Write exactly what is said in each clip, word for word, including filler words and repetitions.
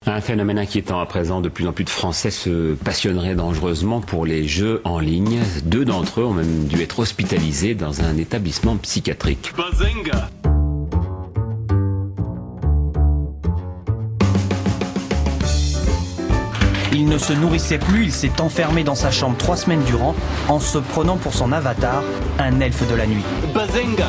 Un phénomène inquiétant à présent, de plus en plus de Français se passionneraient dangereusement pour les jeux en ligne. Deux d'entre eux ont même dû être hospitalisés dans un établissement psychiatrique. Bazinga! Il ne se nourrissait plus, il s'est enfermé dans sa chambre trois semaines durant en se prenant pour son avatar, un elfe de la nuit. Bazinga!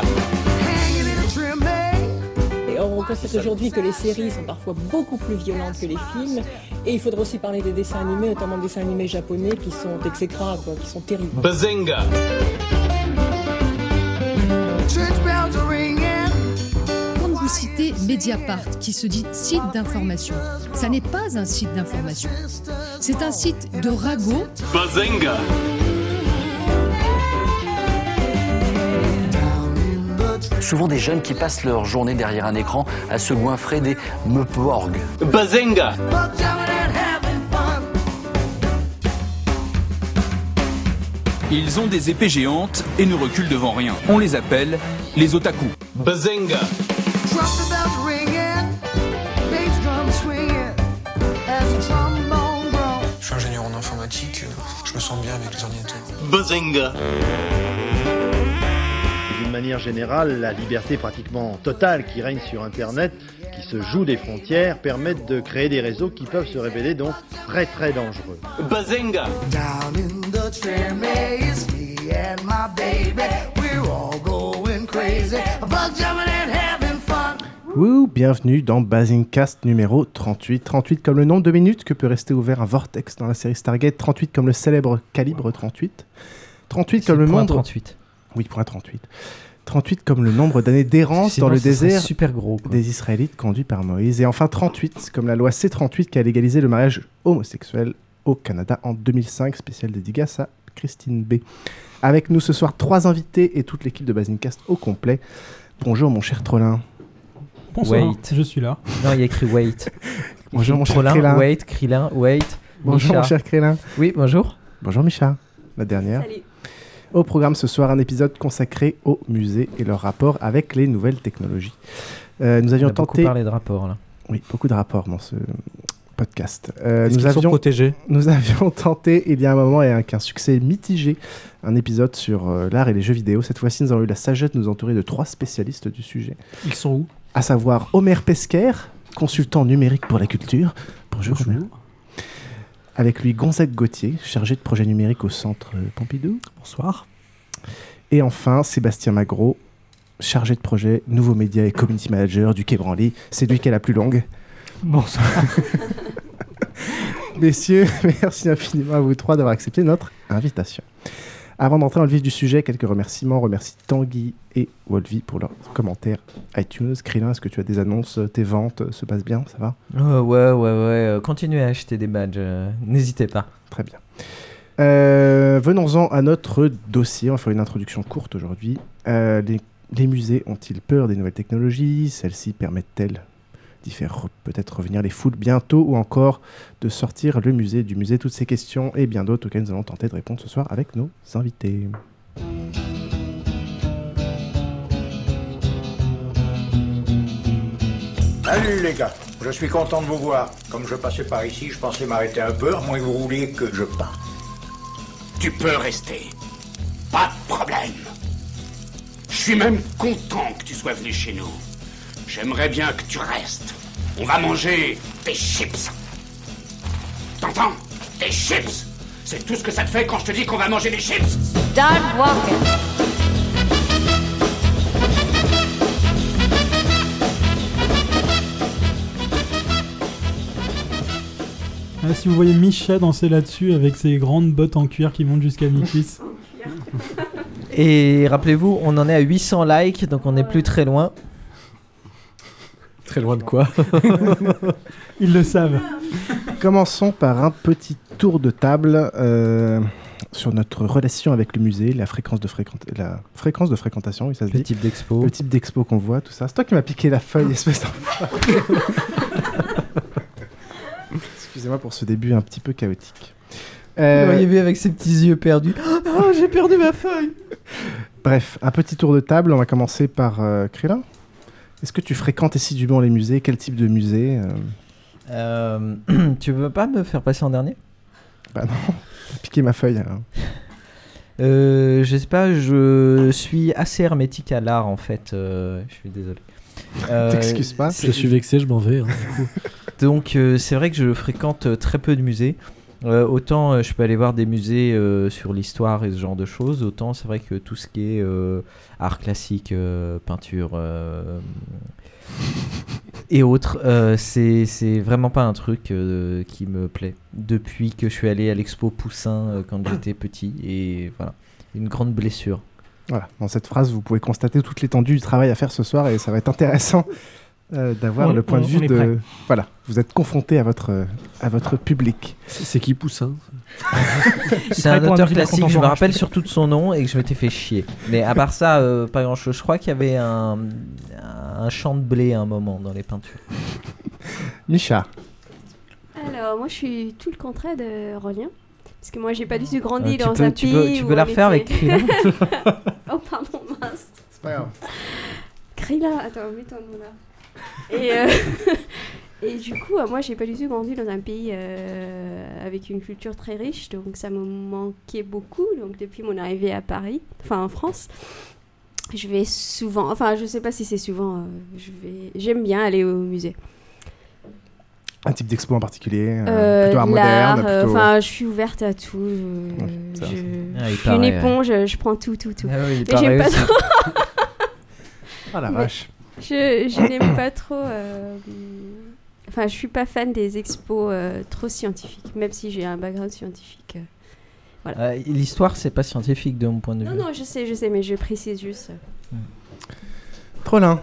Et or, on constate aujourd'hui que les séries sont parfois beaucoup plus violentes que les films. Et il faudra aussi parler des dessins animés, notamment des dessins animés japonais qui sont exécrables, quoi, qui sont terribles. Bazinga! Quand vous citez Mediapart, qui se dit site d'information, ça n'est pas un site d'information. C'est un site de ragot. Bazinga! Souvent des jeunes qui passent leur journée derrière un écran à se goinfrer des meuporgs. Bazinga! Ils ont des épées géantes et ne reculent devant rien. On les appelle les otaku. Bazinga! Je suis ingénieur en informatique, je me sens bien avec les ordinateurs. Bazinga! D'une manière générale, la liberté pratiquement totale qui règne sur Internet, qui se joue des frontières, permettent de créer des réseaux qui peuvent se révéler donc très très dangereux. Bazinga! Wouh, bienvenue dans Basingcast numéro trente-huit. trente-huit comme le nombre de minutes que peut rester ouvert un vortex dans la série Stargate. trente-huit comme le célèbre calibre trente-huit. trente-huit comme le nombre... trente-huit. Oui, point trente-huit. trente-huit comme le nombre d'années d'errance Sinon, dans le désert super gros, quoi. Des Israélites conduits par Moïse. Et enfin trente-huit comme la loi C trente-huit qui a légalisé le mariage homosexuel au Canada en deux mille cinq. Spécial dédicace à Christine B. Avec nous ce soir, trois invités et toute l'équipe de Basingcast au complet. Bonjour mon cher Trollin. Bonsoir, wait. Je suis là. Non, il y a écrit wait. Bonjour mon cher Trollin, Krélin. Wait, Krillin, wait. Bonjour Micha. mon cher Krélin. Oui, bonjour. Bonjour Micha, la dernière. Salut. Au programme ce soir, un épisode consacré aux musées et leur rapport avec les nouvelles technologies. Euh, nous avions On a beaucoup tenté... parlé de rapports, là. Oui, beaucoup de rapports dans ce podcast. Euh, Est-ce nous, qu'ils sont avions... protégés ? nous avions tenté, il y a un moment, et avec un succès mitigé, un épisode sur euh, l'art et les jeux vidéo. Cette fois-ci, nous avons eu la sagesse de nous entourer de trois spécialistes du sujet. Ils sont où ? À savoir Omer Pesquer, consultant numérique pour la culture. Bonjour, Bonjour. Omer. Avec lui, Gonzague Gauthier, chargé de projet numérique au Centre Pompidou. Bonsoir. Et enfin, Sébastien Magro, chargé de projet Nouveaux Médias et Community Manager du Quai Branly. C'est lui qui est la plus longue. Bonsoir. Messieurs, merci infiniment à vous trois d'avoir accepté notre invitation. Avant d'entrer dans le vif du sujet, quelques remerciements. Remercie Tanguy et Wolvi pour leurs commentaires iTunes. Krillin, est-ce que tu as des annonces? Tes ventes se passent bien? Ça va? Oh, ouais, ouais, ouais. euh, Continuez à acheter des badges. euh, N'hésitez pas. Très bien. Euh, venons-en à notre dossier. On va faire une introduction courte aujourd'hui. Euh, les, les musées ont-ils peur des nouvelles technologies? Celles-ci permettent-elles d'y faire re- peut-être revenir les foules bientôt, ou encore de sortir le musée du musée? Toutes ces questions et bien d'autres auxquelles nous allons tenter de répondre ce soir avec nos invités. Salut les gars, je suis content de vous voir. Comme je passais par ici, je pensais m'arrêter un peu, à moins que vous vouliez que je parte. Tu peux rester. Pas de problème. Je suis même content que tu sois venu chez nous. J'aimerais bien que tu restes. On va manger des chips. T'entends? Des chips. C'est tout ce que ça te fait quand je te dis qu'on va manger des chips. Start walking. Ah, si vous voyez Micha danser là-dessus avec ses grandes bottes en cuir qui montent jusqu'à mi-cuisse. Et rappelez-vous, on en est à huit cents likes, donc on n'est plus très loin. Très loin de quoi? Ils le savent. Commençons par un petit tour de table euh, sur notre relation avec le musée, la fréquence de, fréquent... la fréquence de fréquentation, oui, ça se Le dit. type d'expo. Le type d'expo qu'on voit, tout ça. C'est toi qui m'as piqué la feuille, espèce d'enfoiré. Excusez-moi pour ce début un petit peu chaotique. Euh... Vous l'auriez vu avec ses petits yeux perdus. Oh, j'ai perdu ma feuille. Bref, un petit tour de table. On va commencer par euh, Krillin. Est-ce que tu fréquentes assidûment les musées? Quel type de musée? euh... Euh, tu veux pas me faire passer en dernier? Bah non, piquer ma feuille alors. Euh, je sais pas, je suis assez hermétique à l'art en fait. Euh, je suis désolé. Euh, T'excuses pas. Je suis vexé, je m'en vais. Hein. Donc euh, c'est vrai que je fréquente très peu de musées. Euh, autant euh, je peux aller voir des musées euh, sur l'histoire et ce genre de choses, autant c'est vrai que tout ce qui est euh, art classique, euh, peinture euh, et autres, euh, c'est, c'est vraiment pas un truc euh, qui me plaît. Depuis que je suis allé à l'expo Poussin euh, quand j'étais petit, et voilà, une grande blessure. Voilà, dans cette phrase, vous pouvez constater toute l'étendue du travail à faire ce soir et ça va être intéressant euh, d'avoir on, le point on, de vue on est de... prêt. Voilà, vous êtes confronté à votre, à votre public. C'est, c'est qui Poussin? C'est un auteur classique, je me rappelle surtout de son nom et que je m'étais fait chier. Mais à part ça, euh, pas grand chose. Je crois qu'il y avait un, un champ de blé à un moment dans les peintures. Misha. Alors, moi je suis tout le contraire de Rolien. Parce que moi j'ai pas du tout grandi euh, dans peux, un tu pays. Peux, tu peux la refaire était... avec Krilla? Oh, pardon, mince. C'est pas grave. Krilla, attends, mets-toi là. Et, euh... Et du coup, euh, moi j'ai pas du tout grandi dans un pays euh, avec une culture très riche, donc ça me manquait beaucoup. Donc depuis mon arrivée à Paris, enfin en France, je vais souvent, enfin je sais pas si c'est souvent, euh, je vais, j'aime bien aller au musée. Un type d'expo en particulier, euh, euh, plutôt art moderne, plutôt... Enfin, je suis ouverte à tout. Je, ouais, je, ça, je ah, suis paraît, une éponge, ouais. Je prends tout, tout, tout. Ah oui, mais j'aime pas aussi. trop. Ah la vache. Je, je n'aime pas trop. Euh... Enfin, je suis pas fan des expos euh, trop scientifiques, même si j'ai un background scientifique. Euh, voilà. Euh, l'histoire, c'est pas scientifique de mon point de vue. Non, non, je sais, je sais, mais je précise juste. Hmm. Trollin.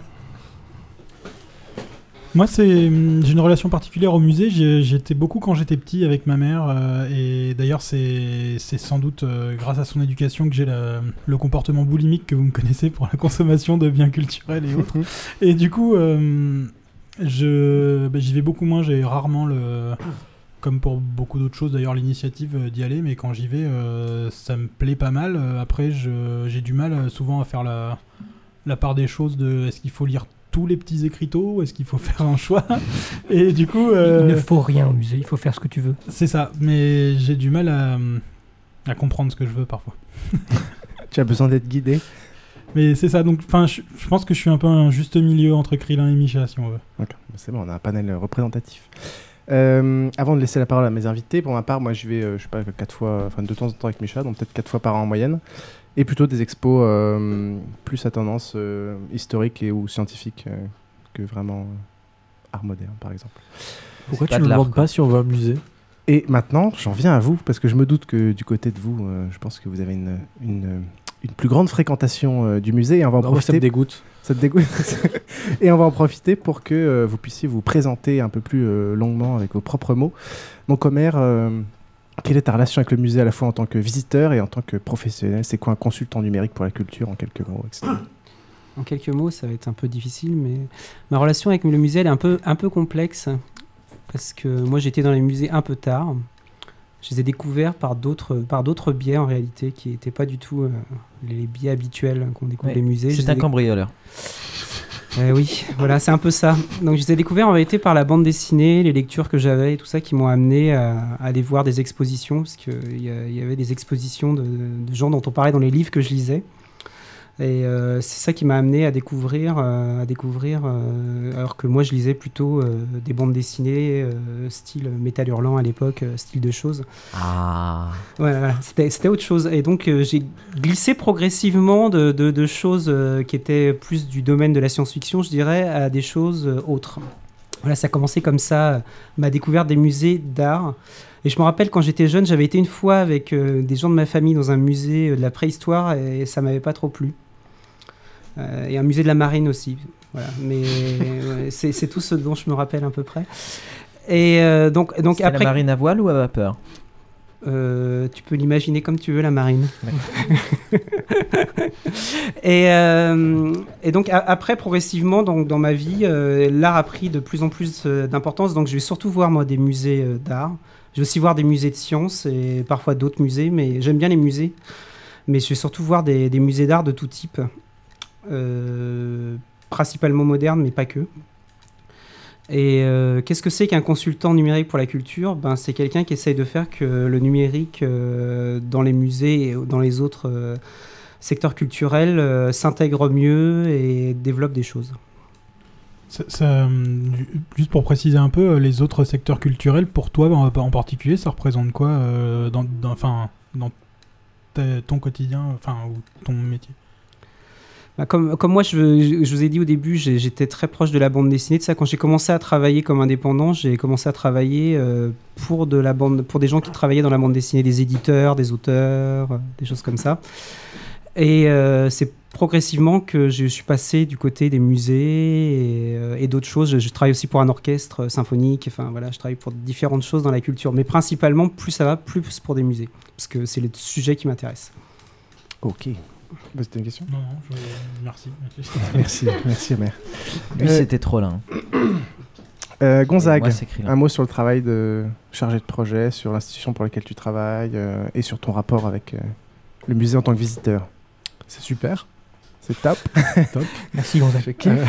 Moi, c'est, j'ai une relation particulière au musée. J'ai, j'étais beaucoup quand j'étais petit avec ma mère. Euh, et d'ailleurs, c'est, c'est sans doute euh, grâce à son éducation que j'ai la, le comportement boulimique que vous me connaissez pour la consommation de biens culturels et autres. Et du coup, euh, je, bah, j'y vais beaucoup moins. J'ai rarement, le, comme pour beaucoup d'autres choses d'ailleurs, l'initiative d'y aller. Mais quand j'y vais, euh, ça me plaît pas mal. Après, je, j'ai du mal souvent à faire la, la part des choses de est-ce qu'il faut lire tous les petits écriteaux, est-ce qu'il faut faire un choix? Et du coup... Euh, il ne faut rien au musée, il faut faire ce que tu veux. C'est ça, mais j'ai du mal à, à comprendre ce que je veux parfois. Tu as besoin d'être guidé? Mais c'est ça, donc je, je pense que je suis un peu un juste milieu entre Krillin et Misha, si on veut. D'accord, c'est bon, on a un panel représentatif. Euh, avant de laisser la parole à mes invités, pour ma part, moi je vais, euh, je sais pas, quatre fois, enfin de temps en temps avec Misha, donc peut-être quatre fois par an en moyenne. Et plutôt des expos euh, plus à tendance euh, historique et ou scientifique euh, que vraiment euh, art moderne, par exemple. Pourquoi tu ne me demandes pas si on va au musée? Et maintenant, j'en viens à vous, parce que je me doute que du côté de vous, euh, je pense que vous avez une, une, une plus grande fréquentation euh, du musée. Et on va en non, profiter. Ça me dégoûte. Ça te dégoûte. Et on va en profiter pour que euh, vous puissiez vous présenter un peu plus euh, longuement avec vos propres mots. Donc, Omer... Euh, quelle est ta relation avec le musée à la fois en tant que visiteur et en tant que professionnel? C'est quoi un consultant numérique pour la culture en quelques mots, et cetera. En quelques mots, ça va être un peu difficile, mais ma relation avec le musée elle est un peu, un peu complexe parce que moi j'étais dans les musées un peu tard. Je les ai découverts par d'autres, par d'autres biais en réalité qui n'étaient pas du tout euh, les biais habituels qu'on découvre ouais, les musées. C'est un déc... cambrioleur. Euh, oui, voilà, c'est un peu ça. Donc je les ai découverts en réalité par la bande dessinée, les lectures que j'avais et tout ça qui m'ont amené à, à aller voir des expositions, parce qu'il y, y avait des expositions de, de gens dont on parlait dans les livres que je lisais. Et euh, c'est ça qui m'a amené à découvrir, euh, à découvrir euh, alors que moi je lisais plutôt euh, des bandes dessinées, euh, style Métal Hurlant à l'époque, euh, style de choses. Ah. Ouais, voilà, c'était, c'était autre chose. Et donc euh, j'ai glissé progressivement de, de, de choses euh, qui étaient plus du domaine de la science-fiction, je dirais, à des choses euh, autres. Voilà, ça a commencé comme ça, euh, ma découverte des musées d'art. Et je me rappelle, quand j'étais jeune, j'avais été une fois avec euh, des gens de ma famille dans un musée euh, de la préhistoire et ça m'avait pas trop plu. Euh, et un musée de la marine aussi. Voilà. Mais ouais, c'est, c'est tout ce dont je me rappelle à peu près. Et euh, donc, donc C'était après. La marine à voile ou à vapeur? euh, Tu peux l'imaginer comme tu veux, la marine. et, euh, et donc a, après, progressivement, donc, dans ma vie, euh, l'art a pris de plus en plus euh, d'importance. Donc je vais surtout voir moi des musées euh, d'art. Je vais aussi voir des musées de sciences et parfois d'autres musées, mais j'aime bien les musées. Mais je vais surtout voir des, des musées d'art de tout type. Euh, principalement moderne, mais pas que. Et euh, qu'est-ce que c'est qu'un consultant numérique pour la culture ? Ben, c'est quelqu'un qui essaye de faire que le numérique euh, dans les musées et dans les autres euh, secteurs culturels euh, s'intègre mieux et développe des choses. Ça, ça, juste pour préciser un peu, les autres secteurs culturels, pour toi en, en particulier, ça représente quoi euh, dans, dans, enfin, dans ta, ton quotidien, enfin, ou ton métier ? Bah comme, comme moi, je, je, je vous ai dit au début, j'ai, j'étais très proche de la bande dessinée. De ça, quand j'ai commencé à travailler comme indépendant, j'ai commencé à travailler euh, pour, de la bande, pour des gens qui travaillaient dans la bande dessinée, des éditeurs, des auteurs, euh, des choses comme ça. Et euh, c'est progressivement que je suis passé du côté des musées et, euh, et d'autres choses. Je, je travaille aussi pour un orchestre symphonique. Enfin, voilà, je travaille pour différentes choses dans la culture. Mais principalement, plus ça va, plus pour des musées. Parce que c'est le sujet qui m'intéresse. Ok. Bah, c'était une question ? Non, non, je... merci. merci, merci Omer. Lui, euh... c'était trop là. Euh, Gonzague, moi, c'est un mot sur le travail de chargé de projet, sur l'institution pour laquelle tu travailles euh, et sur ton rapport avec euh, le musée en tant que visiteur. C'est super. C'est top. top. Merci Gonzague. Euh...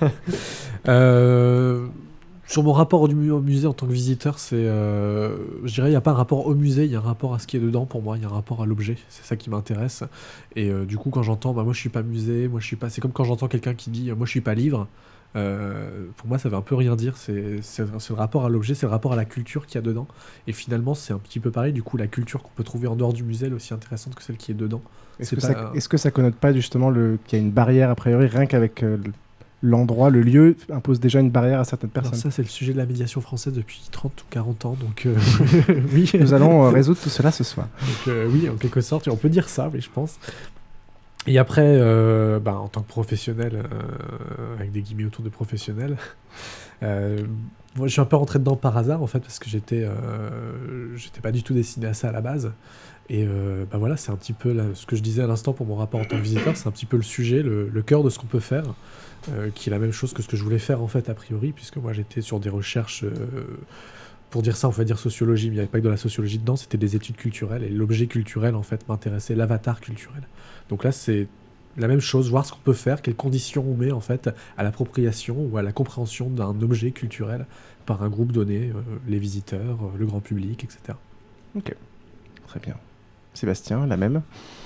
euh... Sur mon rapport au, mu- au musée en tant que visiteur, c'est, euh, je dirais, il n'y a pas un rapport au musée, il y a un rapport à ce qui est dedans pour moi, il y a un rapport à l'objet, c'est ça qui m'intéresse. Et euh, du coup, quand j'entends, bah, moi je suis pas musée, moi je suis pas, c'est comme quand j'entends quelqu'un qui dit, moi je suis pas livre. Euh, pour moi, ça veut un peu rien dire. C'est, c'est, c'est le rapport à l'objet, c'est le rapport à la culture qu'il y a dedans. Et finalement, c'est un petit peu pareil. Du coup, la culture qu'on peut trouver en dehors du musée elle est aussi intéressante que celle qui est dedans. Est-ce, c'est que, pas, ça, est-ce que ça connote pas justement le, qu'il y a une barrière a priori rien qu'avec euh, le... l'endroit, le lieu impose déjà une barrière à certaines personnes. Alors ça, c'est le sujet de la médiation française depuis trente ou quarante ans, donc euh, oui. Nous allons euh, résoudre tout cela ce soir. Donc euh, oui, en quelque sorte, on peut dire ça, mais je pense. Et après, euh, bah, en tant que professionnel, euh, avec des guillemets autour de professionnel, euh, moi, je suis un peu rentré dedans par hasard, en fait, parce que j'étais, euh, j'étais pas du tout destiné à ça à la base. Et euh, bah voilà, c'est un petit peu là, ce que je disais à l'instant pour mon rapport en tant que visiteur, c'est un petit peu le sujet, le, le cœur de ce qu'on peut faire. Euh, qui est la même chose que ce que je voulais faire en fait a priori, puisque moi j'étais sur des recherches euh, pour dire ça on va dire sociologie, mais il n'y avait pas que de la sociologie dedans, c'était des études culturelles et l'objet culturel en fait m'intéressait, l'avatar culturel. Donc là c'est la même chose, voir ce qu'on peut faire, quelles conditions on met en fait à l'appropriation ou à la compréhension d'un objet culturel par un groupe donné, euh, les visiteurs, euh, le grand public, et cetera. Ok, très bien. Sébastien, la même.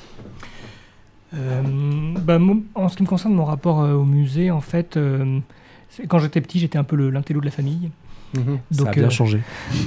Euh, bah, en ce qui me concerne, mon rapport euh, au musée, en fait, euh, quand j'étais petit, j'étais un peu le, l'intello de la famille. Mmh. Donc, ça a bien euh, changé.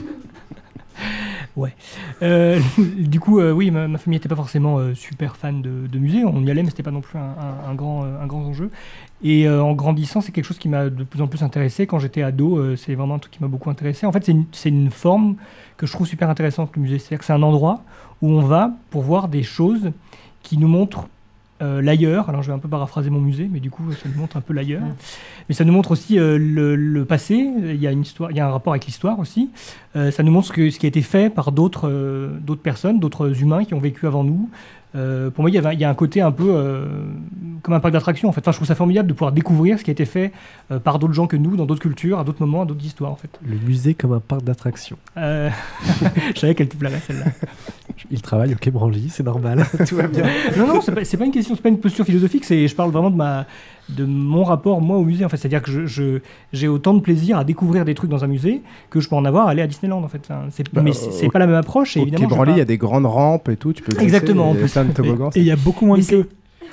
ouais. Euh, du coup, euh, oui, ma, ma famille n'était pas forcément euh, super fan de, de musée. On y allait, mais c'était pas non plus un, un, un, grand, euh, un grand enjeu. Et euh, en grandissant, c'est quelque chose qui m'a de plus en plus intéressé. Quand j'étais ado, euh, c'est vraiment un truc qui m'a beaucoup intéressé. En fait, c'est une, c'est une forme que je trouve super intéressante, le musée. C'est-à-dire que c'est un endroit où on va pour voir des choses qui nous montrent Euh, l'ailleurs. Alors je vais un peu paraphraser mon musée, mais du coup ça nous montre un peu l'ailleurs. Mmh. Mais ça nous montre aussi euh, le, le passé. Il y a une histoire, il y a un rapport avec l'histoire aussi. Euh, ça nous montre ce, que, ce qui a été fait par d'autres, euh, d'autres personnes, d'autres humains qui ont vécu avant nous. Euh, pour moi, il y, avait, il y a un côté un peu euh, comme un parc d'attractions en fait. Enfin, je trouve ça formidable de pouvoir découvrir ce qui a été fait euh, par d'autres gens que nous, dans d'autres cultures, à d'autres moments, à d'autres histoires en fait. Le musée comme un parc d'attractions. Euh... je savais qu'elle te plairait celle-là. Il travaille au Quai Branly, c'est normal, tout va bien. Non, non, c'est pas, c'est pas une question, c'est pas une posture philosophique, c'est, je parle vraiment de, ma, de mon rapport, moi, au musée, en fait. C'est-à-dire que je, je, j'ai autant de plaisir à découvrir des trucs dans un musée que je peux en avoir à aller à Disneyland, en fait. Enfin, c'est, bah, mais c'est, c'est pas la même approche. Et au évidemment, Quai Branly, il pas... y a des grandes rampes et tout, tu peux glisser, exactement, en plus. plein de toboggans. Et il y a beaucoup moins de queue.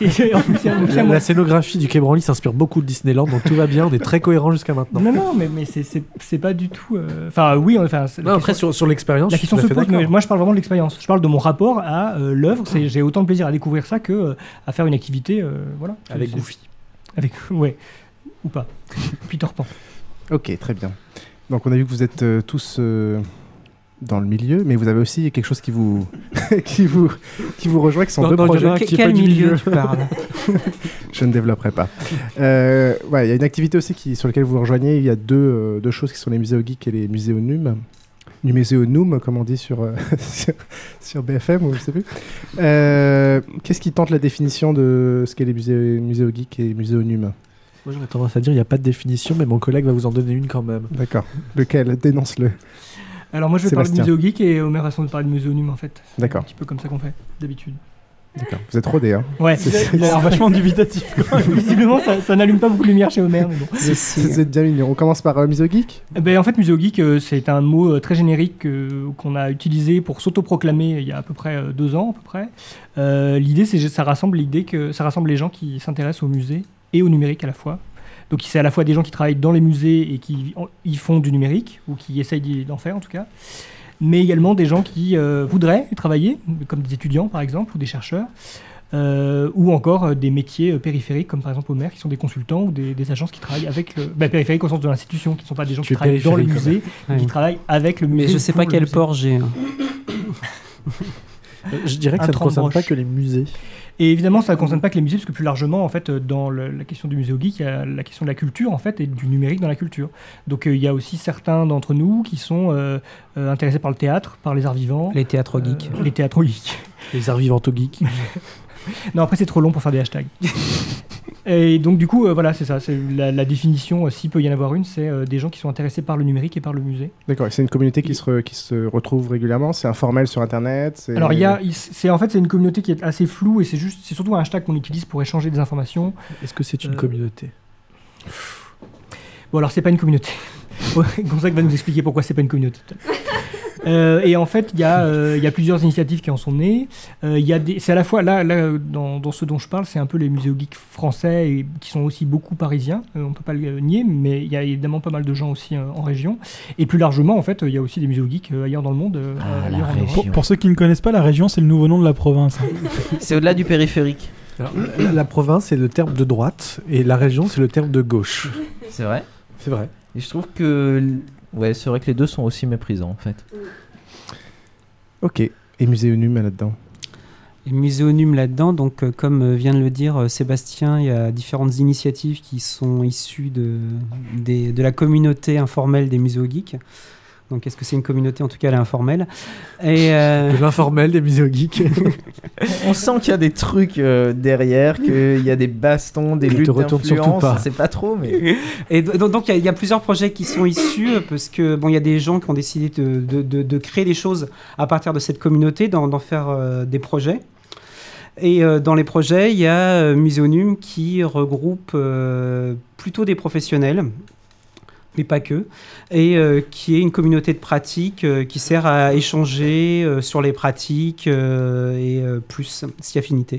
La, la scénographie du Quai Branly s'inspire beaucoup de Disneyland, donc tout va bien, on est très cohérent jusqu'à maintenant. Non, non, mais, mais c'est, c'est, c'est pas du tout. Enfin, euh... oui, enfin. Non, après, question, sur, sur l'expérience. La question se pose, mais moi je parle vraiment de l'expérience. Je parle de mon rapport à euh, l'œuvre. C'est, j'ai autant de plaisir à découvrir ça que euh, à faire une activité. Euh, voilà. Avec c'est, Goofy. Avec, ouais. Ou pas. Peter Pan. Ok, très bien. Donc on a vu que vous êtes euh, tous. Euh... dans le milieu, mais vous avez aussi quelque chose qui vous qui vous qui vous rejoint, qui sont non, deux non, projets. Que, qui quel milieu, milieu tu parles? Je ne développerai pas. Euh, ouais, il y a une activité aussi qui, sur laquelle vous vous rejoignez. Il y a deux, euh, deux choses qui sont les muséogeeks et les muséonums. Du muséonum, comme on dit sur, euh, sur, sur B F M, ou je sais plus. Euh, qu'est-ce qui tente la définition de ce qu'est les musé, muséogeeks et muséonums? Moi, j'aurais tendance à dire il n'y a pas de définition, mais mon collègue va vous en donner une quand même. D'accord. Lequel? Dénonce-le. Alors moi je vais Sébastien. parler de muséogeek et Omer va sans doute parler de muséonum en fait. D'accord. C'est un petit peu comme ça qu'on fait d'habitude. D'accord. Vous êtes rodé, hein. Ouais. Il a l'air vachement dubitatif. Quand même. Visiblement, ça, ça n'allume pas beaucoup de lumière chez Homer, mais bon. Vous êtes bien mignon. On commence par euh, Muséogeek. Eh ben, en fait, Muséogeek, euh, c'est un mot euh, très générique euh, qu'on a utilisé pour s'autoproclamer il y a à peu près euh, deux ans, à peu près. Euh, l'idée, c'est ça rassemble l'idée que ça rassemble les gens qui s'intéressent au musée et au numérique à la fois. Donc, c'est à la fois des gens qui travaillent dans les musées et qui y font du numérique, ou qui essayent d'en faire en tout cas, mais également des gens qui euh, voudraient y travailler, comme des étudiants par exemple, ou des chercheurs, euh, ou encore euh, des métiers euh, périphériques, comme par exemple Homer, qui sont des consultants ou des, des agences qui travaillent avec le... Bah, périphériques au sens de l'institution, qui ne sont pas des gens Tu qui es travaillent dans le périphérique, musée, mais Ouais. qui travaillent avec le musée. Mais je sais pour pas le quel musée. port j'ai. hein. Je dirais que Un ça ne concerne trente pas broches. que les musées. Et évidemment, ça ne concerne pas que les musées, parce que plus largement, en fait, dans le- la question du Muséogeek, il y a la question de la culture, en fait, et du numérique dans la culture. Donc, euh, il y a aussi certains d'entre nous qui sont euh, euh, intéressés par le théâtre, par les arts vivants. Les théâtres geeks. Euh, les théâtres geeks. Les arts vivants geeks. Non, après, c'est trop long pour faire des hashtags. Et donc, du coup, euh, voilà, c'est ça. C'est la, la définition, euh, s'il peut y en avoir une, c'est euh, des gens qui sont intéressés par le numérique et par le musée. D'accord. Et c'est une communauté qui se, re- qui se retrouve régulièrement. C'est informel sur Internet. c'est- Alors, il y a, il- c'est, en fait, c'est une communauté qui est assez floue et c'est, juste, c'est surtout un hashtag qu'on utilise pour échanger des informations. Est-ce que c'est une Euh, communauté? Bon, alors, c'est pas une communauté. Gonzague va nous expliquer pourquoi c'est pas une communauté. Euh, et en fait, il y, euh, y a plusieurs initiatives qui en sont nées. Euh, y a des, c'est à la fois, là, là dans, dans ce dont je parle, c'est un peu les muséogeeks français et, qui sont aussi beaucoup parisiens, euh, on ne peut pas le nier, mais il y a évidemment pas mal de gens aussi euh, en région. Et plus largement, en fait, il y a aussi des muséogeeks euh, ailleurs dans le monde. Euh, Ah, la ailleurs en Europe. région. Pour, pour ceux qui ne connaissent pas, la région, c'est le nouveau nom de la province. C'est au-delà du périphérique. Alors, la, la province, c'est le terme de droite, et la région, c'est le terme de gauche. C'est vrai. C'est vrai. Et je trouve que... Ouais, c'est vrai que les deux sont aussi méprisants, en fait. Ok. Et Muséonum là-dedans. Et Muséonum là-dedans, donc euh, comme euh, vient de le dire euh, Sébastien, il y a différentes initiatives qui sont issues de, des- de la communauté informelle des muséogeeks. Donc est-ce que c'est une communauté? En tout cas, elle est informelle. Et, euh, De l'informel des muséogeeks. On sent qu'il y a des trucs euh, derrière, qu'il y a des bastons, des Ne te luttes retourne surtout d'influence. pas. C'est pas trop, mais... Et do- donc donc, il y a- il y, a plusieurs projets qui sont issus euh, parce que bon, il y a des gens qui ont décidé de, de- de- de créer des choses à partir de cette communauté, d'en, d'en faire euh, des projets. Et euh, dans les projets, il y a euh, Muséonum qui regroupe euh, plutôt des professionnels, mais pas que, et euh, qui est une communauté de pratique euh, qui sert à échanger euh, sur les pratiques euh, et euh, plus si affinité.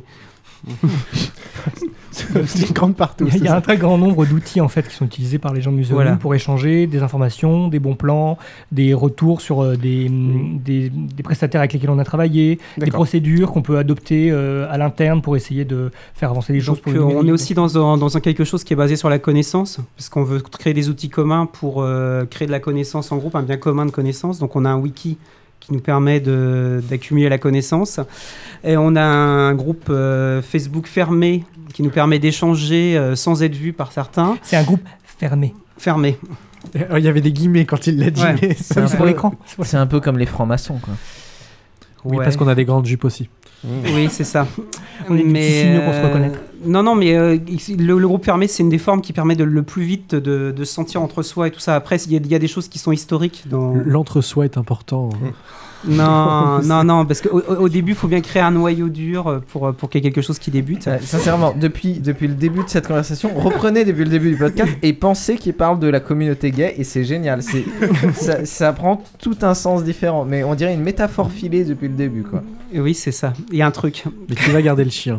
C'est une grande partout. Il y a un très grand nombre d'outils en fait qui sont utilisés par les gens de Muséonum Voilà. pour échanger des informations, des bons plans, des retours sur euh, des, mm. des, des prestataires avec lesquels on a travaillé, des D'accord. procédures qu'on peut adopter euh, à l'interne pour essayer de faire avancer les choses. Donc, Pour le euh, on numérique. est aussi dans un, dans un quelque chose qui est basé sur la connaissance, parce qu'on veut créer des outils communs pour euh, créer de la connaissance en groupe, un bien commun de connaissances. Donc on a un wiki qui nous permet de- d'accumuler la connaissance. Et on a un groupe euh, Facebook fermé qui nous permet d'échanger euh, sans être vu par certains. C'est un groupe fermé. Fermé. Il y avait des guillemets quand il l'a dit. Ouais. mais C'est un, pour peu... l'écran. c'est un peu comme les francs-maçons, quoi. Oui, Ouais. parce qu'on a des grandes jupes aussi. Oui, c'est ça. On est des petits signaux pour se reconnaître. Non, non, mais euh, le, le groupe fermé, c'est une des formes qui permet de le plus vite de, de se sentir entre soi et tout ça. Après, il y, a- il y a des choses qui sont historiques. Dans... L'entre-soi est important. Non, non, non, parce qu'au au, au début, il faut bien créer un noyau dur pour, pour qu'il y ait quelque chose qui débute. Ouais, sincèrement, depuis, depuis le début de cette conversation, reprenez depuis le début du podcast et pensez qu'il parle de la communauté gay et c'est génial. C'est, ça, ça prend tout un sens différent, mais on dirait une métaphore filée depuis le début, quoi. Et oui, c'est ça. Il y a un truc. Mais qui va garder le chien?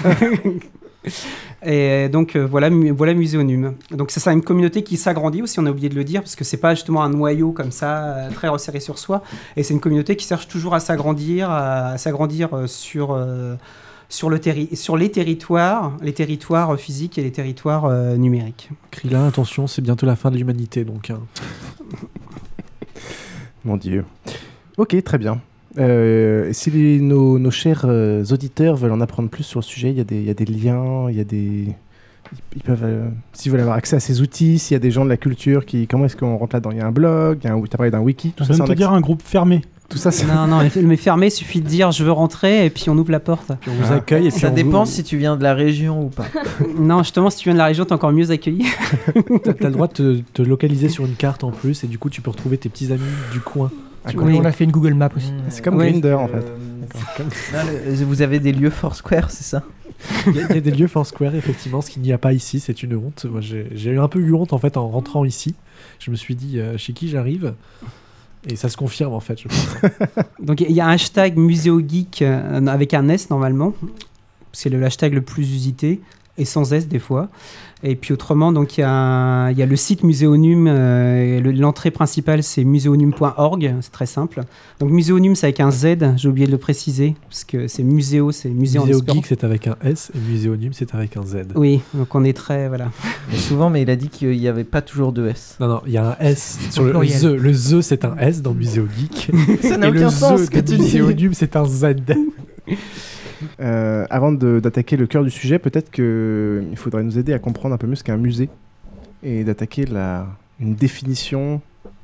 Et donc euh, voilà, mu- voilà Muséonum. Donc c'est ça, une communauté qui s'agrandit aussi, on a oublié de le dire, parce que c'est pas justement un noyau comme ça, euh, très resserré sur soi, et c'est une communauté qui cherche toujours à s'agrandir, à, à s'agrandir euh, sur, euh, sur, le terri- sur les territoires, les territoires euh, physiques et les territoires euh, numériques. Krillin, attention, c'est bientôt la fin de l'humanité, donc... hein. Mon Dieu. Ok, très bien. Euh, si les- nos, nos chers euh, auditeurs veulent en apprendre plus sur le sujet, il y, a des- il y a des liens, il y a des... Ils, ils peuvent, euh, s'ils veulent avoir accès à ces outils, s'il y a des gens de la culture qui... Comment est-ce qu'on rentre là-dedans? Il y a un blog, il y a un... tu as parlé d'un wiki, tout On ça, vient c'est de en te dire accès- un groupe fermé. Tout ça, c'est... Non, non, mais- mais fermé, il suffit de dire je veux rentrer, et puis on ouvre la porte. Puis on vous accueille et puis Ça on dépend vous... si tu viens de la région ou pas. Non, justement, si tu viens de la région, t'es encore mieux accueilli. T'as, t'as le droit de te, te localiser sur une carte en plus, et du coup tu peux retrouver tes petits amis du coin. Oui, on a fait une Google Map aussi. C'est comme Oui. Grindr en fait. Non, le- vous avez des lieux Foursquare, c'est ça? Il y, a- il y a des lieux Foursquare, effectivement, ce qu'il n'y a pas ici, c'est une honte. Moi, j'ai j'ai eu un peu eu honte en fait en rentrant ici. Je me suis dit, euh, chez qui j'arrive? Et ça se confirme en fait, je pense. Donc il y a un hashtag muséogeek euh, avec un S normalement. C'est le hashtag le plus usité et sans S des fois. Et puis autrement, donc il y a, un- il y a le site Muséonum. euh, le- L'entrée principale c'est muséonum point org. C'est très simple. Donc Muséonum c'est avec un Z. J'ai oublié de le préciser parce que c'est muséo, c'est musée en Muséo espérance. Geek, c'est avec un S et Muséonum, c'est avec un Z. Oui, donc on est très voilà. Mais souvent, mais il a dit qu'il n'y avait pas toujours de S. Non, non, il y a un S sur Au le pluriel. The. Le The, c'est un S dans Muséo Geek. Ça n'a Et aucun le sens, The ce que de tu dis. Muséonum, c'est un Z. Euh, avant de- d'attaquer le cœur du sujet, peut-être qu'il faudrait nous aider à comprendre un peu mieux ce qu'est un musée et d'attaquer la, une définition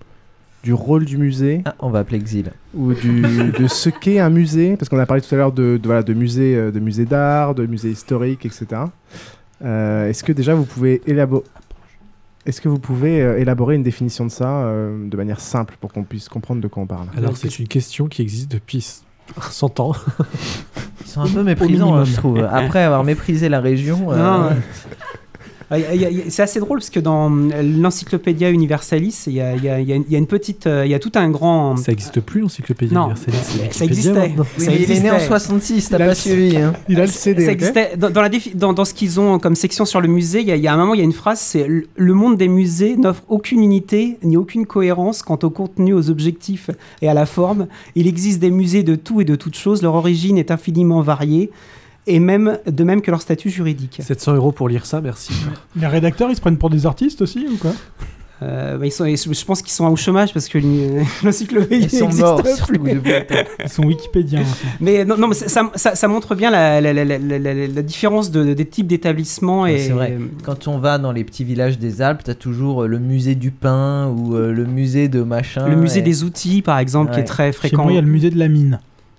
du rôle du musée. Ah, on va appeler Exil. Ou du, de ce qu'est un musée, parce qu'on a parlé tout à l'heure de, de, voilà, de musées euh, de musées d'art, de musées historiques, et cetera. Euh, Est-ce que déjà vous pouvez élaborer Est-ce que vous pouvez euh, élaborer une définition de ça euh, de manière simple pour qu'on puisse comprendre de quoi on parle? Alors, c'est une question qui existe depuis cent ans. Ils sont un peu méprisants, hein, je trouve. Après avoir méprisé la région. euh, Non, ouais. Ah, y a- y a- y a- C'est assez drôle parce que dans l'Encyclopédia Universalis, il y a, il y a- il y a une- il y a une petite, euh, il y a tout un grand. Ça n'existe plus l'encyclopédie Non, universaliste. c'est ça Wikipédia existait. maintenant. Oui, mais il est né en soixante-six, t'as pas suivi. Hein. Il a le C D. Ça ok existait. Dans, dans la défi- dans, dans ce qu'ils ont comme section sur le musée, il y, a- il y a un moment, il y a une phrase, c'est le- le monde des musées n'offre aucune unité ni aucune cohérence quant au contenu, aux objectifs et à la forme. Il existe des musées de tout et de toutes choses. Leur origine est infiniment variée. Et même, de même que leur statut juridique. sept cents euros pour lire ça, merci. Les rédacteurs, ils se prennent pour des artistes aussi ou quoi? Euh, bah, ils sont, je pense qu'ils sont au chômage parce que l'encyclopédie Ils sont n'existe morts, plus. surtout, depuis. Ils sont wikipédiens. aussi. Mais non, non mais ça, ça, ça montre bien la, la, la, la, la, la- la différence de, des types d'établissements. Ouais, Et c'est vrai. Quand on va dans les petits villages des Alpes, t'as toujours euh, le musée du pain ou euh, le musée de machin. Le musée et- des outils, par exemple, qui Ouais. est très Chez fréquent. moi, il y a le musée de la mine.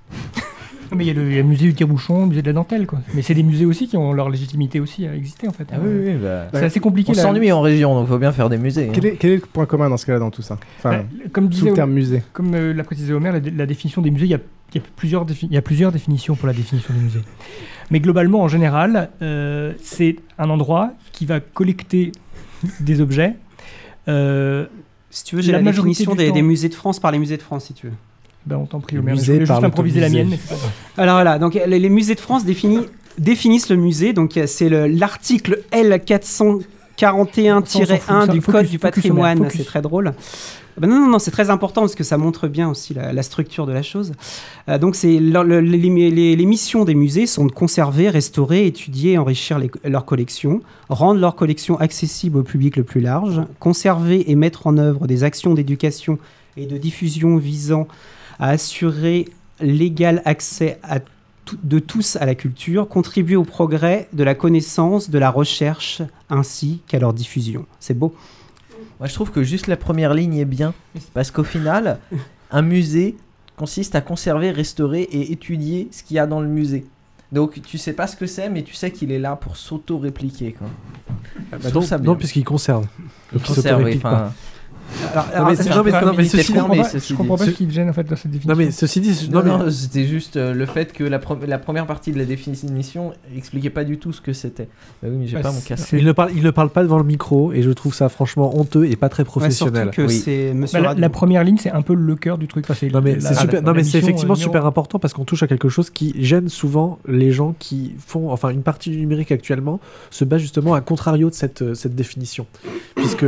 Mais il y, a le il y a le musée du tire-bouchon, le musée de la dentelle, quoi. Mais c'est des musées aussi qui ont leur légitimité aussi à exister, en fait. Ah oui, oui, bah, C'est assez compliqué. On là. s'ennuie en région, donc faut bien faire des musées. hein. Quel est, quel est le point commun dans ce cas-là dans tout ça? Enfin, Bah, comme sous disait, le terme musée. Comme euh, l'a précisé Omer, la, dé- la définition des musées, il y a, il y, a plusieurs défi- il y a plusieurs définitions pour la définition des musées. Mais globalement, en général, euh, c'est un endroit qui va collecter des objets. Euh, Si tu veux, j'ai la, majorité définition du des, temps- des musées de France par les musées de France, si tu veux. Ben, on t'en prie, Le Omer. Je musée voulais juste par improviser la l'automusée. mienne, mais c'est pas grave. Alors voilà, donc les, les musées de France définissent, définissent le musée. Donc euh, c'est le- l'article L quatre cent quarante et un tiret un Ça, du focus, Code du focus, Omer, patrimoine. focus. C'est très drôle. Ben non, non, non, c'est très important parce que ça montre bien aussi la, la structure de la chose. Euh, donc, c'est le- le- les, les- les missions des musées sont de conserver, restaurer, étudier, enrichir les- leurs collections, rendre leurs collections accessibles au public le plus large, conserver et mettre en œuvre des actions d'éducation et de diffusion visant à assurer l'égal accès à tout- de tous à la culture, contribuer au progrès de la connaissance, de la recherche, ainsi qu'à leur diffusion. C'est beau. Moi, je trouve que juste la première ligne est bien. Parce qu'au final, un musée consiste à conserver, restaurer et étudier ce qu'il y a dans le musée. Donc, tu sais pas ce que c'est, mais tu sais qu'il est là pour s'auto-répliquer. Quoi. Bah Je trouve non, ça bien. non, puisqu'il conserve. Il Donc il conserve, s'autoréplique oui, pas. enfin, Alors, Non, alors, mais c'est- alors, non, mais- après, non, mais unité ceci dit- fermée, Je comprends pas, ceci je comprends pas dit. ce qui te gêne en fait dans cette définition. Non, mais ceci dit, Non, non, non, mais- c'était juste euh, le fait que la, pre- la première partie de la définition expliquait pas du tout ce que c'était. Bah oui, mais j'ai Bah, pas mon c'est- casque. c'est- il ne parle, il ne parle pas devant le micro et je trouve ça franchement honteux et pas très ouais, professionnel. surtout que Oui. c'est Monsieur Bah, la, Radio. la première ligne, c'est un peu le cœur du truc. Enfin, c'est Non mais la- c'est la- super, la non mais c'est mission, effectivement euh, numéro- super important parce qu'on touche à quelque chose qui gêne souvent les gens qui font, enfin une partie du numérique actuellement se bat justement à contrario de cette, euh, cette définition, puisque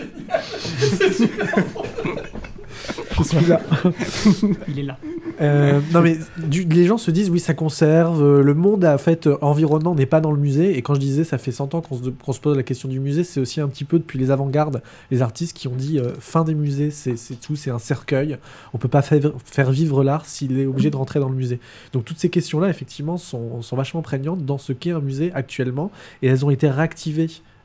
je suis là. Il est là. Euh, non mais du- les gens se disent oui ça conserve, euh, le monde en fait euh, environnant n'est pas dans le musée, et quand je disais ça fait cent ans qu'on se, qu'on se pose la question du musée, c'est aussi un petit peu depuis les avant-gardes, les artistes qui ont dit euh, fin des musées, c'est c'est tout, c'est un cercueil, on peut pas faire, faire vivre l'art s'il est obligé de rentrer dans le musée. Donc toutes ces questions là effectivement sont, sont vachement prégnantes dans ce qu'est un musée actuellement, et elles ont été réactivées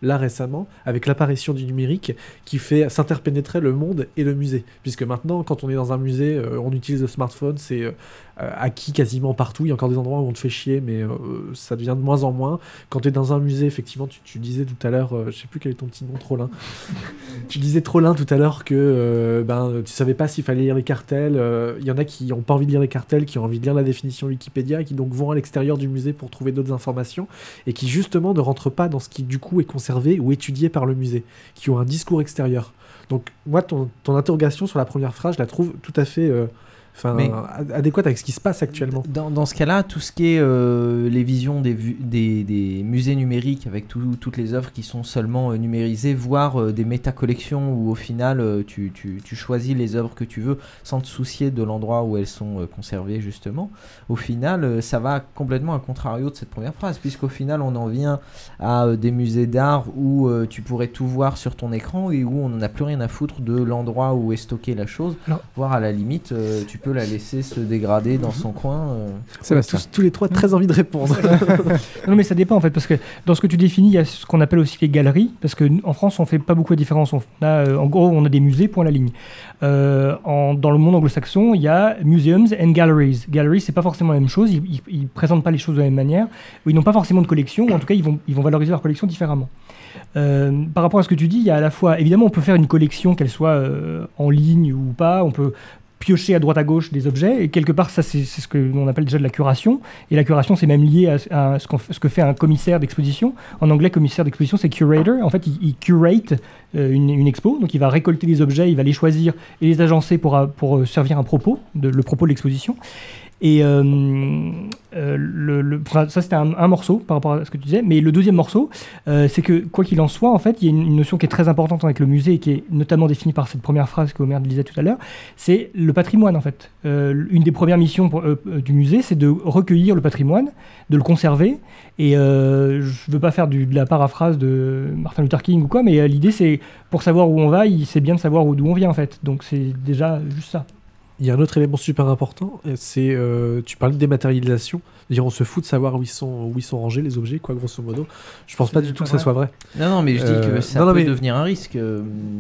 là récemment, avec l'apparition du numérique qui fait s'interpénétrer le monde et le musée. Puisque maintenant, quand on est dans un musée, euh, on utilise le smartphone, c'est euh, acquis quasiment partout. Il y a encore des endroits où on te fait chier, mais euh, ça devient de moins en moins. Quand tu es dans un musée, effectivement, tu, tu disais tout à l'heure, euh, je sais plus quel est ton petit nom, Trollin. Tu disais Trollin tout à l'heure que euh, ben, tu savais pas s'il fallait lire les cartels. Il euh, y en a qui n'ont pas envie de lire les cartels, qui ont envie de lire la définition Wikipédia et qui donc vont à l'extérieur du musée pour trouver d'autres informations et qui justement ne rentrent pas dans ce qui du coup est conservé ou étudié par le musée, qui ont un discours extérieur. Donc moi, ton, ton interrogation sur la première phrase, je la trouve tout à fait... Euh, Enfin, mais adéquate avec ce qui se passe actuellement. Dans, dans ce cas-là, tout ce qui est euh, les visions des, vu- des, des musées numériques avec tout, toutes les œuvres qui sont seulement euh, numérisées, voire euh, des méta-collections où au final euh, tu, tu, tu choisis les œuvres que tu veux sans te soucier de l'endroit où elles sont euh, conservées justement, au final euh, ça va complètement à contrario de cette première phrase, puisqu'au final on en vient à euh, des musées d'art où euh, tu pourrais tout voir sur ton écran et où on n'en a plus rien à foutre de l'endroit où est stockée la chose, Alors, voire à la limite euh, tu peut la laisser se dégrader dans son coin. Euh, ça va tous, tous les trois très envie de répondre. Non mais ça dépend en fait, parce que dans ce que tu définis, il y a ce qu'on appelle aussi les galeries, parce qu'en France on fait pas beaucoup de différence. On a, euh, en gros on a des musées point la ligne. Euh, en, dans le monde anglo-saxon il y a museums and galleries. Galleries c'est pas forcément la même chose, ils, ils, ils présentent pas les choses de la même manière, ou ils n'ont pas forcément de collection, ou en tout cas ils vont, ils vont valoriser leur collection différemment. Euh, par rapport à ce que tu dis, il y a à la fois, évidemment on peut faire une collection, qu'elle soit euh, en ligne ou pas, on peut piocher à droite à gauche des objets, et quelque part ça c'est, c'est ce qu'on appelle déjà de la curation, et la curation c'est même lié à, à ce, qu'on, ce que fait un commissaire d'exposition. En anglais, commissaire d'exposition c'est curator, en fait il, il curate euh, une, une expo, donc il va récolter des objets, il va les choisir et les agencer pour, pour servir un propos, de, le propos de l'exposition. Et euh, euh, le, le, ça c'était un, un morceau par rapport à ce que tu disais, mais le deuxième morceau euh, c'est que quoi qu'il en soit, en fait il y a une, une notion qui est très importante avec le musée et qui est notamment définie par cette première phrase que Omer disait tout à l'heure, c'est le patrimoine en fait. Euh, une des premières missions pour, euh, du musée c'est de recueillir le patrimoine, de le conserver, et euh, je ne veux pas faire du, de la paraphrase de Martin Luther King ou quoi, mais euh, l'idée c'est pour savoir où on va, il, c'est bien de savoir d'où on vient en fait, donc c'est déjà juste ça. Il y a un autre élément super important, c'est euh, tu parles de dématérialisation, c'est-à-dire on se fout de savoir où ils sont, où ils sont rangés les objets, quoi, grosso modo. Je pense c'est pas du tout que ça soit vrai. Non, non, mais je euh, dis que ça non, peut non, mais... devenir un risque. Euh...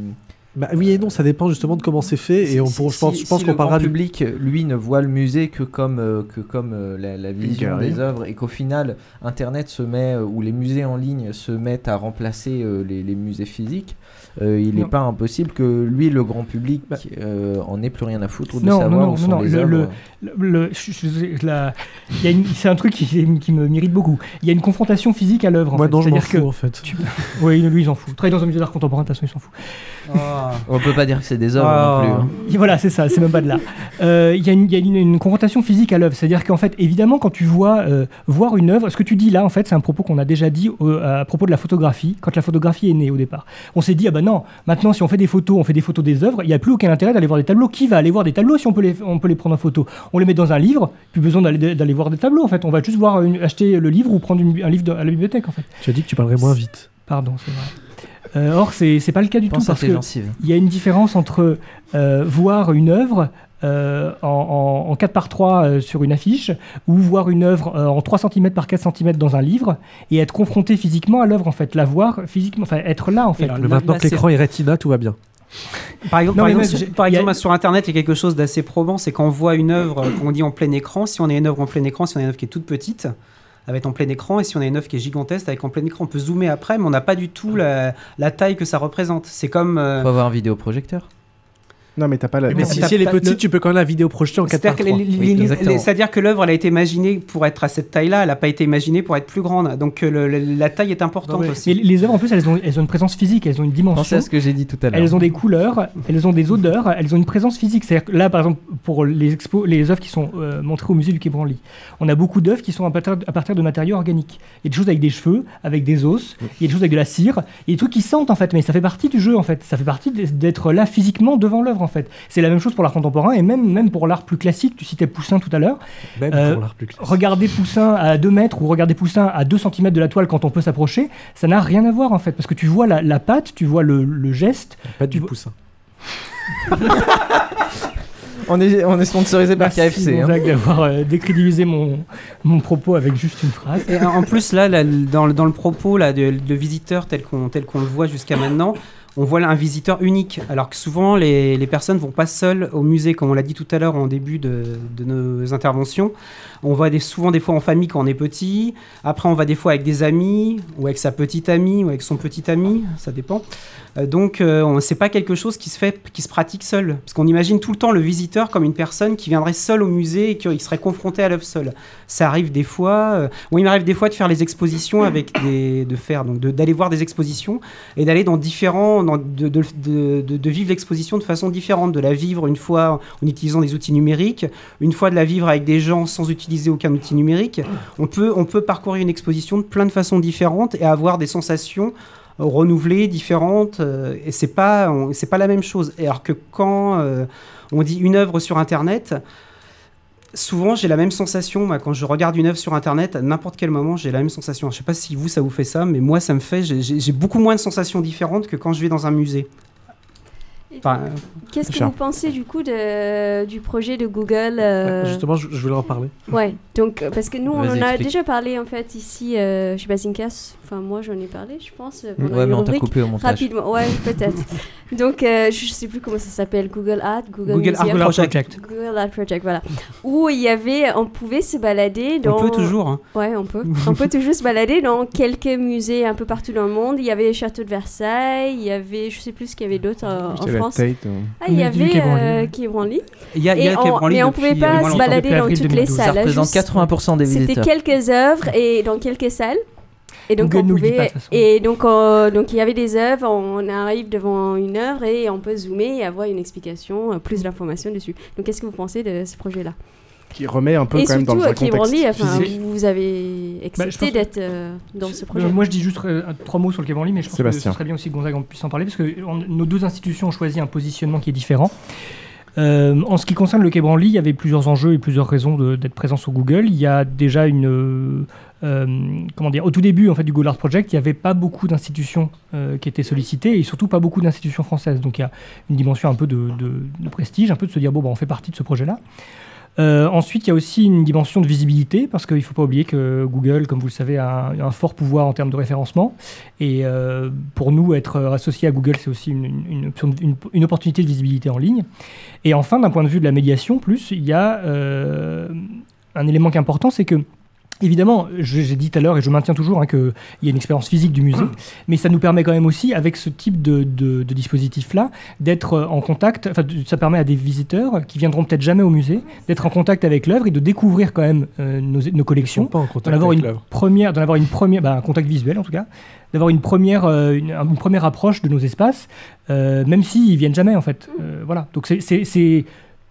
Bah oui et non, ça dépend justement de comment c'est fait, si, et on si, pour, je pense, si, je pense si qu'on le parlera grand du public, lui, ne voit le musée que comme euh, que comme euh, la, la vision des œuvres, et qu'au final, Internet se met euh, ou les musées en ligne se mettent à remplacer euh, les, les musées physiques. Euh, il n'est pas impossible que lui, le grand public, bah, euh, en ait plus rien à foutre de non, savoir non, non, où sont non, les le, œuvres. Le, le, le, je, je, la, y a une, c'est un truc qui, qui me m'irrite beaucoup. Il y a une confrontation physique à l'œuvre. Moi, en fait. non, je m'en C'est-à-dire fous, que en fait. Tu... Oui, lui, il s'en fout. Travaille dans un musée d'art contemporain, de toute façon, il s'en fout. Oh. On peut pas dire que c'est des œuvres oh. non plus. Hein. Et voilà, c'est ça, c'est même pas de là. Il euh, y a, une, y a une, une confrontation physique à l'œuvre. C'est-à-dire qu'en fait, évidemment, quand tu vois euh, voir une œuvre, ce que tu dis là, en fait, c'est un propos qu'on a déjà dit euh, à propos de la photographie, quand la photographie est née au départ. On s'est dit, ah ben non, maintenant, si on fait des photos, on fait des photos des œuvres, il n'y a plus aucun intérêt d'aller voir des tableaux. Qui va aller voir des tableaux si on peut les, on peut les prendre en photo? On les met dans un livre, plus besoin d'aller, d'aller voir des tableaux, en fait. On va juste voir une, acheter le livre ou prendre une, un livre de, à la bibliothèque, en fait. Tu as dit que tu parlerais moins vite. Pardon, c'est vrai. Euh, or, c'est, c'est pas le cas du Pense tout, parce qu'il y a une différence entre euh, voir une œuvre euh, en, en, en quatre par trois euh, sur une affiche, ou voir une œuvre euh, en trois centimètres par quatre centimètres dans un livre, et être confronté physiquement à l'œuvre, en fait. La voir physiquement, enfin, être là, en fait. Mais maintenant là, que l'écran est Retina, tout va bien. Par exemple, non, par exemple, même, par exemple a... sur Internet, il y a quelque chose d'assez probant, c'est quand on voit une œuvre qu'on dit en plein écran, si on a une œuvre en plein écran, si on a une œuvre qui est toute petite, elle va être en plein écran, et si on a une œuvre qui est gigantesque avec en plein écran, on peut zoomer après, mais on n'a pas du tout la, la taille que ça représente. C'est comme... Euh... Faut avoir un vidéoprojecteur. Non, mais t'as pas la. Mais si, si elle est petite, le... tu peux quand même la vidéo projeter en quatre par trois. Les, les, oui, les, c'est-à-dire que l'œuvre elle a été imaginée pour être à cette taille-là, elle n'a pas été imaginée pour être plus grande. Donc le, le, la taille est importante non, mais... aussi. Mais les œuvres en plus, elles ont, elles ont une présence physique, elles ont une dimension. Pensez à ce que j'ai dit tout à l'heure. Elles ont des couleurs, elles ont des odeurs, elles ont une présence physique. C'est-à-dire que là, par exemple, pour les expos, les œuvres qui sont euh, montrées au musée du Quai Branly, on a beaucoup d'œuvres qui sont à partir, à partir de matériaux organiques. Il y a des choses avec des cheveux, avec des os, il y a des choses avec de la cire, il y a des trucs qui sentent en fait, mais ça fait partie du jeu en fait. Ça fait partie d'être là physiquement devant l'œuvre en fait. C'est la même chose pour l'art contemporain et même, même pour l'art plus classique. Tu citais Poussin tout à l'heure. Même euh, pour l'art plus classique. Regarder Poussin à deux mètres ou regarder Poussin à deux centimètres de la toile quand on peut s'approcher, ça n'a rien à voir en fait, parce que tu vois la, la patte, tu vois le, le geste. La patte du vois... Poussin. on, est, on est sponsorisé par K F C. Merci, hein. D'avoir euh, décrédibilisé mon, mon propos avec juste une phrase. Et en plus, là, là dans, le, dans le propos là, de, de visiteur tel qu'on, tel qu'on le voit jusqu'à maintenant, on voit là un visiteur unique, alors que souvent les, les personnes ne vont pas seules au musée, comme on l'a dit tout à l'heure en début de, de nos interventions. On va des, souvent des fois en famille quand on est petit, après on va des fois avec des amis, ou avec sa petite amie, ou avec son petit ami, ça dépend. Euh, donc euh, c'est pas quelque chose qui se fait, qui se pratique seul, parce qu'on imagine tout le temps le visiteur comme une personne qui viendrait seule au musée et qui serait confronté à l'œuvre seule. Ça arrive des fois, euh, oui, il m'arrive des fois de faire les expositions avec des, de faire donc de, d'aller voir des expositions et d'aller dans différents Dans, de, de, de, de, de vivre l'exposition de façon différente, de la vivre une fois en utilisant des outils numériques, une fois de la vivre avec des gens sans utiliser aucun outil numérique. On peut, on peut parcourir une exposition de plein de façons différentes et avoir des sensations euh, renouvelées, différentes, euh, et c'est pas, on, c'est pas la même chose. Et alors que quand euh, on dit une œuvre sur Internet, souvent, j'ai la même sensation. Moi, quand je regarde une œuvre sur Internet, à n'importe quel moment, j'ai la même sensation. Je ne sais pas si vous, ça vous fait ça, mais moi, ça me fait... J'ai, j'ai beaucoup moins de sensations différentes que quand je vais dans un musée. Enfin, Qu'est-ce que vous pensez du coup de, du projet de Google euh... Justement, je, je voulais en parler. Ouais, donc parce que nous, on Vas-y, en a explique. déjà parlé en fait ici, euh, chez Basincas. Enfin, moi, j'en ai parlé, je pense. Pendant Ouais, une mais on t'a rubrique. coupé au montage. Rapidement, ouais, peut-être. Donc, euh, je sais plus comment ça s'appelle, Google Art, Google, Google Art Museum. Project. Google Art Project, voilà. Où il y avait, on pouvait se balader dans. On peut toujours. Hein. Ouais, on peut. On peut toujours se balader dans quelques musées un peu partout dans le monde. Il y avait le château de Versailles, il y avait, je sais plus ce qu'il y avait d'autre euh, en C'était la France. Tate, euh. Ah, il y avait euh, Quai Branly. Il y a, il y a Et le Quai on- Branly mais on depuis, pouvait pas euh, se balader depuis dans avril toutes deux les mille douze. Ça salles. représente juste- quatre-vingts pour cent des C'était visiteurs. quelques œuvres et dans quelques salles. Et donc, Google on nous le dit pouvait, pas, de toute façon. et donc, euh, donc il y avait des œuvres, on arrive devant une œuvre et on peut zoomer et avoir une explication, euh, plus d'informations dessus. Donc qu'est-ce que vous pensez de ce projet-là? Qui remet un peu Et quand même dans surtout, un euh, Quai contexte Branly, enfin, physique. vous avez Bah, je accepté pense- d'être euh, dans ce Euh, projet. moi, je dis juste euh, trois mots sur le Quai Branly, mais je pense Sébastien. que ce serait bien aussi que Gonzague en puisse en parler, parce que on- nos deux institutions ont choisi un positionnement qui est différent. Euh, en ce qui concerne le Quai Branly, il y avait plusieurs enjeux et plusieurs raisons de- d'être présent sur Google. Il y a déjà une... euh, euh, comment dire, au tout début en fait, du Google Art Project, il n'y avait pas beaucoup d'institutions euh, qui étaient sollicitées, et surtout pas beaucoup d'institutions françaises. Donc il y a une dimension un peu de, de- de prestige, un peu de se dire, bon, bah, on fait partie de ce projet-là. Euh, ensuite, il y a aussi une dimension de visibilité, parce qu'il ne faut pas oublier que Google, comme vous le savez, a un, un fort pouvoir en termes de référencement. Et euh, pour nous, être associé à Google, c'est aussi une, une, une option de- une- une opportunité de visibilité en ligne. Et enfin, d'un point de vue de la médiation, plus, il y a euh, un élément qui est important, c'est que évidemment, je- j'ai dit tout à l'heure et je maintiens toujours hein, qu'il y a une expérience physique du musée, mais ça nous permet quand même aussi, avec ce type de, de, de dispositif-là, d'être euh, en contact, enfin de- ça permet à des visiteurs qui viendront peut-être jamais au musée, d'être en contact avec l'œuvre et de découvrir quand même euh, nos, nos collections, pas en contact d'en avoir avec une l'œuvre. première, d'en avoir une première, bah, un contact visuel en tout cas, d'avoir une première, euh, une, une première approche de nos espaces, euh, même s'ils viennent jamais en fait. Euh, voilà, donc c'est, c'est, c'est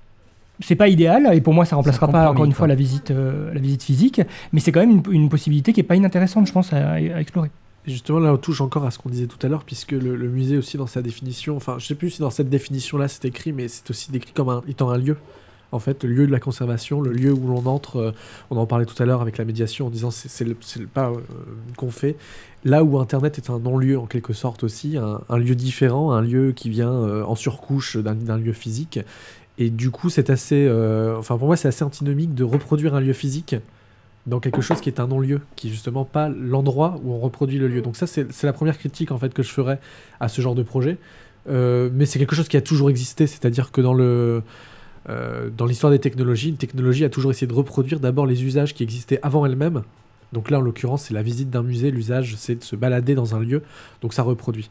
c'est pas idéal, et pour moi ça remplacera pas encore une fois la visite, euh, la visite physique, mais c'est quand même une, une possibilité qui est pas inintéressante, je pense, à, à explorer. Et justement, là, on touche encore à ce qu'on disait tout à l'heure, puisque le, le musée aussi, dans sa définition, enfin, je sais plus si dans cette définition-là c'est écrit, mais c'est aussi décrit comme un, étant un lieu. En fait, le lieu de la conservation, le lieu où l'on entre, euh, on en parlait tout à l'heure avec la médiation en disant c'est, c'est, le, c'est le pas euh, qu'on fait. Là où Internet est un non-lieu en quelque sorte aussi, un, un lieu différent, un lieu qui vient euh, en surcouche d'un, d'un lieu physique. Et du coup, c'est assez, euh, enfin pour moi, c'est assez antinomique de reproduire un lieu physique dans quelque chose qui est un non-lieu, qui est justement pas l'endroit où on reproduit le lieu. Donc ça, c'est, c'est la première critique en fait que je ferais à ce genre de projet. Euh, mais c'est quelque chose qui a toujours existé, c'est-à-dire que dans le euh, dans l'histoire des technologies, une technologie a toujours essayé de reproduire d'abord les usages qui existaient avant elle-même. Donc là, en l'occurrence, c'est la visite d'un musée. L'usage, c'est de se balader dans un lieu. Donc ça reproduit.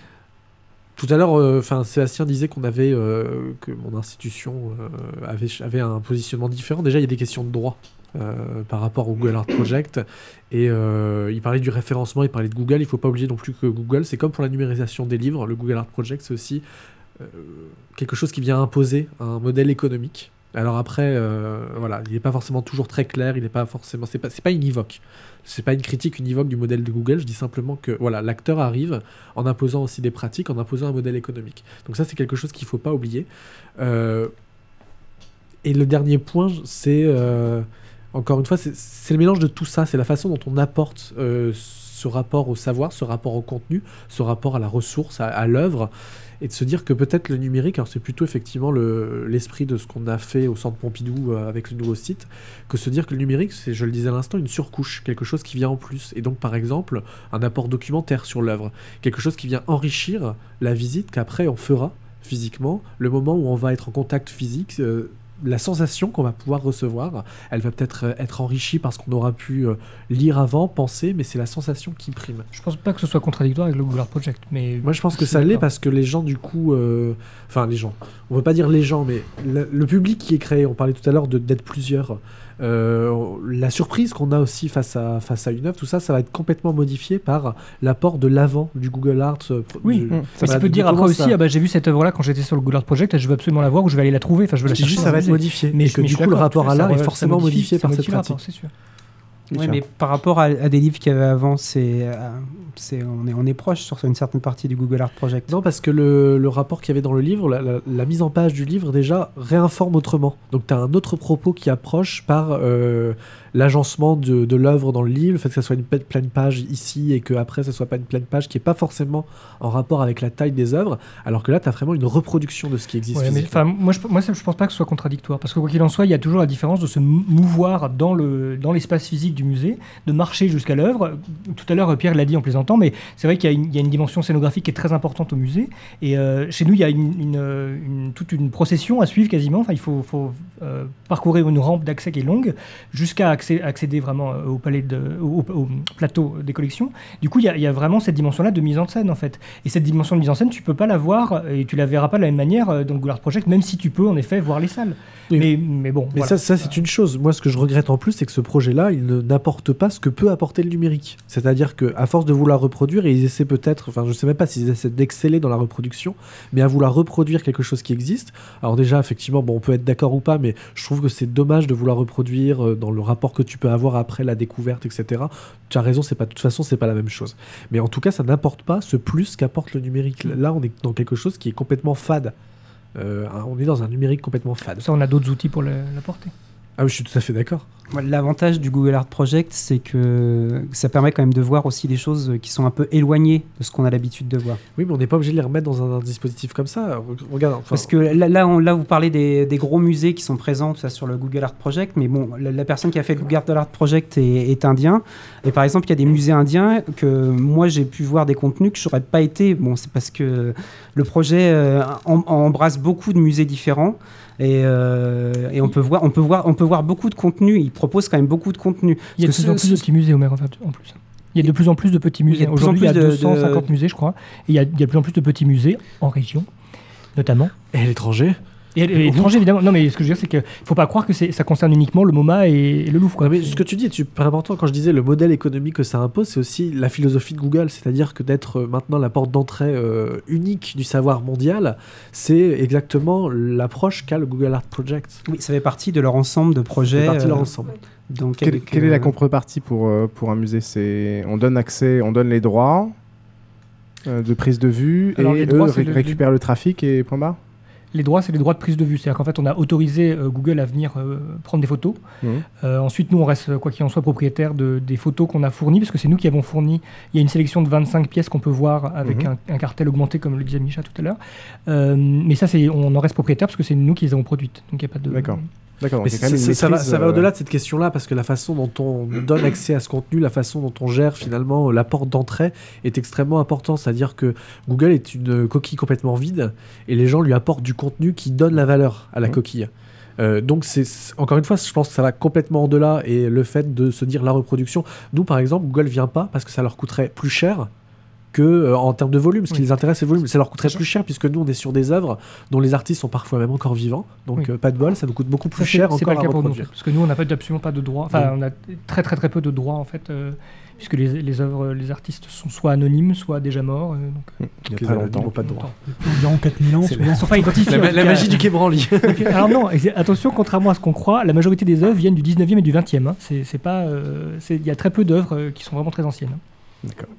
Tout à l'heure, enfin, euh, Sébastien disait qu'on avait, euh, que mon institution euh, avait, avait un positionnement différent. Déjà, il y a des questions de droit euh, par rapport au Google Art Project. Et euh, il parlait du référencement, il parlait de Google. Il ne faut pas oublier non plus que Google, c'est comme pour la numérisation des livres. Le Google Art Project, c'est aussi euh, quelque chose qui vient imposer un modèle économique. Alors après, euh, voilà, il n'est pas forcément toujours très clair. Il n'est pas forcément, c'est pas, c'est pas univoque. C'est pas une critique univoque du modèle de Google, je dis simplement que voilà, l'acteur arrive en imposant aussi des pratiques, en imposant un modèle économique. Donc ça, c'est quelque chose qu'il ne faut pas oublier. Euh, et le dernier point, c'est, euh, encore une fois, c'est, c'est le mélange de tout ça, c'est la façon dont on apporte euh, ce rapport au savoir, ce rapport au contenu, ce rapport à la ressource, à, à l'œuvre, et de se dire que peut-être le numérique, alors c'est plutôt effectivement le, l'esprit de ce qu'on a fait au Centre Pompidou euh, avec le nouveau site, que se dire que le numérique, c'est, je le disais à l'instant, une surcouche, quelque chose qui vient en plus. Et donc, par exemple, un apport documentaire sur l'œuvre, quelque chose qui vient enrichir la visite qu'après on fera physiquement, le moment où on va être en contact physique. Euh, la sensation qu'on va pouvoir recevoir, elle va peut-être euh, être enrichie parce qu'on aura pu euh, lire avant, penser, mais c'est la sensation qui prime. Je pense pas que ce soit contradictoire avec le Google Art Project, mais... Moi, je pense que ça l'est parce que les gens, du coup... euh, Enfin, les gens. On veut pas dire les gens, mais le, le public qui est créé, on parlait tout à l'heure de, d'être plusieurs... Euh, la surprise qu'on a aussi face à, face à une œuvre, tout ça, ça va être complètement modifié par l'apport de l'avant du Google Art. Euh, oui, du, mmh. mais ça peut dire après aussi, ça... ah bah, j'ai vu cette œuvre-là quand j'étais sur le Google Art Project, et je veux absolument la voir ou je vais aller la trouver, enfin je veux la chercher. Juste, ça va être modifié. Mais, et que du coup, le rapport à l'art est forcément modifié par cette pratique. C'est sûr. Oui, mais par rapport à, à des livres qu'il y avait avant, c'est, euh, c'est, on, est, on est proche sur une certaine partie du Google Art Project. Non, parce que le, le rapport qu'il y avait dans le livre, la, la, la mise en page du livre, déjà, réinforme autrement. Donc, tu as un autre propos qui approche par euh, l'agencement de, de l'œuvre dans le livre, le fait que ça soit une pleine page ici et qu'après, ça soit pas une pleine page qui n'est pas forcément en rapport avec la taille des œuvres, alors que là, tu as vraiment une reproduction de ce qui existe. Ouais, mais, moi, je, moi, je pense pas que ce soit contradictoire, parce que quoi qu'il en soit, il y a toujours la différence de se mouvoir dans, le, dans l'espace physique du musée, de marcher jusqu'à l'œuvre. Tout à l'heure, Pierre l'a dit en plaisantant, mais c'est vrai qu'il y a une, il y a une dimension scénographique qui est très importante au musée. Et euh, chez nous, il y a une, une, une, toute une procession à suivre quasiment. Enfin, il faut, faut euh, parcourir une rampe d'accès qui est longue jusqu'à accès, accéder vraiment au, palais de, au, au plateau des collections. Du coup, il y, a, il y a vraiment cette dimension-là de mise en scène, en fait. Et cette dimension de mise en scène, tu peux pas la voir et tu la verras pas de la même manière dans le Google Art Project, même si tu peux, en effet, voir les salles. Oui. Mais, mais bon. Mais voilà. ça, ça, c'est une chose. Moi, ce que je regrette en plus, c'est que ce projet-là, il ne, n'apporte pas ce que peut apporter le numérique. C'est-à-dire qu'à force de vouloir reproduire, et ils essaient peut-être, enfin, je sais même pas s'ils essaient d'exceller dans la reproduction, mais à vouloir reproduire quelque chose qui existe. Alors déjà, effectivement, bon, on peut être d'accord ou pas, mais je trouve que c'est dommage de vouloir reproduire euh, dans le rapport que tu peux avoir après la découverte, et cetera. Tu as raison, c'est pas, de toute façon, c'est pas la même chose. Mais en tout cas, ça n'apporte pas ce plus qu'apporte le numérique. Là, on est dans quelque chose qui est complètement fade. Euh, on est dans un numérique complètement fade. Ça, on a d'autres outils pour l'apporter. Ah oui, je suis tout à fait d'accord. L'avantage du Google Art Project, c'est que ça permet quand même de voir aussi des choses qui sont un peu éloignées de ce qu'on a l'habitude de voir. Oui, mais on n'est pas obligé de les remettre dans un, un dispositif comme ça. Regarde, enfin... Parce que là, là, on, là vous parlez des, des gros musées qui sont présents tout ça, sur le Google Art Project, mais bon, la, la personne qui a fait le Google Art Project est, est indien. Et par exemple, il y a des musées indiens que moi, j'ai pu voir des contenus que je n'aurais pas été. Bon, c'est parce que le projet euh, en, embrasse beaucoup de musées différents. Et, euh, et on peut voir, on peut voir, on peut voir beaucoup de contenu. Il propose quand même beaucoup de contenu. Il y a de plus en plus de petits musées, Omer, en fait, en plus. Il y a de plus en plus de petits musées. Aujourd'hui, il y a deux cent cinquante de... musées, je crois. Et il y, a, il y a de plus en plus de petits musées en région, notamment. Et à l'étranger. Et l'étranger, évidemment. Non, mais ce que je veux dire, c'est qu'il ne faut pas croire que ça concerne uniquement le MoMA et, et le Louvre. Quoi. Non, mais ce que tu dis est super important. Quand je disais le modèle économique que ça impose, c'est aussi la philosophie de Google. C'est-à-dire que d'être maintenant la porte d'entrée euh, unique du savoir mondial, c'est exactement l'approche qu'a le Google Art Project. Oui, ça fait partie de leur ensemble de projets. Ça fait partie de leur euh, ensemble. Donc, quelle, avec, quelle euh... est la contrepartie pour, euh, pour un musée? C'est, on donne accès, on donne les droits euh, de prise de vue. Alors, et eux droits, ré- le, récupèrent le... le trafic et point barre. Les droits, c'est les droits de prise de vue. C'est-à-dire qu'en fait, on a autorisé euh, Google à venir euh, prendre des photos. Mmh. Euh, ensuite, nous, on reste, quoi qu'il en soit, propriétaire de, des photos qu'on a fournies, parce que c'est nous qui avons fourni. Il y a une sélection de vingt-cinq pièces qu'on peut voir avec mmh. un, un cartel augmenté, comme le disait Micha tout à l'heure. Euh, mais ça, c'est, on en reste propriétaire, parce que c'est nous qui les avons produites. Donc, il n'y a pas de... D'accord. D'accord, mais c'est, c'est, maîtrise, ça va, ça va euh... au-delà de cette question-là, parce que la façon dont on donne accès à ce contenu, la façon dont on gère finalement la porte d'entrée est extrêmement importante. C'est-à-dire que Google est une coquille complètement vide et les gens lui apportent du contenu qui donne la valeur à la mmh. coquille. Euh, donc, c'est, encore une fois, je pense que ça va complètement au-delà, et le fait de se dire la reproduction. Nous, par exemple, Google ne vient pas parce que ça leur coûterait plus cher que euh, en termes de volume. Ce qui oui. les intéresse, c'est le volume. Ça leur coûterait plus cher, puisque nous, on est sur des œuvres dont les artistes sont parfois même encore vivants. Donc, oui. euh, pas de bol, ça nous coûte beaucoup plus ça, cher c'est, encore c'est pas à le cas reproduire. Pour nous, parce que nous, on n'a pas, absolument pas de droits. Enfin, oui. on a très, très, très peu de droits, en fait, euh, puisque les, les œuvres, les artistes sont soit anonymes, soit déjà morts. Euh, donc, euh, Il y a très longtemps, pas de droits. Environ quatre mille ans, ils ne sont pas identifiés. La, la magie du Quai Branly. Alors non, attention, contrairement à ce qu'on croit, la majorité des œuvres viennent du dix-neuvième et du vingtième. Hein. C'est, c'est pas, euh, c'est, y a très peu d'œuvres euh, qui sont vraiment très anciennes. Hein. D'accord.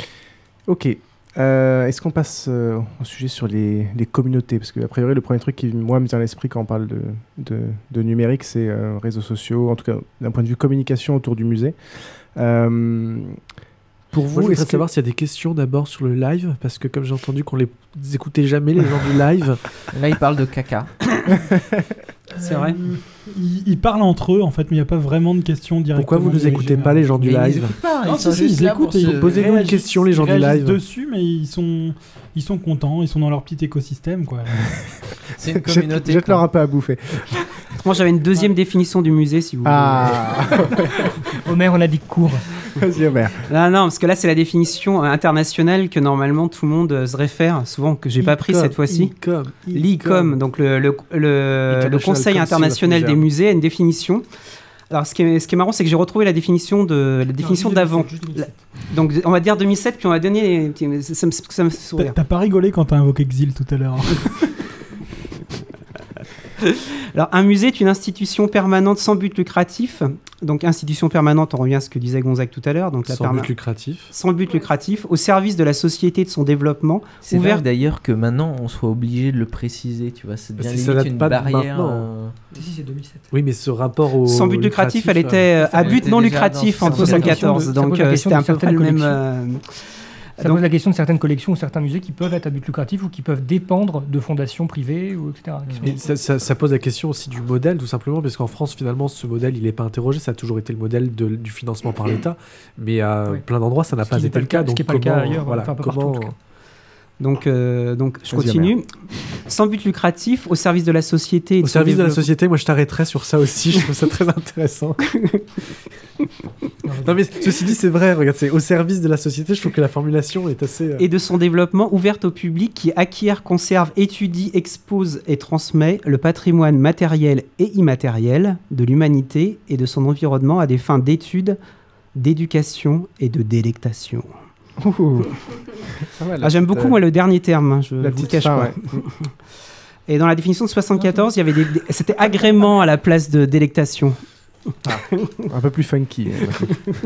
Ok. Euh, est-ce qu'on passe euh, au sujet sur les, les communautés? Parce que, a priori, le premier truc qui, moi, me vient à l'esprit quand on parle de, de, de numérique, c'est euh, réseaux sociaux, en tout cas, d'un point de vue communication autour du musée. Euh, Pour vous, Moi, je je voudrais voudrais que- savoir s'il y a des questions d'abord sur le live, parce que comme j'ai entendu qu'on les écoutait jamais, les gens du live. Là, ils parlent de caca. C'est vrai. Ils, ils parlent entre eux en fait, mais il n'y a pas vraiment de questions directement. Pourquoi vous ne nous dirigées écoutez vers- pas, les gens du Mais ils live écoutent pas, Non, ils si, sont si, juste ils là pour écoutent et se ils Posez-nous une réagissent- question, les gens ils du réagissent live. dessus, mais ils sont, ils sont contents, ils sont dans leur petit écosystème, quoi. C'est une communauté. Jette-leur un peu à bouffer. Moi, j'avais une deuxième définition du musée, si vous voulez. Ah. Homer, on a dit cours. Vas-y, Homer. Non, non, parce que là, c'est la définition euh, internationale que normalement tout le monde euh, se réfère, souvent que j'ai pas pris ICOM, cette fois-ci. ICOM, L'I C O M, donc le, le, le, le International Conseil Council international of des Museums. musées, a une définition. Alors, ce qui est, ce qui est marrant, c'est que j'ai retrouvé la définition de la définition juste d'avant. deux mille sept, La- Donc, on va dire deux mille sept, puis on va donner. Ça, ça me, ça me fait T'as sourire. t'as pas rigolé quand t'as invoqué Exil tout à l'heure. Alors, un musée est une institution permanente sans but lucratif. Donc, institution permanente, on revient à ce que disait Gonzague tout à l'heure. Donc, la Sans perma- but lucratif. Sans but lucratif, au service de la société et de son développement. C'est ouvert vrai d'ailleurs que maintenant on soit obligé de le préciser, tu vois, c'est bien Parce que ça limite date une pas de barrière. maintenant. euh, Si, si, c'est deux mille sept. Oui, mais ce rapport au. Sans but lucratif, elle euh, était euh, ça à avait but été non déjà lucratif dans- en ça pose la question de- soixante-quatorze. ça Donc pose la euh, question c'était un de peu près le certaines même. collections. euh, Ça donc- pose la question de certaines collections ou certains musées qui peuvent être à but lucratif ou qui peuvent dépendre de fondations privées, ou et cetera. qui sont- Et ça, ça- ça pose la question aussi du modèle, tout simplement, parce qu'en France, finalement, ce modèle, il n'est pas interrogé. Ça a toujours été le modèle de- du financement par l'État, mais à Oui. plein d'endroits, ça n'a Ce pas qui n'est été pas le le cas- cas. ce Donc qui n'est pas le cas comment- ailleurs, voilà, enfin, un peu partout, comment- en tout cas. Donc, euh, donc je Vas-y, continue. Sans but lucratif, au service de la société. et Au de son service de la développement. société, moi je t'arrêterais sur ça aussi, je trouve ça très intéressant. Non mais ceci dit, c'est vrai, regarde, c'est au service de la société, je trouve que la formulation est assez... euh, Et de son développement ouverte au public qui acquiert, conserve, étudie, expose et transmet le patrimoine matériel et immatériel de l'humanité et de son environnement à des fins d'étude, d'éducation et de délectation. Ouh. Ah ouais, la Ah, j'aime petite, beaucoup euh, moi le dernier terme, hein, je la vous petite cache fin, pas. ouais. Et dans la définition de soixante-quatorze, il y avait des, des- c'était agrément à la place de délectation. Un peu plus funky. euh, maintenant.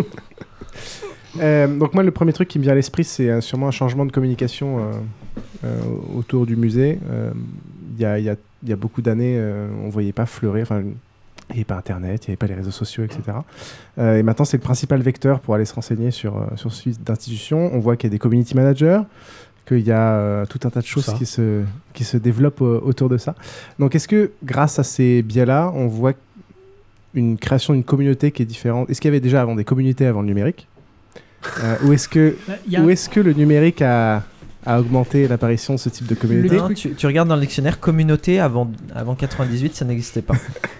Euh, donc moi, le premier truc qui me vient à l'esprit, c'est euh, sûrement un changement de communication euh, euh, autour du musée. Euh, Il y, a, il y a- il y a beaucoup d'années, euh, on ne voyait pas fleurir, enfin, il n'y avait pas Internet, il n'y avait pas les réseaux sociaux, et cetera. Euh, et maintenant, c'est le principal vecteur pour aller se renseigner sur, euh, sur ce type d'institution. On voit qu'il y a des community managers, qu'il y a euh, tout un tas de choses ça. qui se, qui se développent euh, autour de ça. Donc est-ce que grâce à ces biais-là, on voit une création d'une communauté qui est différente? Est-ce qu'il y avait déjà avant des communautés avant le numérique? Euh, ou est-ce que, Bah, il y a- ou est-ce que le numérique a, a augmenté l'apparition de ce type de communauté? Non, tu, tu regardes dans le dictionnaire communauté avant, avant quatre-vingt-dix-huit, ça n'existait pas.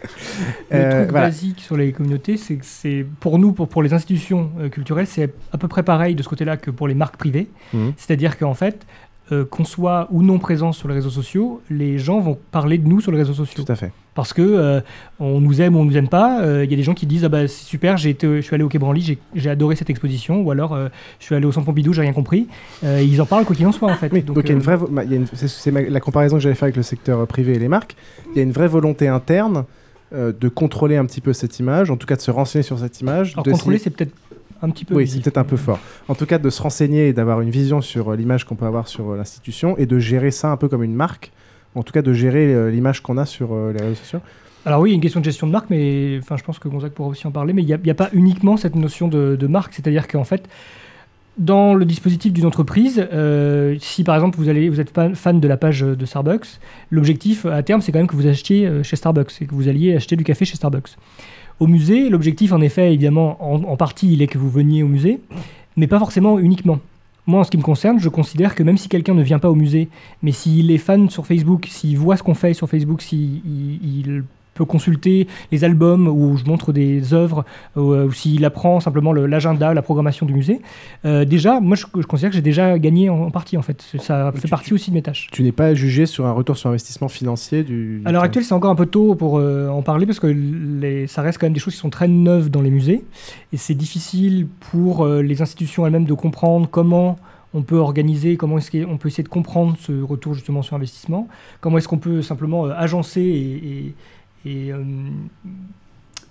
Le Euh, truc voilà. basique sur les communautés, c'est que c'est pour nous, pour, pour les institutions euh, culturelles, c'est à peu près pareil de ce côté-là que pour les marques privées. Mhm. C'est-à-dire qu'en fait, euh, qu'on soit ou non présent sur les réseaux sociaux, les gens vont parler de nous sur les réseaux sociaux. Tout à fait. Parce que euh, on nous aime ou on nous aime pas. Il y a des gens qui disent ah bah c'est super, j'ai été, je suis allé au Quai Branly, j'ai, j'ai adoré cette exposition, ou alors euh, je suis allé au Centre Pompidou, j'ai rien compris. Euh, ils en parlent quoi qu'il en soit en fait. Oui, donc, il y a une euh, vraie, vo- ma- il y a une- c'est, c'est ma- la comparaison que j'avais fait avec le secteur euh, privé et les marques. Il y a une vraie volonté interne euh, de contrôler un petit peu cette image, en tout cas de se renseigner sur cette image. alors de contrôler, signer- c'est peut-être un petit peu. Oui, abusif. c'est peut-être un peu fort. En tout cas, de se renseigner et d'avoir une vision sur euh, l'image qu'on peut avoir sur euh, l'institution et de gérer ça un peu comme une marque. En tout cas, de gérer euh, l'image qu'on a sur euh, les réseaux sociaux. Alors oui, il y a une question de gestion de marque, mais enfin, je pense que Gonzague pourra aussi en parler, mais il n'y a, a pas uniquement cette notion de, de marque, c'est-à-dire qu'en fait, dans le dispositif d'une entreprise, euh, si par exemple vous, allez, vous êtes fan fan de la page de Starbucks, l'objectif à terme, c'est quand même que vous achetiez euh, chez Starbucks et que vous alliez acheter du café chez Starbucks. Au musée, l'objectif, en effet, évidemment, en, en partie, il est que vous veniez au musée, mais pas forcément uniquement. Moi, en ce qui me concerne, je considère que même si quelqu'un ne vient pas au musée, mais s'il est fan sur Facebook, s'il voit ce qu'on fait sur Facebook, s'il il, il peut consulter les albums où je montre des œuvres, ou, ou s'il apprend simplement le- l'agenda, la programmation du musée, euh, déjà, moi, je, je considère que j'ai déjà gagné en, en partie, en fait. Ça fait partie aussi de mes tâches. Tu n'es pas jugé sur un retour sur investissement financier du... À l'heure actuelle, c'est encore un peu tôt pour euh, en parler parce que les, ça reste quand même des choses qui sont très neuves dans les musées et c'est difficile pour euh, les institutions elles-mêmes de comprendre comment on peut organiser, comment est-ce qu'on peut essayer de comprendre ce retour justement sur investissement, comment est-ce qu'on peut simplement euh, agencer et, et, et, euh,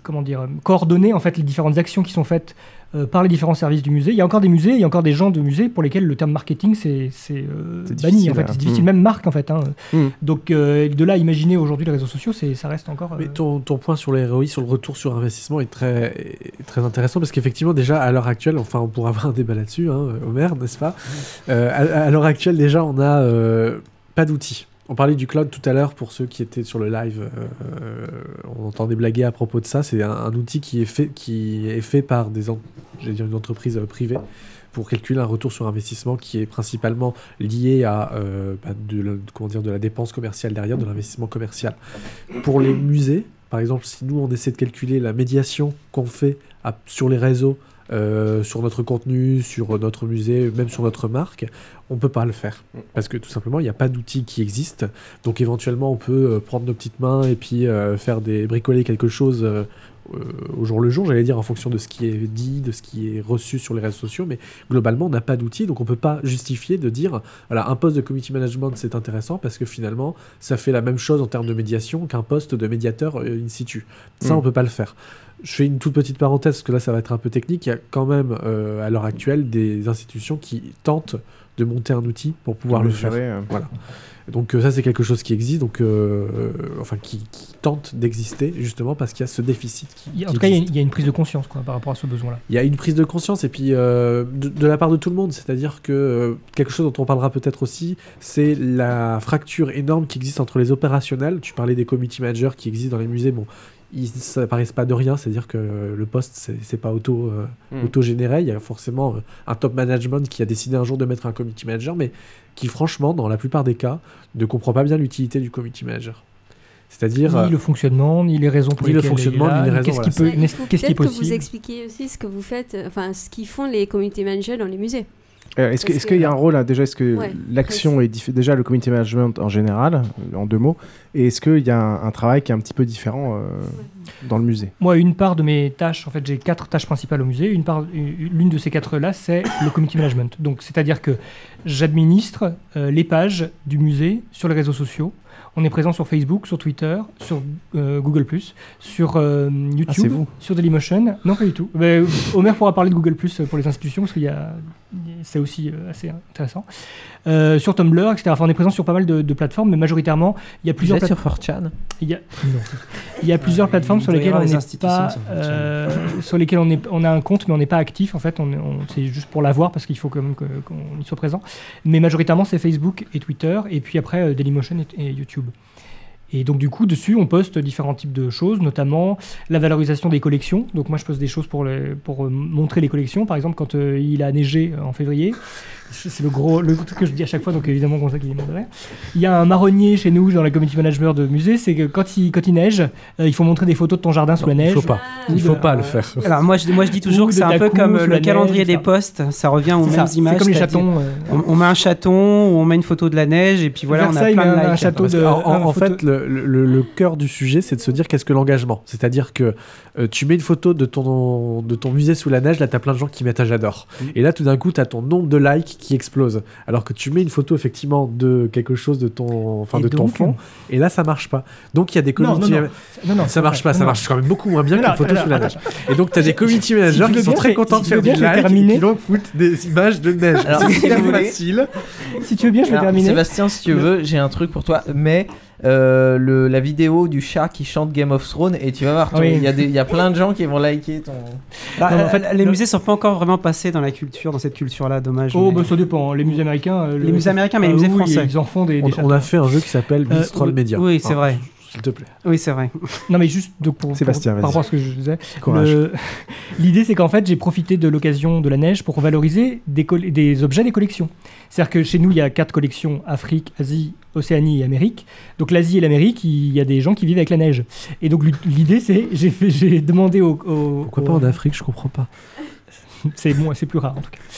comment dire, coordonner en fait les différentes actions qui sont faites euh, par les différents services du musée. Il y a encore des musées, il y a encore des gens de musées pour lesquels le terme marketing c'est, c'est, euh, C'est banni difficile, en fait. hein. C'est difficile, Mm. même marque en fait. Hein. Mm. Donc euh, de là à imaginer aujourd'hui les réseaux sociaux, c'est, ça reste encore. euh, Mais ton, ton point sur les R O I, sur le retour sur investissement est très, est très intéressant parce qu'effectivement déjà à l'heure actuelle, enfin on pourra avoir un débat là-dessus, hein, Omer, n'est-ce pas euh, à, à l'heure actuelle déjà on a euh, pas d'outils. On parlait du cloud tout à l'heure pour ceux qui étaient sur le live. Euh, on entendait blaguer à propos de ça. C'est un, un outil qui est fait, qui est fait par des, en, j'allais dire une entreprise euh, privée pour calculer un retour sur investissement qui est principalement lié à euh, bah, de, la, comment dire, de la dépense commerciale derrière, de l'investissement commercial. Pour les musées, par exemple, si nous on essaie de calculer la médiation qu'on fait à, sur les réseaux, Euh, sur notre contenu, sur notre musée, même sur notre marque, on peut pas le faire. Parce que tout simplement, il n'y a pas d'outils qui existent. Donc éventuellement, on peut euh, prendre nos petites mains et puis euh, faire des bricoler quelque chose euh, euh, au jour le jour, j'allais dire, en fonction de ce qui est dit, de ce qui est reçu sur les réseaux sociaux. Mais globalement, on n'a pas d'outils, donc on peut pas justifier de dire, voilà, un poste de community management, c'est intéressant parce que finalement, ça fait la même chose en termes de médiation qu'un poste de médiateur euh, in situ. Ça, Mm. on peut pas le faire. Je fais une toute petite parenthèse, parce que là, ça va être un peu technique. Il y a quand même, euh, à l'heure actuelle, des institutions qui tentent de monter un outil pour pouvoir Pour le le faire. gérer, euh. Voilà. Donc euh, ça, c'est quelque chose qui existe, donc, euh, euh, enfin, qui, qui tente d'exister, justement, parce qu'il y a ce déficit qui, il y a- en qui tout cas, il y, a une- existe. il y a une prise de conscience quoi, par rapport à ce besoin-là. Il y a une prise de conscience, et puis euh, de, de la part de tout le monde, c'est-à-dire que euh, quelque chose dont on parlera peut-être aussi, c'est la fracture énorme qui existe entre les opérationnels. Tu parlais des community managers qui existent dans les musées, bon, ils n'apparaissent pas de rien, c'est-à-dire que le poste, c'est, c'est pas auto, euh, Mm. auto-généré. Il y a forcément euh, un top management qui a décidé un jour de mettre un community manager, mais qui, franchement, dans la plupart des cas, ne comprend pas bien l'utilité du community manager. C'est-à-dire... Ni euh, le fonctionnement, ni les raisons pour ni le lesquelles fonctionnement, il est là, ni les raisons, qu'est-ce qui voilà. peut, Il n'est-ce- faut qu'est-ce qui est peut-être que vous possible. expliquiez aussi ce que vous faites, euh, enfin ce qu'ils font les community managers dans les musées. Euh, est-ce, que, Parce est-ce qu'il y a un rôle, hein, déjà, est-ce que Ouais, l'action est diffé- déjà le community management en général, euh, en deux mots, et est-ce qu'il y a un, un travail qui est un petit peu différent euh, dans le musée? Moi, une part de mes tâches, en fait, j'ai quatre tâches principales au musée. Une part, une- l'une de ces quatre-là, c'est le community management. Donc, c'est-à-dire que j'administre euh, les pages du musée sur les réseaux sociaux. On est présent sur Facebook, sur Twitter, sur euh, Google plus, sur euh, YouTube, Ah, c'est vous. sur Dailymotion. Non, pas du tout. Mais, euh, Omer pourra parler de Google plus pour les institutions parce qu'il y a, c'est aussi euh, assez intéressant. Euh, sur Tumblr, et cetera. Enfin, on est présent sur pas mal de, de plateformes, mais majoritairement, il y a plusieurs Vous êtes sur plateformes. four chan? Il y a, non. Il y a plusieurs plateformes sur doit y lesquelles avoir on des n'est institutions pas, sur four chan. euh, sur lesquelles on, est, on a un compte, mais on n'est pas actif. En fait, on, est- on- c'est juste pour l'avoir parce qu'il faut quand même que- qu'on y soit présent. Mais majoritairement, c'est Facebook et Twitter, et puis après euh, Dailymotion et, et YouTube. Et donc du coup, dessus, on poste différents types de choses, notamment la valorisation des collections. Donc moi, je poste des choses pour, les- pour euh, montrer les collections. Par exemple, quand euh, il a neigé euh, en février, c'est le gros le truc que je dis à chaque fois, donc évidemment, comme ça qu'il est mort de rire. Il y a un marronnier chez nous, dans la community manager de musée, c'est que quand il, quand il neige, euh, il faut montrer des photos de ton jardin sous la neige. Il faut pas. Ou Il faut de- pas le faire. Alors moi je, moi je dis toujours Ou que de c'est un ta peu cour comme sous le la calendrier neige, des ça. postes, ça revient aux C'est mêmes ça, c'est images. comme les c'est-à-dire, chatons, euh. on, on met un chaton, ou on met une photo de la neige et puis voilà, on a Versailles plein de met un- un likes. château Parce de- que, en, en- un en photo- fait, le, le- le cœur du sujet, c'est de se dire qu'est-ce que l'engagement. C'est-à-dire que euh, tu mets une photo de ton, de ton musée sous la neige, là, tu as plein de gens qui mettent un j'adore. Et là, tout d'un coup, tu as ton nombre de likes qui explose. Alors que tu mets une photo, effectivement, de quelque chose de ton, enfin, Et de ton donc- fond, et là, ça marche pas. Donc, il y a des Non, community non, non. Non, non, ça c'est marche vrai. pas, ça Non, marche non. quand même beaucoup moins bien Non, qu'une non, photo non, sous la attends, neige. Et donc, tu as des community si managers tu veux qui sont bien, très je- contents si de tu faire veux du bien, je vais like et terminer. qui donc foutent des images de neige. Alors, C'est si vous hyper voulez- facile. Si tu veux bien, je vais Alors, terminer. Sébastien, si tu veux, j'ai un truc pour toi. Mais euh, le, la vidéo du chat qui chante Game of Thrones, et tu vas voir, ton- il Oui. y, a des- il y a plein de gens qui vont liker ton. Bah, Non, mais en euh, fait, les le- musées sont pas encore vraiment passés dans la culture, dans cette culture-là, dommage. Oh, mais- bah ça dépend. Les musées américains. euh, Les le- musées américains, mais les Ah musées oui, français. Ils en font des. On, des on a fait un jeu qui s'appelle Euh, Mistral oui, Media. oui, c'est Ah, vrai. S'il te plaît. Oui, c'est vrai. Non, mais juste donc pour, Sébastien, pour- vas-y. par rapport à ce que je disais, Courage. le- l'idée c'est qu'en fait j'ai profité de l'occasion de la neige pour valoriser des, coll- des objets des collections. C'est-à-dire que chez nous il y a quatre collections: Afrique, Asie, Océanie et Amérique. Donc l'Asie et l'Amérique, il y a des gens qui vivent avec la neige. Et donc l'idée c'est j'ai fait- j'ai demandé au, au- Pourquoi au- pas en Afrique, je comprends pas. c'est moins, c'est plus rare en tout cas.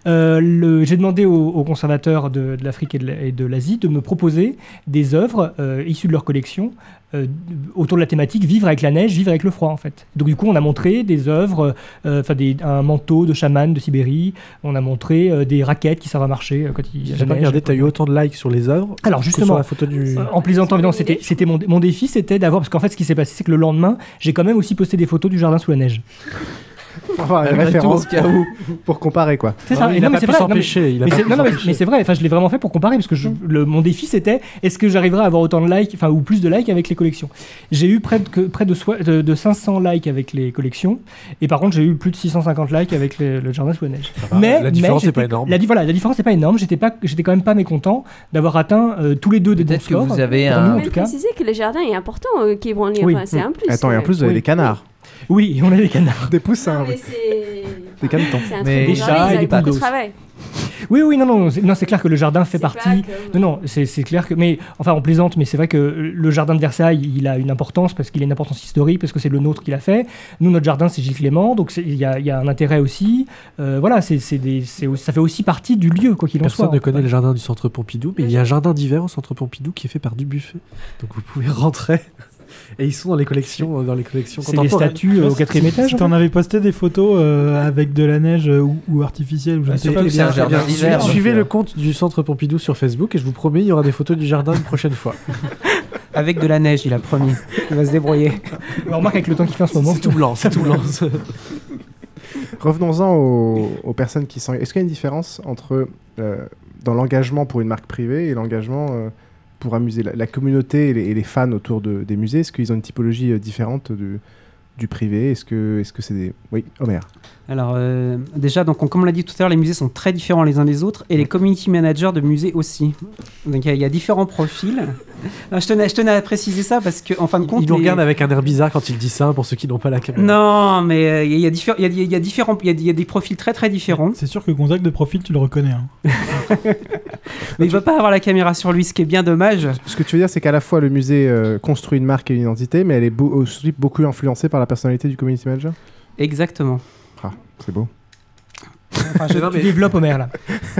Euh, le, j'ai demandé aux, aux conservateurs de, de l'Afrique et de, la- et de l'Asie de me proposer des œuvres euh, issues de leur collection euh, autour de la thématique vivre avec la neige, vivre avec le froid en fait. Donc du coup on a montré des œuvres, euh, enfin des, un manteau de chaman de Sibérie, on a montré euh, des raquettes qui servent à marcher euh, quand il y a J'ai la pas neige. regardé, t'as eu autant de likes sur les œuvres Alors que justement, sur la photo du... euh, en plaisantant, évidemment, c'était, c'était mon, mon défi, c'était d'avoir, parce qu'en fait ce qui s'est passé c'est que le lendemain j'ai quand même aussi posté des photos du jardin sous la neige. Pour avoir une Malgré référence tout, au cas où. pour comparer quoi. C'est ça. il Et a non, pas mais c'est pu vrai. s'empêcher, Non, mais- il a mais pas c'est- pu non, non, mais- s'empêcher. mais c'est vrai. Enfin, je l'ai vraiment fait pour comparer parce que je- le, mon défi c'était est-ce que j'arriverai à avoir autant de likes, enfin ou plus de likes avec les collections. J'ai eu près de que- près de, soi- de, de cinq cents likes avec les collections et par contre j'ai eu plus de six cent cinquante likes avec les- le jardin sous la neige. va, la différence mais est pas j'étais- énorme. La, di- voilà, la différence n'est pas énorme. J'étais pas, j'étais quand même pas mécontent d'avoir atteint euh, tous les deux des bons Peut-être que scores. vous avez pour un- nous, en Mais tout cas. préciser que le jardin est important, euh, qui est branlé. Oui. Enfin, c'est un plus. Attends, et en ouais. plus vous avez Oui. des canards. Oui, on a des canards. Des poussins, Non, mais oui. c'est... Des canetons. C'est un Mais très bon des jardin, chats ils et ont des beaucoup de poules. travail. Oui, oui, non, non, c'est, non, c'est clair que le jardin fait C'est pas partie. comme- Non, non, c'est, c'est clair que. Mais enfin, on plaisante, mais c'est vrai que le jardin de Versailles, il a une importance parce qu'il a une importance historique, parce que c'est le nôtre qui l'a fait. Nous, notre jardin, c'est Gilles Clément, donc c'est- il y a, il y a un intérêt aussi. Euh, voilà, c'est, c'est des, c'est, aussi- ça fait aussi partie du lieu, quoi qu'il en soit. Personne ne connaît le jardin du Centre Pompidou, mais il y a un jardin d'hiver au Centre Pompidou qui est fait par Dubuffet. Donc vous pouvez rentrer. Et ils sont dans les collections, euh, dans les collections C'est les contemporaines. statues euh, au quatrième étage. Si t'en avais posté des photos euh, avec de la neige euh, ou, ou artificielle, ou je ne sais Eh pas. bien, c'est un eh jardin bien, d'hiver, suivez- Suivez donc, euh. le compte du Centre Pompidou sur Facebook et je vous promets, il y aura des photos du jardin une prochaine fois. Avec de la neige, il a promis. Il va se débrouiller. On remarque avec le temps qu'il fait en ce moment. C'est tout blanc, c'est tout blanc. Revenons-en aux, aux personnes qui s'engagent. Est-ce qu'il y a une différence entre euh, dans l'engagement pour une marque privée et l'engagement euh, pour amuser la, la communauté et les, et les fans autour de, des musées? Est-ce qu'ils ont une typologie euh, différente du, du privé? Est-ce que est-ce que c'est des... Oui, Omer. Alors euh, déjà, donc on- comme on l'a dit tout à l'heure, les musées sont très différents les uns des autres et les community managers de musées aussi. Donc il y, a- il y a différents profils. Non, je, tenais, je tenais à préciser ça parce que en fin de compte, Il nous les- regarde avec un air bizarre quand il dit ça, pour ceux qui n'ont pas la caméra. Non, mais euh, il y, a- il y a diffé- il y a- il y a différents, il y a- il y a des profils très très différents. C'est sûr que Gonzague de profil, tu le reconnais. hein. Mais il va pas avoir la caméra sur lui, ce qui est bien dommage. Ce que tu veux dire, c'est qu'à la fois le musée euh, construit une marque et une identité, mais elle est beau- aussi beaucoup influencée par la personnalité du community manager. Exactement. Ah, c'est beau. Enfin, je, Tu développes, Omer, là.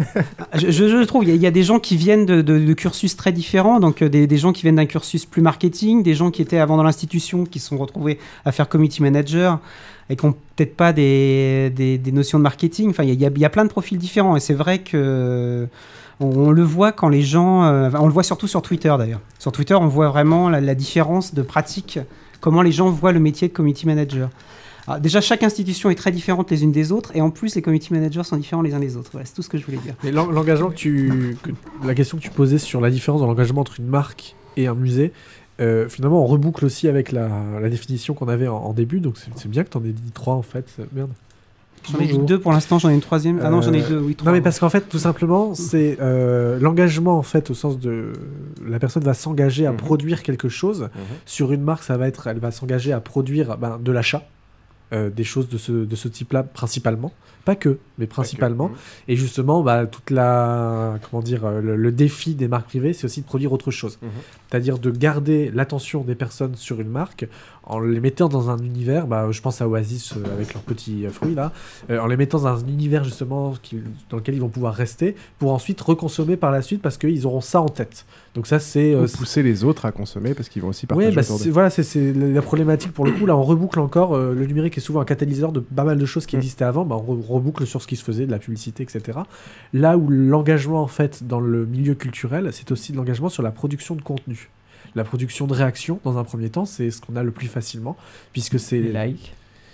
je, je- je trouve, il y, a- il y a des gens qui viennent de, de- de cursus très différents, donc euh, des, des gens qui viennent d'un cursus plus marketing, des gens qui étaient avant dans l'institution, qui se sont retrouvés à faire community manager et qui n'ont peut-être pas des, des- des notions de marketing. Enfin, il y, a- il y a- il y a plein de profils différents et c'est vrai que on, on le voit quand les gens, euh, enfin, on le voit surtout sur Twitter d'ailleurs. Sur Twitter, on voit vraiment la, la différence de pratique, comment les gens voient le métier de community manager. Alors, déjà, chaque institution est très différente les unes des autres, et en plus, les community managers sont différents les uns des autres. Voilà, c'est tout ce que je voulais dire. Mais l'en- l'engagement que tu, que- la question que tu posais sur la différence dans l'engagement entre une marque et un musée, euh, finalement, on reboucle aussi avec la, la définition qu'on avait en, en début. Donc c'est c'est bien que tu en aies dit trois en fait. Merde. J'en ai dit Bonjour. deux pour l'instant, j'en ai une troisième. Ah non, j'en ai Euh, deux, oui, trois. Non, mais parce qu'en fait, tout simplement, c'est euh, l'engagement en fait au sens de la personne va s'engager à Mhm. produire quelque chose. Mhm. Sur une marque, ça va être, elle va s'engager à produire ben, de l'achat. Euh, des choses de ce, de ce type-là principalement, pas que, mais principalement. Mhm. Et justement, bah, toute la, comment dire, euh, le, le défi des marques privées, c'est aussi de produire autre chose. Mhm. C'est-à-dire de garder l'attention des personnes sur une marque en les mettant dans un univers, bah, je pense à Oasis euh, avec leurs petits euh, fruits là, euh, en les mettant dans un univers justement qui, dans lequel ils vont pouvoir rester pour ensuite reconsommer par la suite parce qu'ils auront ça en tête. Donc ça c'est Ou euh, pousser les autres à consommer parce qu'ils vont aussi partager oui, bah autour c'est- d'eux. voilà, c'est c'est la la problématique pour le coup. Là, on reboucle encore. euh, le numérique est souvent un catalyseur de pas mal de choses qui Mm. existaient avant. Bah, on re- reboucle sur ce qui se faisait, de la publicité, et cetera. Là où l'engagement, en fait, dans le milieu culturel, c'est aussi de l'engagement sur la production de contenu. La production de réactions, dans un premier temps, c'est ce qu'on a le plus facilement, puisque c'est... Les likes.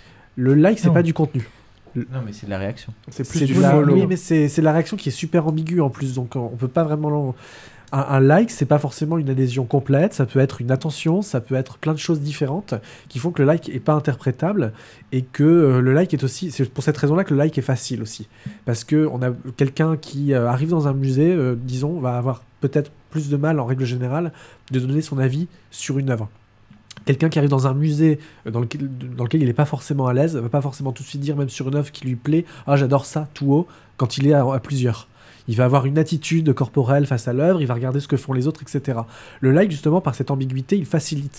Le like, c'est Non. pas du contenu. Non, mais c'est de la réaction. C'est plus C'est du de la- follow. Oui, mais c'est c'est la réaction qui est super ambiguë en plus, donc on on peut pas vraiment... l'en- Un, un like, c'est pas forcément une adhésion complète, ça peut être une attention, ça peut être plein de choses différentes qui font que le like est pas interprétable et que euh, le like est aussi... C'est pour cette raison-là que le like est facile aussi. Parce que on a quelqu'un qui euh, arrive dans un musée, euh, disons, va avoir peut-être plus de mal en règle générale de donner son avis sur une œuvre. Quelqu'un qui arrive dans un musée euh, dans lequel, dans lequel il n'est pas forcément à l'aise, va pas forcément tout de suite dire, même sur une œuvre qui lui plaît, « Ah, j'adore ça » tout haut, quand il est à, à plusieurs. Il va avoir une attitude corporelle face à l'œuvre, il va regarder ce que font les autres, et cetera. Le like, justement, par cette ambiguïté, il facilite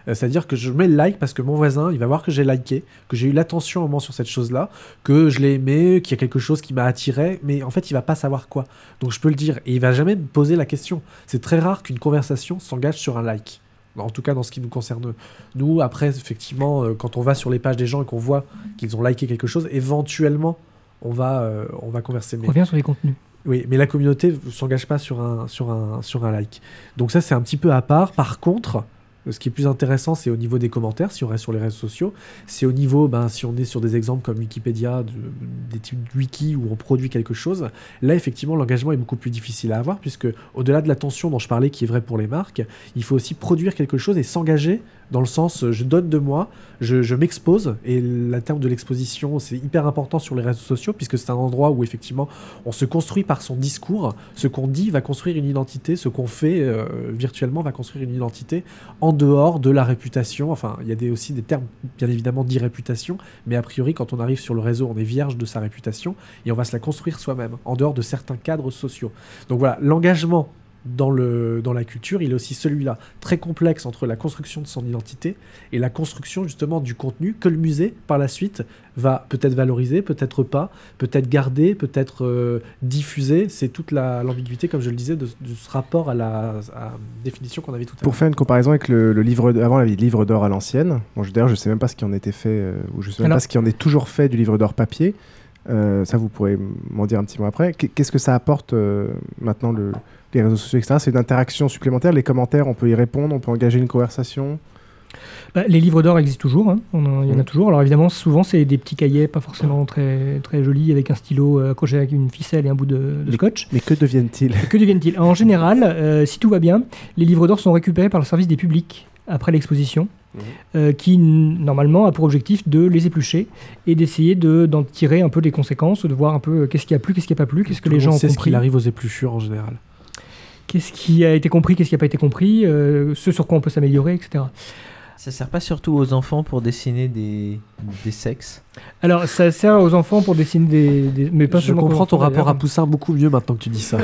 Euh, c'est-à-dire que je mets le like parce que mon voisin, il va voir que j'ai liké, que j'ai eu l'attention au moment sur cette chose-là, que je l'ai aimé, qu'il y a quelque chose qui m'a attiré, mais en fait, il va pas savoir quoi. Donc je peux le dire, et il va jamais me poser la question. C'est très rare qu'une conversation s'engage sur un like. En tout cas, dans ce qui nous concerne. Nous, après, effectivement, euh, quand on va sur les pages des gens et qu'on voit qu'ils ont liké quelque chose, éventuellement, on va, euh, on va converser. Mais... On revient sur les contenus. Oui, mais la communauté ne s'engage pas sur un, sur, un, sur un like. Donc ça, c'est un petit peu à part. Par contre, ce qui est plus intéressant, c'est au niveau des commentaires, si on reste sur les réseaux sociaux. C'est au niveau, ben, si on est sur des exemples comme Wikipédia, de, des types de wiki où on produit quelque chose, là, effectivement, l'engagement est beaucoup plus difficile à avoir, puisque au-delà de l'attention dont je parlais, qui est vrai pour les marques, il faut aussi produire quelque chose et s'engager dans le sens, je donne de moi, je, je m'expose, et le terme de l'exposition, c'est hyper important sur les réseaux sociaux, puisque c'est un endroit où, effectivement, on se construit par son discours. Ce qu'on dit va construire une identité, ce qu'on fait euh, virtuellement va construire une identité en dehors de la réputation. Enfin, il y a des, aussi des termes, bien évidemment, d'irréputation, mais a priori, quand on arrive sur le réseau, on est vierge de sa réputation, et on va se la construire soi-même, en dehors de certains cadres sociaux. Donc voilà, l'engagement dans, le, dans la culture, il est aussi celui-là, très complexe entre la construction de son identité et la construction justement du contenu que le musée, par la suite, va peut-être valoriser, peut-être pas, peut-être garder, peut-être euh, diffuser. C'est toute la, l'ambiguïté, comme je le disais, de, de ce rapport à la, à la définition qu'on avait tout à l'heure. Pour faire une comparaison avec le, le livre, avant la livre d'or à l'ancienne, bon, je, d'ailleurs je ne sais même pas ce qui en était fait, euh, ou je ne sais même Alors, pas ce qui en est toujours fait du livre d'or papier. Euh, ça, vous pourrez m'en dire un petit mot après. Qu'est-ce que ça apporte euh, maintenant, le, les réseaux sociaux, et cetera. C'est une interaction supplémentaire. Les commentaires, on peut y répondre, on peut engager une conversation. Bah, les livres d'or existent toujours, hein. On en, il y en a toujours. Alors évidemment, souvent, c'est des petits cahiers, pas forcément très, très jolis, avec un stylo euh, accroché avec une ficelle et un bout de, de mais, scotch. Mais que deviennent-ils Que deviennent-ils En général, euh, si tout va bien, les livres d'or sont récupérés par le service des publics après l'exposition. Mmh. Euh, qui normalement a pour objectif de les éplucher et d'essayer de, d'en tirer un peu des conséquences, de voir un peu qu'est-ce qui a plu, qu'est-ce qui n'a pas plu, qu'est-ce que Tout les gens ont compris. compris. C'est ce qu'il arrive aux épluchures en général. Qu'est-ce qui a été compris, qu'est-ce qui n'a pas été compris, euh, ce sur quoi on peut s'améliorer, et cetera. Ça sert pas surtout aux enfants pour dessiner des, des sexes? Alors ça sert aux enfants pour dessiner des... des mais pas Je seulement comprends ton enfants, rapport d'ailleurs. à Poussin beaucoup mieux maintenant que tu dis ça.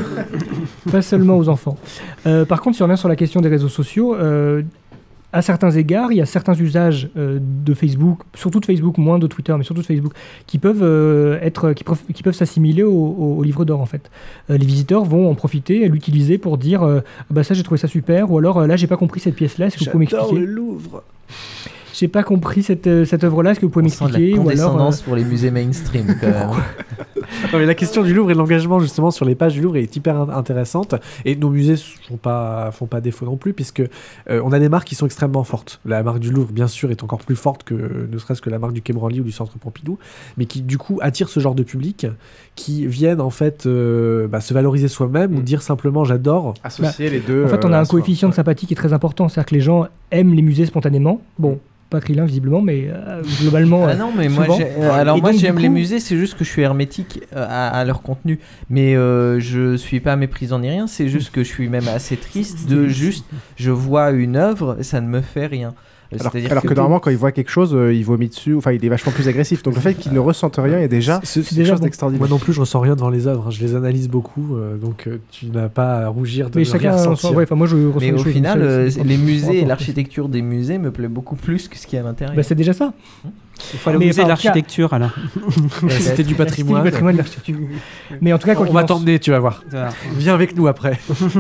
Pas seulement aux enfants. Euh, par contre, si on revient sur la question des réseaux sociaux, euh, à certains égards, il y a certains usages euh, de Facebook, surtout de Facebook, moins de Twitter, mais surtout de Facebook, qui peuvent euh, être, qui, prof, qui peuvent s'assimiler au, au, au livre d'or en fait. Euh, les visiteurs vont en profiter et l'utiliser pour dire, euh, bah ça j'ai trouvé ça super, ou alors euh, là j'ai pas compris cette pièce-là, est-ce que vous pouvez m'expliquer ? J'adore le Louvre. J'ai pas compris cette, euh, cette œuvre-là, est-ce que vous pouvez On m'expliquer ? sent la Ou alors, condescendance euh... pour les musées mainstream quand même. Non, mais la question du Louvre et de l'engagement justement sur les pages du Louvre est hyper intéressante, et nos musées font pas font pas défaut non plus, puisque euh, on a des marques qui sont extrêmement fortes. La marque du Louvre bien sûr est encore plus forte que ne serait-ce que la marque du Quai Branly ou du Centre Pompidou, mais qui du coup attire ce genre de public qui viennent en fait euh, bah, se valoriser soi-même, mmh. ou dire simplement j'adore. Associer bah, les deux. En fait on a euh, un coefficient de sympathie qui est très important, c'est-à-dire que les gens aiment les musées spontanément. Bon. Pas Krillin visiblement, mais euh, globalement. Ah non, mais moi, j'ai, euh, alors moi j'aime coup... les musées, c'est juste que je suis hermétique euh, à, à leur contenu, mais euh, je suis pas méprisant ni rien. C'est juste que je suis même assez triste de juste, je vois une œuvre, ça ne me fait rien. Alors, alors que, que normalement, quand il voit quelque chose, euh, il vomit dessus, enfin, il est vachement plus agressif. Donc le fait qu'il ne ressente rien est déjà, c'est, c'est déjà quelque chose bon. d'extraordinaire. Moi non plus, je ressens rien devant les œuvres. Hein. Je les analyse beaucoup, euh, donc euh, tu n'as pas à rougir de mais ne chacun rien ressentir. Ouais, moi, je mais au choses, final, euh, c'est, les c'est musées et l'architecture des musées me plaît beaucoup plus que ce qu'il y a à l'intérieur. Bah, c'est déjà ça. Hum Il faut aller au musée de l'architecture, alors. C'était du patrimoine. Du patrimoine de l'architecture. Mais en tout cas, on va t'emmener, tu vas voir. Viens avec nous après.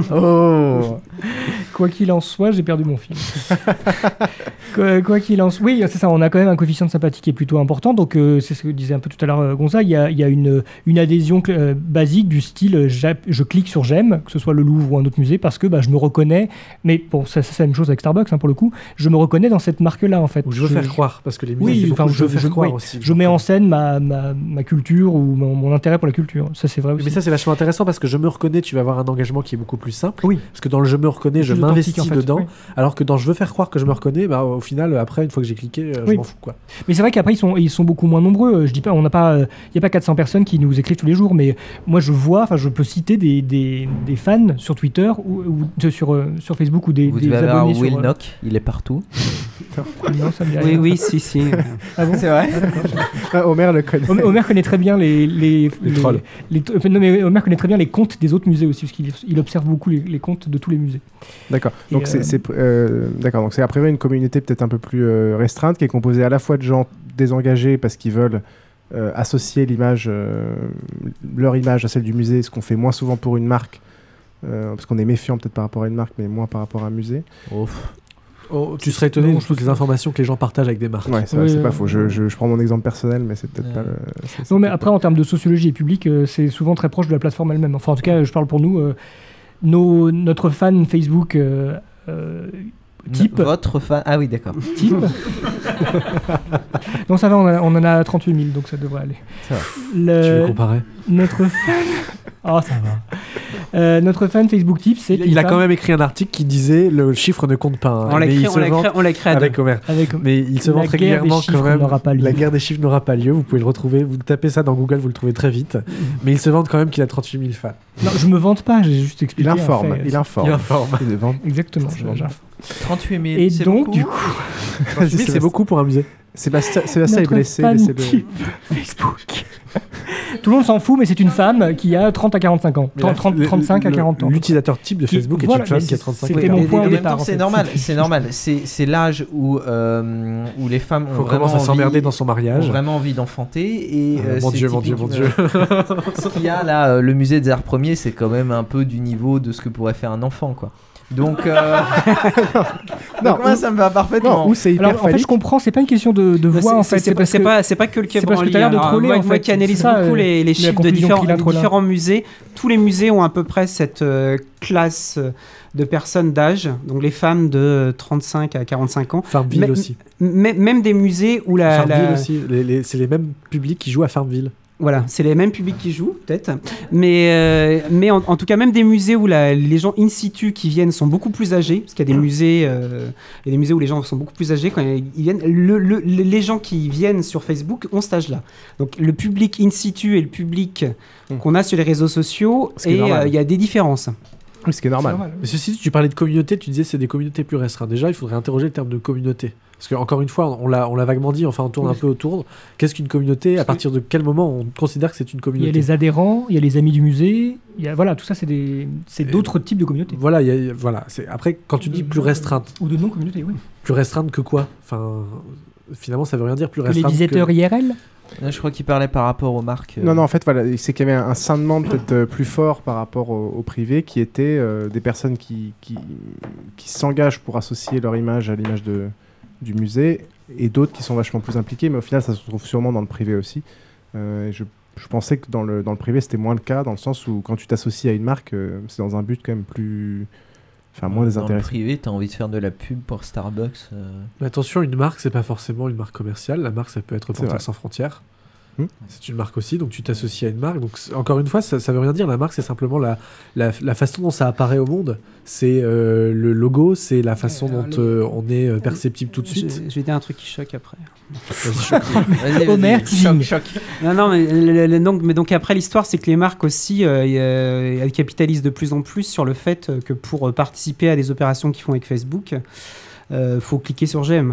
Oh. Quoi qu'il en soit, j'ai perdu mon fil. quoi, quoi qu'il en soit, oui, c'est ça. On a quand même un coefficient de sympathie qui est plutôt important. Donc, euh, c'est ce que disait un peu tout à l'heure euh, Gonza. Il y a, il y a une, une adhésion euh, basique du style euh, je clique sur j'aime, que ce soit le Louvre ou un autre musée, parce que bah, je me reconnais. Mais bon, ça, ça c'est la même chose avec Starbucks hein, pour le coup. Je me reconnais dans cette marque-là en fait. Ou je veux je, faire croire, parce que les musées, oui, c'est enfin, beaucoup, je, je veux faire je, croire oui, aussi. Je mets en scène ma, ma, ma culture ou mon, mon intérêt pour la culture. Ça c'est vrai aussi. Mais ça c'est vachement intéressant parce que je me reconnais, tu vas avoir un engagement qui est beaucoup plus simple. Oui. Parce que dans le je me reconnais, je m'investis en fait, dedans. Oui. Alors que dans je veux faire croire que je me reconnais, bah, au final, après, une fois que j'ai cliqué, euh, oui. je m'en fous quoi. Mais c'est vrai qu'après ils sont, ils sont beaucoup moins nombreux. Je dis pas, on n'a pas, il euh, y a pas quatre cents personnes qui nous écrivent tous les jours, mais moi je vois, enfin je peux citer des, des, des fans sur Twitter ou, ou sur, euh, sur Facebook ou des, Vous des devez abonnés avoir sur. Will Knock, il est partout. Non, ça me dit oui, rien. oui, si, si. Ah bon c'est vrai. Ah, Homer le connaît. Homer, Homer connaît très bien les les, les, les trolls. Les, les, non, mais Homer connaît très bien les comptes des autres musées aussi, parce qu'il il observe beaucoup les, les comptes de tous les musées. D'accord. Donc, euh, c'est, c'est, euh, d'accord. Donc c'est a priori une communauté peut-être peut-être un peu plus euh, restreinte, qui est composée à la fois de gens désengagés parce qu'ils veulent euh, associer l'image, euh, leur image à celle du musée, ce qu'on fait moins souvent pour une marque, euh, parce qu'on est méfiant peut-être par rapport à une marque, mais moins par rapport à un musée. Ouf. Oh, tu serais étonné de toutes les informations que les gens partagent avec des marques. Ouais, c'est, Oui, vrai, c'est euh, pas faux. Je, je, je prends mon exemple personnel, mais c'est peut-être Ouais. pas le. c'est- c'est Non, mais peut-être après, en termes de sociologie et public, euh, c'est souvent très proche de la plateforme elle-même. Enfin, en tout cas, je parle pour nous. euh, nos, notre fan Facebook euh, euh, type. Votre fan. Ah oui, d'accord. Type. Non, ça va, on, a- on en a trente-huit mille, donc ça devrait aller. Ça va. Le- Tu veux comparer Notre fan. Oh, ça va. Euh, notre fan Facebook type, c'est. Il, une il a femme- quand même écrit un article qui disait le chiffre ne compte pas. hein. On l'a Mais écrit- il on se l'a vante écrit- on l'a écrit à avec deux. Homer. Avec- Mais il se La vante guerre des régulièrement chiffres quand même. n'aura pas lieu. La guerre des chiffres n'aura pas lieu. Vous pouvez le retrouver. Vous tapez ça dans Google, vous le trouvez très vite. Mais il se vante quand même qu'il a trente-huit mille fans. Non, je me vante pas, j'ai juste expliqué. Il un informe, fait. il informe. Il informe. Il vend- Exactement. C'est je- bon, je- trente-huit mille. Et c'est donc, beaucoup du coup, trente-huit mille, c'est beaucoup pour un musée. Sébastien, Sébastien est notre blessé. fan laissez-le- type Facebook. Tout le monde s'en fout, mais c'est une femme qui a trente à quarante-cinq ans. Mais la- trente, le- trente-cinq à le- quarante ans. L'utilisateur type de Qui- Facebook est voilà, une femme mais qui a c'est- trente-cinq c'était ans. mon Et- et point en au même départ, temps, en c'est fait. normal, c'est normal. C'est, c'est l'âge où, euh, où les femmes ont On vraiment commence à s'emmerder envie- dans son mariage. ont vraiment envie d'enfanter. Et, Ah, euh, mon c'est Dieu, mon Dieu, typique, mon Dieu. euh, ce qu'il y a là, euh, le musée des Arts Premiers, c'est quand même un peu du niveau de ce que pourrait faire un enfant, quoi. Donc, euh... Non, donc moi, ou- ça me va parfaitement. Non, ou c'est hyper Alors, en fait, je phallique. comprends, c'est pas une question de, de Bah, voix, c'est- en c'est- fait. c'est pas- c'est pas, c'est pas que le c'est parce que Cabrandi. t'as l'air de Alors, troller, moi, en moi fait. qui analyse C'est ça, beaucoup euh, les, les la chiffres de confusion différents, qu'il a de trop là. différents musées, tous les musées ont à peu près cette euh, classe euh, de personnes d'âge, donc les femmes de trente-cinq à quarante-cinq ans. Farmville Même- aussi. m- Même des musées où la... Farmville la- aussi. Les- les- c'est les mêmes publics qui jouent à Farmville. Voilà, c'est les mêmes publics qui jouent, peut-être. Mais, euh, mais en, en tout cas, même des musées où la- les gens in situ qui viennent sont beaucoup plus âgés, parce qu'il y a des musées, euh, il y a des musées où les gens sont beaucoup plus âgés quand ils viennent. Le, le- le- les gens qui viennent sur Facebook ont cet âge-là. Donc le public in situ et le public qu'on a sur les réseaux sociaux, Ce qui est et euh, il normal. y a des différences. Oui, ce qui est normal. Mais ceci dit, tu parlais de communauté, tu disais c'est des communautés plus restreintes. Déjà, il faudrait interroger le terme de communauté. Parce que, encore une fois, on l'a, on l'a vaguement dit, enfin, on tourne Oui. un peu autour. Qu'est-ce qu'une communauté? À partir de quel moment on considère que c'est une Il y communauté? a les adhérents, il y a les amis du musée, il y a, voilà, tout ça, c'est, des, c'est d'autres types de communautés. Voilà, il y a- voilà. C'est, après, quand tu dis plus restreinte, Ou de non-communautés, oui. plus restreinte que quoi? Enfin, finalement, ça veut rien dire plus Que les restreinte. visiteurs I R L. Là, je crois qu'il parlait par rapport aux marques. euh, Non, non, en fait, voilà, c'est qu'il y avait un, un scindement peut-être euh, plus fort par rapport au, au privé, qui était euh, des personnes qui, qui, qui s'engagent pour associer leur image à l'image de, du musée, et d'autres qui sont vachement plus impliqués, mais au final, ça se trouve sûrement dans le privé aussi. Euh, et je, je pensais que dans le, dans le privé, c'était moins le cas, dans le sens où quand tu t'associes à une marque, euh, c'est dans un but quand même plus... Enfin, moins Dans le désintéressé. privé, t'as envie de faire de la pub pour Starbucks. euh, Mais attention, une marque, c'est pas forcément une marque commerciale. La marque, ça peut être C'est Reporters vrai. sans frontières. Hmm. C'est une marque aussi, donc tu t'associes à une marque. Donc c'est- encore une fois, ça, ça veut rien dire. La marque, c'est simplement la, la, la façon dont ça apparaît au monde. C'est euh, le logo, c'est la façon alors, dont le- euh, on est euh, perceptible tout de Je, suite. je vais dire un truc qui choque après. Vas-y, choque. Vas-y, vas-y, Homer, choc, teasing. choc. Non, non, mais, le- le- donc, mais donc après l'histoire, c'est que les marques aussi, euh, y a- elles capitalisent de plus en plus sur le fait que pour euh, participer à des opérations qu'ils font avec Facebook, euh, faut cliquer sur j'aime.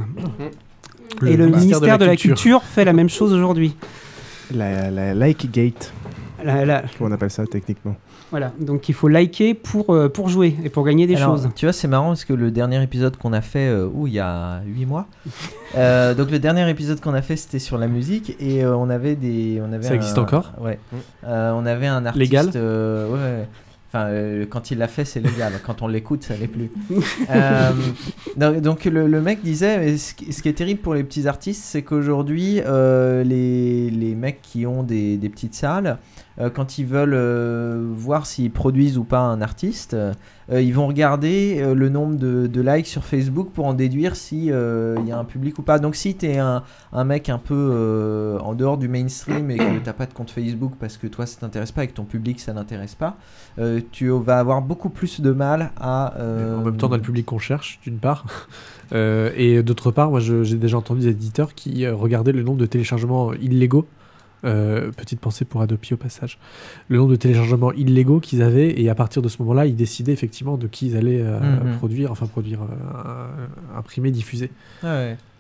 Le Et le ministère ministère de de la la, Culture. culture. fait la même chose aujourd'hui. La, la like gate, La- la- comme on appelle ça techniquement. voilà, donc il faut liker pour, euh, pour jouer et pour gagner des Alors, choses. tu vois, c'est marrant parce que le dernier épisode qu'on a fait, euh, ouh, il y a huit mois. euh, donc le dernier épisode qu'on a fait, c'était sur la musique et euh, on avait des, on avait Ça un- existe encore Ouais. Euh, on avait un artiste. Légal euh, ouais, ouais. Enfin, euh, quand il l'a fait, c'est légal. Quand on l'écoute, ça l'est plus. Euh, donc, donc le, le mec disait, mais ce, qui, ce qui est terrible pour les petits artistes, c'est qu'aujourd'hui, euh, les, les mecs qui ont des, des petites salles, euh, quand ils veulent euh, voir s'ils produisent ou pas un artiste, euh, ils vont regarder euh, le nombre de, de likes sur Facebook pour en déduire si euh, il y a un public ou pas. Donc si t'es un, un mec un peu euh, en dehors du mainstream et que t'as pas de compte Facebook parce que toi ça t'intéresse pas et que ton public ça n'intéresse pas, euh, tu vas avoir beaucoup plus de mal à... euh, En même temps, on a le public qu'on cherche, d'une part. Euh, et d'autre part, moi, je- j'ai déjà entendu des éditeurs qui euh, regardaient le nombre de téléchargements illégaux. Euh, petite pensée pour Adopi au passage. Le nombre de téléchargements illégaux qu'ils avaient, et à partir de ce moment-là, ils décidaient effectivement de qui ils allaient euh, Mhm. produire, enfin produire, euh, imprimer, diffuser. Ah ouais.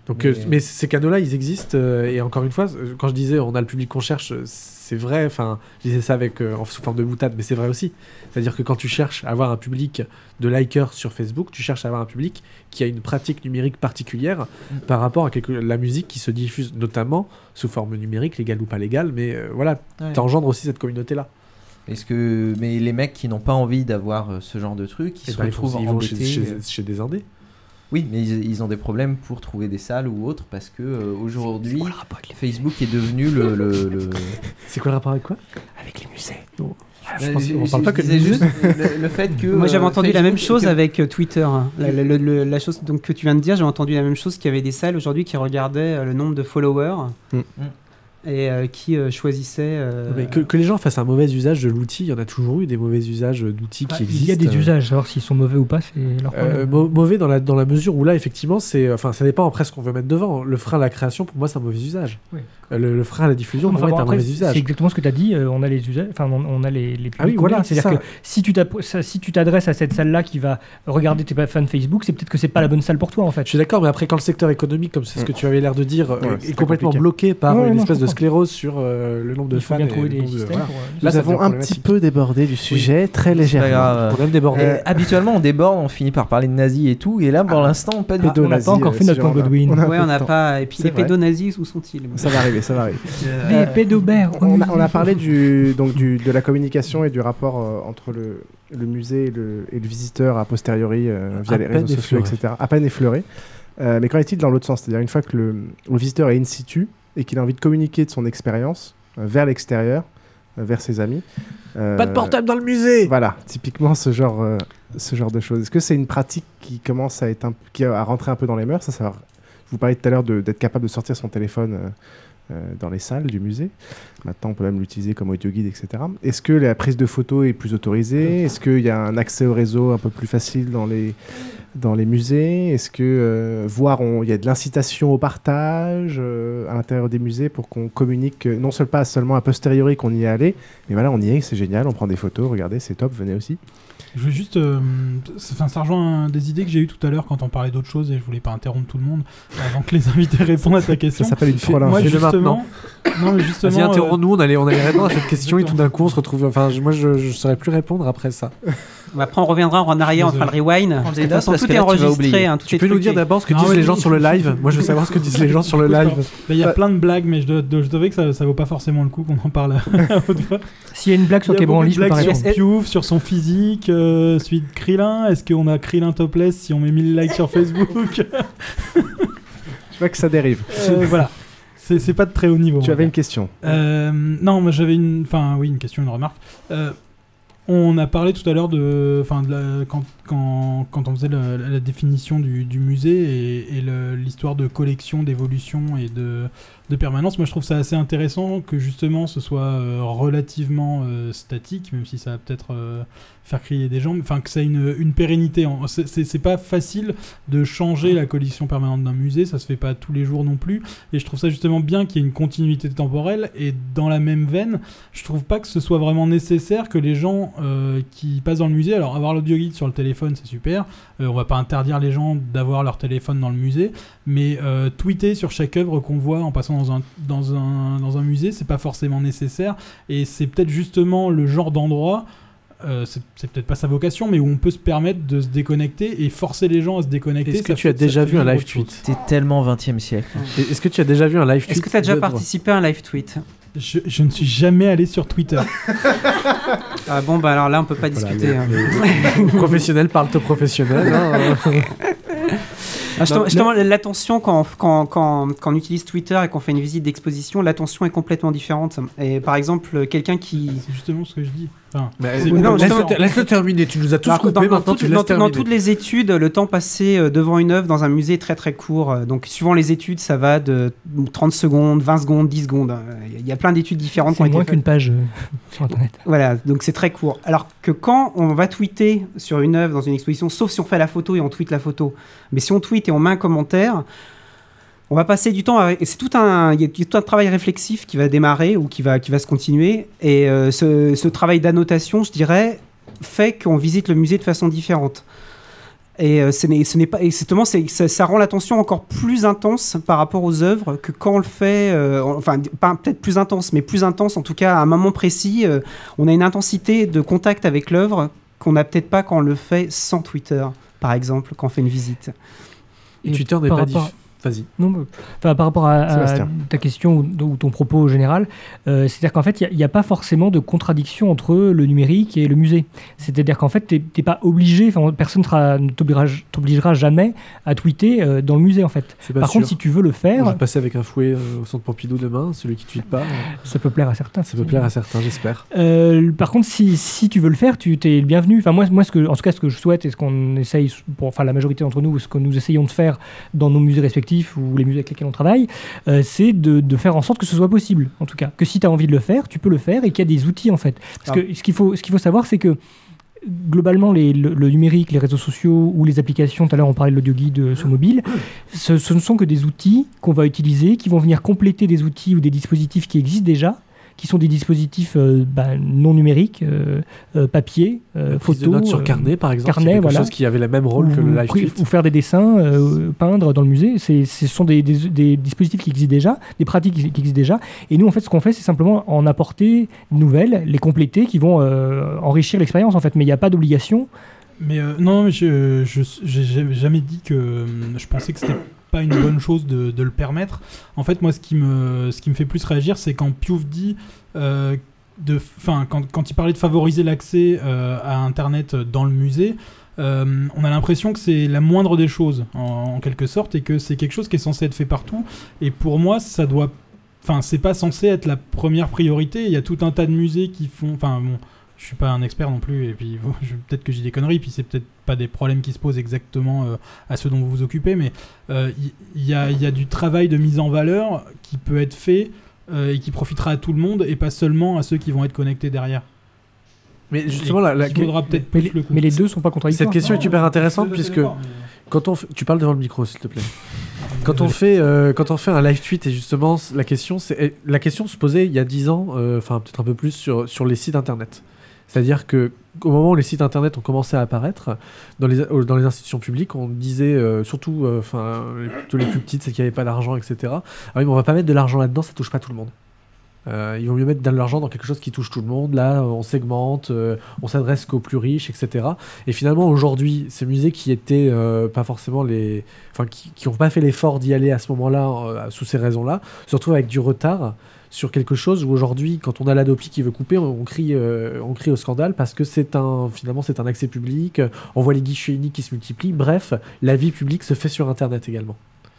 Donc, Mais- euh, mais ces canaux-là, ils existent. euh, et encore une fois, euh, quand je disais on a le public qu'on cherche, euh, c'est vrai. Enfin, je disais ça avec, euh, en sous forme de boutade, mais c'est vrai aussi. C'est-à-dire que quand tu cherches à avoir un public de likers sur Facebook, tu cherches à avoir un public qui a une pratique numérique particulière Mm. par rapport à quelque- la musique qui se diffuse notamment sous forme numérique, légale ou pas légale. Mais euh, voilà, Ouais. t'engendres aussi cette communauté-là. Est-ce que mais les mecs qui n'ont pas envie d'avoir euh, ce genre de truc, ils Eh se ben, ils vont- retrouvent ils vont chez- embêtés. chez- euh, chez des indés. Oui, mais ils, ils ont des problèmes pour trouver des salles ou autres parce que euh, aujourd'hui Facebook est devenu le. le, le... C'est quoi le rapport avec quoi? Avec les musées. Je Euh, pense je- qu'on je parle pas que de disais musée. juste le, le fait que. Moi j'avais euh, entendu la Facebook- même chose que- avec euh, Twitter. hein. La, la- la- la chose donc, que tu viens de dire, j'ai entendu la même chose qu'il y avait des salles aujourd'hui qui regardaient euh, le nombre de followers Mm. et euh, qui euh, choisissaient. euh, Mais que, que les gens fassent un mauvais usage de l'outil, il y en a toujours eu des mauvais usages d'outils Bah, qui il existent. y a des euh, usages, savoir s'ils sont mauvais ou pas, c'est leur problème. Euh, mau- mauvais dans la, dans la mesure où là, effectivement, c'est, enfin, ça dépend après ce qu'on veut mettre devant. Le frein à la création, pour moi, c'est un mauvais usage. Oui. Euh, Le, le frein à la diffusion, Enfin, pour moi, bon, est un après, mauvais c'est- usage. C'est exactement ce que tu as dit. euh, on a les usages, enfin, on, on a les, les publics. Ah oui, voilà, numériques. c'est C'est-à-dire ça. que si tu t'app- ça- si tu t'adresses à cette salle-là qui va regarder tes fans Facebook, c'est peut-être que c'est pas la bonne salle pour toi, en fait. Je suis d'accord, mais après, quand le secteur économique, comme c'est ce que tu avais l'air de dire, euh, Ouais, est c'est complètement compliqué. bloqué par Ouais, une non, espèce je de comprends. sclérose sur euh, le nombre de Il faut fans. bien et trouver le des nombre de- systèmes voilà. pour, euh, Là, Nous ça avons devient un problématique. petit peu débordé du sujet, très C'est pas légèrement. grave. On aime déborder. Euh, habituellement, on déborde, on finit par parler de nazis et tout, et là, pour l'instant, pas du Ah, tout. on n'a pas encore fait notre point Godwin. a un Ouais, peu on de n'a temps. pas. Et puis C'est les vrai. pédonazis, où sont-ils? Ça va arriver, ça va arriver. Des pédobères. On a, on a parlé du, donc du, de la communication et du rapport euh, entre le, le musée et le, et le visiteur a posteriori euh, via À les peine réseaux sociaux, effleuré. et cetera. À peine effleuré. Euh, mais qu'en est-il dans l'autre sens? C'est-à-dire une fois que le, le visiteur est in situ et qu'il a envie de communiquer de son expérience euh, vers l'extérieur, euh, vers ses amis. euh, Pas de portable dans le musée. Voilà, typiquement ce genre, euh, ce genre de choses. Est-ce que c'est une pratique qui commence à, être un, qui a, à rentrer un peu dans les mœurs? Ça, ça va- Vous parliez tout à l'heure de- d'être capable de sortir son téléphone euh, euh, dans les salles du musée. Maintenant, on peut même l'utiliser comme audio guide, et cetera. Est-ce que la prise de photos est plus autorisée? Est-ce qu'il y a un accès au réseau un peu plus facile dans les, dans les musées? Est-ce que, euh, voire, on- il y a de l'incitation au partage euh, à l'intérieur des musées pour qu'on communique euh, non seulement pas seulement a posteriori qu'on y est allé, mais voilà, on y est, c'est génial, on prend des photos, regardez, c'est top, venez aussi. Je veux juste. euh, ça, enfin, ça rejoint un des idées que j'ai eues tout à l'heure quand on parlait d'autre chose et je voulais pas interrompre tout le monde avant que les invités répondent à ta question. Ça s'appelle une Fait- frôle Moi, Fais-le justement. Non, mais justement. Vas-y, euh, interromps-nous, on allait, on allait répondre à cette question et tout d'un coup on se retrouve. Enfin, je- moi je, je saurais plus répondre après ça. Après, on reviendra en arrière, on fera le rewind. Prends De des toute notes, façon, parce tout que est là, tu vas enregistré. oublier. Hein, tout Tu est peux nous truqué. dire d'abord ce que Ah disent ouais, les dis- gens sur le live? Moi je veux savoir ce que disent les gens sur le D'accord. live. Mais il y a plein de blagues, mais je dois, je dois avouer que ça, ça vaut pas forcément le coup qu'on en parle à haute voix. S'il y a une blague sur Il y a beaucoup Kebranly, de je peux pas blagues répondre. sur Piouf, sur son physique, euh, celui de Krillin. Est-ce qu'on a Krillin topless si on met mille likes sur Facebook? Je vois que ça dérive. Euh, Voilà. C'est c'est pas de très haut niveau. Tu on va avais dire. une question. Euh, non, moi j'avais une, enfin oui, une question, une remarque. Euh, on a parlé tout à l'heure de, enfin de la- quand, quand, quand on faisait la, la définition du, du musée et, et le- l'histoire de collection, d'évolution et de, de permanence. Moi je trouve ça assez intéressant que justement ce soit euh, relativement euh, statique, même si ça va peut-être euh, faire crier des gens, enfin que ça ait une, une pérennité. En- c'est- C'est c'est pas facile de changer la collection permanente d'un musée, ça se fait pas tous les jours non plus. Et je trouve ça justement bien qu'il y ait une continuité temporelle. Et dans la même veine, je trouve pas que ce soit vraiment nécessaire que les gens euh, qui passent dans le musée, alors avoir l'audio guide sur le téléphone c'est super, euh, on va pas interdire les gens d'avoir leur téléphone dans le musée, mais euh, tweeter sur chaque œuvre qu'on voit en passant dans un, dans un, dans un musée, c'est pas forcément nécessaire. Et c'est peut-être justement le genre d'endroit, euh, c'est c'est peut-être pas sa vocation, mais où on peut se permettre de se déconnecter et forcer les gens à se déconnecter. Est-ce que ça tu as fait- ça déjà fait vu un vivre live autre chose. tweet? T'es tellement vingtième siècle. Et Est-ce que tu as déjà vu un live tweet? Est-ce que tu as déjà d'œuvre participé à un live tweet? Je, je ne suis jamais allé sur Twitter. Ah bon, bah alors là, on peut pas Voilà, discuter. les- hein. les professionnels parlent au professionnel. hein. Ah, justement, justement, l'attention quand, quand, quand, quand on utilise Twitter et qu'on fait une visite d'exposition, l'attention est complètement différente. Et par exemple, quelqu'un qui... C'est justement ce que je dis. Enfin, Bah, c'est- non, laisse-le justement- laisse-le terminer, tu nous as tous Alors, coupé, dans, dans maintenant toutes, tu laisses dans- dans terminer. toutes les études, le temps passé euh, devant une œuvre dans un musée est très très court. Euh, Donc, suivant les études, ça va de trente secondes, vingt secondes, dix secondes. Il y a plein d'études différentes qui ont C'est été moins faites. qu'une page euh, sur Internet. Voilà, donc c'est très court. Alors que quand on va tweeter sur une œuvre dans une exposition, sauf si on fait la photo et on tweet la photo, mais si on tweet et on met un commentaire, on va passer du temps à... et c'est tout un... il y a tout un travail réflexif qui va démarrer ou qui va, qui va se continuer. Et euh, ce, ce travail d'annotation, je dirais, fait qu'on visite le musée de façon différente. Et euh, ce n'est, ce n'est pas, et justement, c'est, ça, ça rend l'attention encore plus intense par rapport aux œuvres que quand on le fait, euh, enfin, pas peut-être plus intense, mais plus intense en tout cas à un moment précis. Euh, on a une intensité de contact avec l'œuvre qu'on n'a peut-être pas quand on le fait sans Twitter, par exemple, quand on fait une visite. Et, et Twitter n'est pas rapport... diff... Vas-y. Non, mais, enfin, par rapport à, à ta question ou, ou ton propos général, euh, c'est-à-dire qu'en fait, il n'y a, a pas forcément de contradiction entre le numérique et le musée. C'est-à-dire qu'en fait, tu n'es pas obligé, personne ne t'obligera jamais à tweeter euh, dans le musée, en fait. Par sûr. contre, si tu veux le faire... Moi, je vais passer avec un fouet euh, au centre Pompidou demain, celui qui ne tweete pas. Euh... Ça peut plaire à certains. Ça peut plaire à certains, j'espère. Euh, par contre, si, si tu veux le faire, tu es le bienvenu. Enfin, moi, moi ce que, en tout cas, ce que je souhaite et ce qu'on essaye, pour, enfin, la majorité d'entre nous, ce que nous essayons de faire dans nos musées respectifs, ou les musées avec lesquels on travaille, euh, c'est de, de faire en sorte que ce soit possible, en tout cas. Que si tu as envie de le faire, tu peux le faire et qu'il y a des outils, en fait. Parce ah. que ce qu'il faut, ce qu'il faut savoir, c'est que globalement, les, le, le numérique, les réseaux sociaux ou les applications, tout à l'heure on parlait de l'audio guide sur mobile, ce, ce ne sont que des outils qu'on va utiliser, qui vont venir compléter des outils ou des dispositifs qui existent déjà, qui sont des dispositifs euh, bah, non numériques, euh, euh, papier, euh, photo. De notes sur carnet, par exemple, carnet, c'est quelque voilà. chose qui avait le même rôle ou, que le live tweet. Ou faire des dessins, euh, peindre dans le musée. C'est, ce sont des, des, des dispositifs qui existent déjà, des pratiques qui, qui existent déjà. Et nous, en fait, ce qu'on fait, c'est simplement en apporter de nouvelles, les compléter, qui vont euh, enrichir l'expérience, en fait. Mais il n'y a pas d'obligation. Mais euh, non, mais je n'ai jamais dit que euh, je pensais que c'était pas une bonne chose de, de le permettre. En fait, moi, ce qui me, ce qui me fait plus réagir, c'est quand Piouf dit, euh, de, fin, quand, quand il parlait de favoriser l'accès euh, à Internet dans le musée, euh, on a l'impression que c'est la moindre des choses, en, en quelque sorte, et que c'est quelque chose qui est censé être fait partout. Et pour moi, ça doit, enfin, c'est pas censé être la première priorité. Il y a tout un tas de musées qui font, enfin, bon. Je suis pas un expert non plus, et puis bon, je, peut-être que j'ai des conneries, puis c'est peut-être pas des problèmes qui se posent exactement euh, à ceux dont vous vous occupez, mais il euh, y, y, a, y a du travail de mise en valeur qui peut être fait euh, et qui profitera à tout le monde, et pas seulement à ceux qui vont être connectés derrière. Mais justement, la, la, il faudra peut-être mais, plus le coup. Mais les deux sont pas contradictoires. Cette question non, est super intéressante, puisque mais... quand on f... tu parles devant le micro, s'il te plaît. Quand on, fait, euh, quand on fait un live tweet, et justement, la question, c'est, la question se posait il y a dix ans, enfin euh, peut-être un peu plus, sur, sur les sites internet. C'est-à-dire qu'au moment où les sites internet ont commencé à apparaître, dans les, dans les institutions publiques, on disait, euh, surtout euh, plutôt les plus petites, c'est qu'il n'y avait pas d'argent, et cetera. Ah oui, mais on va pas mettre de l'argent là-dedans, ça touche pas tout le monde. Euh, il vaut mieux mettre de l'argent dans quelque chose qui touche tout le monde. Là, on segmente, euh, on s'adresse qu'aux plus riches, et cetera. Et finalement, aujourd'hui, ces musées qui étaient euh, pas forcément les... Enfin, qui n'ont pas fait l'effort d'y aller à ce moment-là, euh, sous ces raisons-là, se retrouvent avec du retard sur quelque chose où aujourd'hui, quand on a l'Adopi qui veut couper, on crie, euh, on crie au scandale parce que c'est un, finalement, c'est un accès public, on voit les guichets uniques qui se multiplient, bref, la vie publique se fait sur Internet également.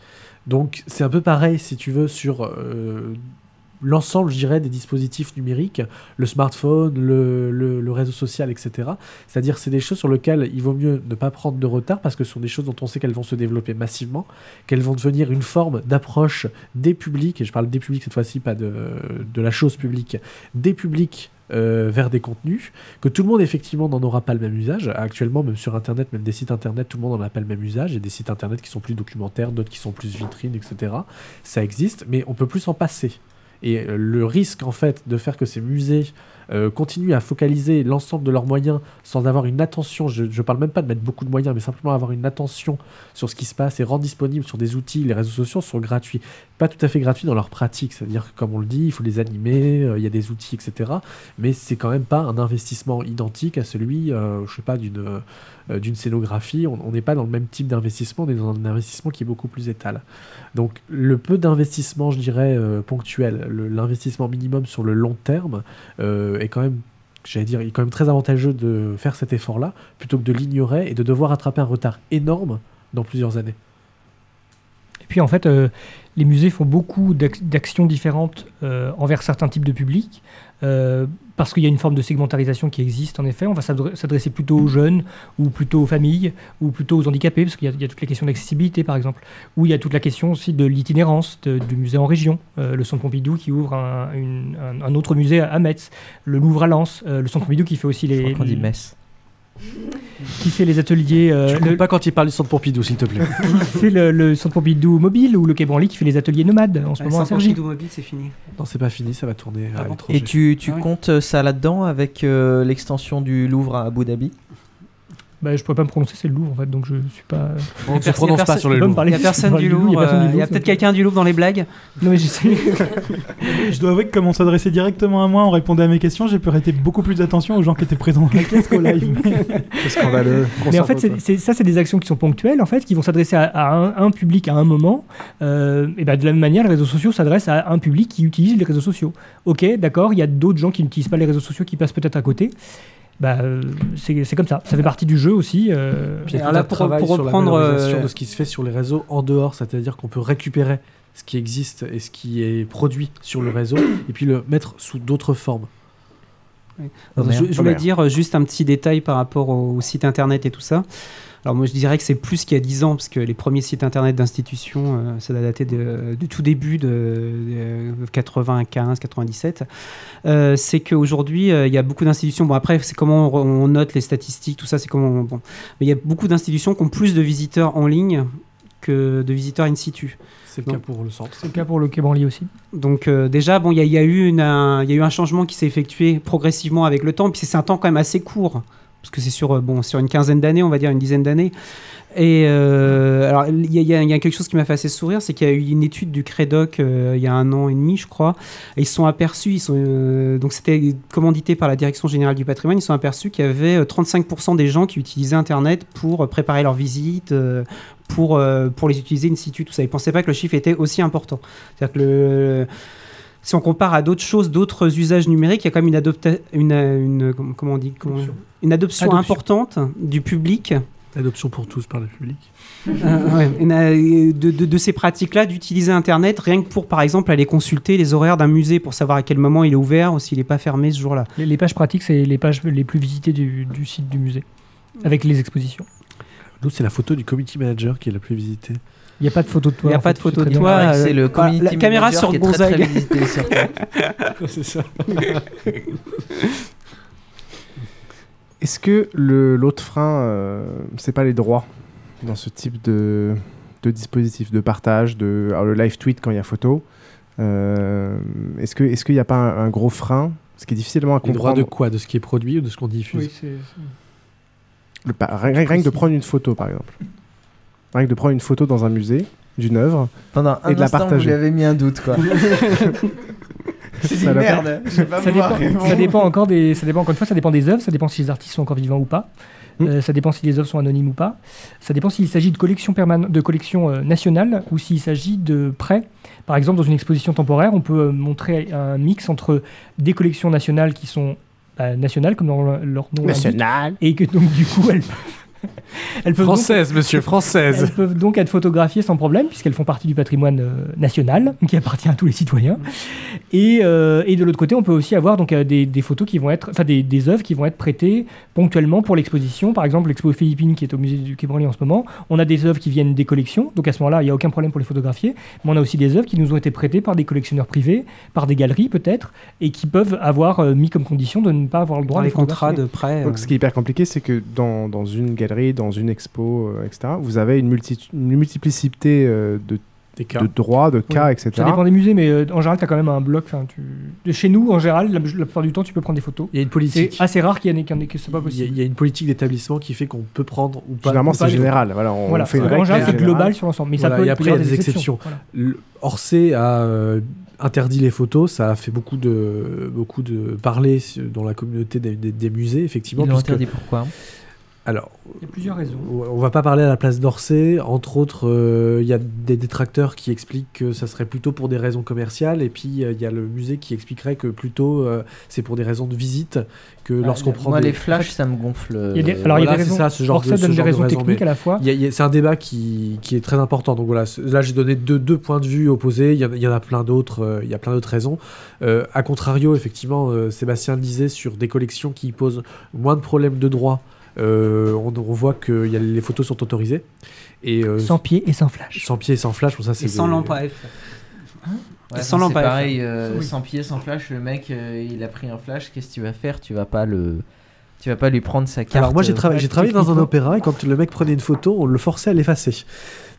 Donc c'est un peu pareil, si tu veux, sur euh, l'ensemble, je dirais, des dispositifs numériques, le smartphone, le, le, le réseau social, et cetera. C'est-à-dire c'est des choses sur lesquelles il vaut mieux ne pas prendre de retard parce que ce sont des choses dont on sait qu'elles vont se développer massivement, qu'elles vont devenir une forme d'approche des publics, et je parle des publics cette fois-ci, pas de, de la chose publique, des publics euh, vers des contenus, que tout le monde effectivement n'en aura pas le même usage. Actuellement, même sur Internet, même des sites Internet, tout le monde n'en a pas le même usage. Il y a des sites Internet qui sont plus documentaires, d'autres qui sont plus vitrines, et cetera. Ça existe, mais on peut plus s'en passer. Et le risque, en fait, de faire que ces musées euh, continuent à focaliser l'ensemble de leurs moyens sans avoir une attention, je ne parle même pas de mettre beaucoup de moyens, mais simplement avoir une attention sur ce qui se passe et rendre disponible sur des outils, les réseaux sociaux sont gratuits. Pas tout à fait gratuits dans leur pratique, c'est-à-dire que, comme on le dit, il faut les animer, il euh, y a des outils, et cetera. Mais c'est quand même pas un investissement identique à celui, euh, je sais pas, d'une... Euh, d'une scénographie, on n'est pas dans le même type d'investissement, on est dans un investissement qui est beaucoup plus étal. Donc le peu d'investissement, je dirais, euh, ponctuel, le, l'investissement minimum sur le long terme euh, est quand même, j'allais dire, il est quand même très avantageux de faire cet effort-là, plutôt que de l'ignorer et de devoir rattraper un retard énorme dans plusieurs années. Et puis en fait, euh, les musées font beaucoup d'ac- d'actions différentes euh, envers certains types de publics, euh, parce qu'il y a une forme de segmentarisation qui existe en effet. On va s'adresser plutôt aux jeunes, ou plutôt aux familles, ou plutôt aux handicapés, parce qu'il y a, il y a toutes les questions d'accessibilité par exemple, ou il y a toute la question aussi de l'itinérance de, du musée en région, euh, le Centre Pompidou qui ouvre un, une, un, un autre musée à Metz, le Louvre à Lens, euh, le Centre Pompidou qui fait aussi les... Je crois qu'on dit Metz. Qui fait les ateliers... Euh, Je ne comprends pas quand il parle du Centre Pompidou, s'il te plaît. Qui fait le, le Centre Pompidou mobile, ou le Quai Branly qui fait les ateliers nomades en ce ah, moment à Cergy. Le Centre Pompidou mobile, c'est fini. Non, c'est pas fini, ça va tourner à l'étranger. Et tu, tu ah, oui. comptes ça là-dedans avec euh, l'extension du Louvre à Abu Dhabi ? Bah, je pourrais pas me prononcer, c'est le Louvre en fait, donc je suis pas. On ne se prononce pas sur le Louvre. Il n'y a personne du Louvre. Il y a peut-être quelqu'un du Louvre dans les blagues. Non, mais j'essaie. Je dois avouer que comme on s'adressait directement à moi, on répondait à mes questions, j'ai prêté beaucoup plus d'attention aux gens qui étaient présents dans la pièce qu'au live. C'est scandaleux. Mais en fait, c'est, c'est, ça, c'est des actions qui sont ponctuelles, en fait, qui vont s'adresser à, à un, un public à un moment. Euh, et ben de la même manière, les réseaux sociaux s'adressent à un public qui utilise les réseaux sociaux. Ok, d'accord, il y a d'autres gens qui n'utilisent pas les réseaux sociaux qui passent peut-être à côté. Bah, euh, c'est, c'est comme ça. Ça fait partie du jeu aussi. Euh... Puis il y a tout un travail sur la valorisation de ce qui se fait sur les réseaux en dehors, c'est-à-dire qu'on peut récupérer ce qui existe et ce qui est produit sur le réseau et puis le mettre sous d'autres formes. Oui. Alors, je, je voulais dire juste un petit détail par rapport au, au site internet et tout ça. Alors moi je dirais que c'est plus qu'il y a dix ans, parce que les premiers sites internet d'institutions, euh, ça doit dater de, du tout début de, de quatre-vingt-quinze quatre-vingt-dix-sept. Euh, c'est qu'aujourd'hui, euh, il y a beaucoup d'institutions, bon après c'est comment on, on note les statistiques, tout ça, c'est comment on, bon. Mais il y a beaucoup d'institutions qui ont plus de visiteurs en ligne que de visiteurs in situ. C'est le cas pour le centre. C'est le cas pour le Quai Branly aussi. Donc euh, déjà, bon, il y, y a eu une, un, y a eu un changement qui s'est effectué progressivement avec le temps, puis c'est un temps quand même assez court. Parce que c'est sur, bon, sur une quinzaine d'années, on va dire une dizaine d'années. Et euh, alors, il y, y, y a quelque chose qui m'a fait assez sourire, c'est qu'il y a eu une étude du Crédoc euh, il y a un an et demi, je crois. Et ils se sont aperçus, ils sont, euh, donc c'était commandité par la Direction Générale du Patrimoine, ils se sont aperçus qu'il y avait trente-cinq pour cent des gens qui utilisaient Internet pour préparer leurs visites, euh, pour, euh, pour les utiliser in situ, tout ça. Ils ne pensaient pas que le chiffre était aussi important. C'est-à-dire que le... Si on compare à d'autres choses, d'autres usages numériques, il y a quand même une, adopta- une, une, comment on dit, comment, une adoption, adoption importante du public. Adoption pour tous par le public. Euh, ouais, une, de, de, de ces pratiques-là, d'utiliser Internet, rien que pour, par exemple, aller consulter les horaires d'un musée pour savoir à quel moment il est ouvert ou s'il n'est pas fermé ce jour-là. Les, les pages pratiques, c'est les pages les plus visitées du, du site du musée, avec les expositions. L'autre, c'est la photo du community manager qui est la plus visitée. Il n'y a pas de photo de toi. Il n'y a pas de photo de toi. Euh, c'est le community la caméra manager sur qui est très, très Gonzague. visité sur C'est ça. Est-ce que le, l'autre frein, euh, c'est pas les droits dans ce type de, de dispositif de partage, de alors le live tweet quand il y a photo. Euh, est-ce que est-ce qu'il n'y a pas un, un gros frein, ce qui est difficilement à comprendre. Les droits de quoi? De ce qui est produit ou de ce qu'on diffuse? Oui, c'est. c'est... Le, bah, rien, rien que de prendre une photo, par exemple. Rien que de prendre une photo dans un musée d'une œuvre pendant un et de la instant, partager. Vous lui avez mis un doute, quoi. C'est dit merde, je vais pas ça, pouvoir dépend, ça dépend encore des, ça dépend encore une fois, ça dépend des œuvres, ça dépend si les artistes sont encore vivants ou pas. Mmh. Euh, ça dépend si les œuvres sont anonymes ou pas. Ça dépend s'il s'agit de collections perman- de collections euh, nationales ou s'il s'agit de prêts. Par exemple, dans une exposition temporaire, on peut euh, montrer un mix entre des collections nationales qui sont euh, nationales, comme dans leur nom National. l'indique, et que donc du coup elles Elles peuvent française, donc, monsieur, française. Elles peuvent donc être photographiées sans problème, puisqu'elles font partie du patrimoine euh, national, qui appartient à tous les citoyens. Et, euh, et de l'autre côté, on peut aussi avoir donc, euh, des, des photos qui vont être, enfin des, des œuvres qui vont être prêtées ponctuellement pour l'exposition. Par exemple, l'expo Philippines qui est au musée du Quai Branly en ce moment. On a des œuvres qui viennent des collections, donc à ce moment-là, il n'y a aucun problème pour les photographier. Mais on a aussi des œuvres qui nous ont été prêtées par des collectionneurs privés, par des galeries peut-être, et qui peuvent avoir euh, mis comme condition de ne pas avoir le droit dans de les contrats de prêt. Donc, ce qui est hyper compliqué, c'est que dans, dans une galerie, dans une expo, euh, et cetera, vous avez une, multi- une multiplicité euh, de, de droits, de cas, oui. et cetera. Ça dépend des musées, mais euh, en général, tu as quand même un bloc. Tu... De chez nous, en général, la, la plupart du temps, tu peux prendre des photos. Il y a une politique. C'est assez rare qu'il y en ait, qu'il y en ait que ce soit pas possible. Il y, a, il y a une politique d'établissement qui fait qu'on peut prendre ou pas. Généralement, ou c'est pas général. Voilà, on voilà. fait une en général, c'est générale. global sur l'ensemble. Mais voilà, ça peut et être après, il y a des exceptions. exceptions. Voilà. Orsay a euh, interdit les photos. Ça a fait beaucoup de, beaucoup de parler dans la communauté des, des, des musées, effectivement. Ils l'ont puisque... interdit pourquoi? Alors, il y a plusieurs raisons. On va pas parler à la place d'Orsay. Entre autres, euh, il y a des détracteurs qui expliquent que ça serait plutôt pour des raisons commerciales. Et puis, il euh, y a le musée qui expliquerait que plutôt euh, c'est pour des raisons de visite. Que ah, lorsqu'on le, prend moi, des... les flashs, ça me gonfle. Il y a des, alors, voilà, il y a des c'est raisons. ça, ce genre Orsay de, ce donne genre des raisons de techniques mais à la fois. Y a, y a, c'est un débat qui, qui est très important. Donc voilà, là, j'ai donné deux, deux points de vue opposés. Il y, y en a plein d'autres. Il euh, y a plein d'autres raisons. Euh, a contrario, effectivement, euh, Sébastien le disait, sur des collections qui posent moins de problèmes de droit. Euh, on, on voit que y a, les photos sont autorisées. Et, euh, sans pied et sans flash. Sans pied et sans flash, pour ça c'est. Et sans des... lampe à F. Hein ouais, sans c'est lampe à F. pareil, euh, oui. sans pied, sans flash, le mec euh, il a pris un flash, qu'est-ce que tu vas faire? Tu vas pas le. Tu vas pas lui prendre sa carte. Alors moi j'ai, tra- euh, j'ai travaillé dans un opéra et quand le mec prenait une photo, on le forçait à l'effacer.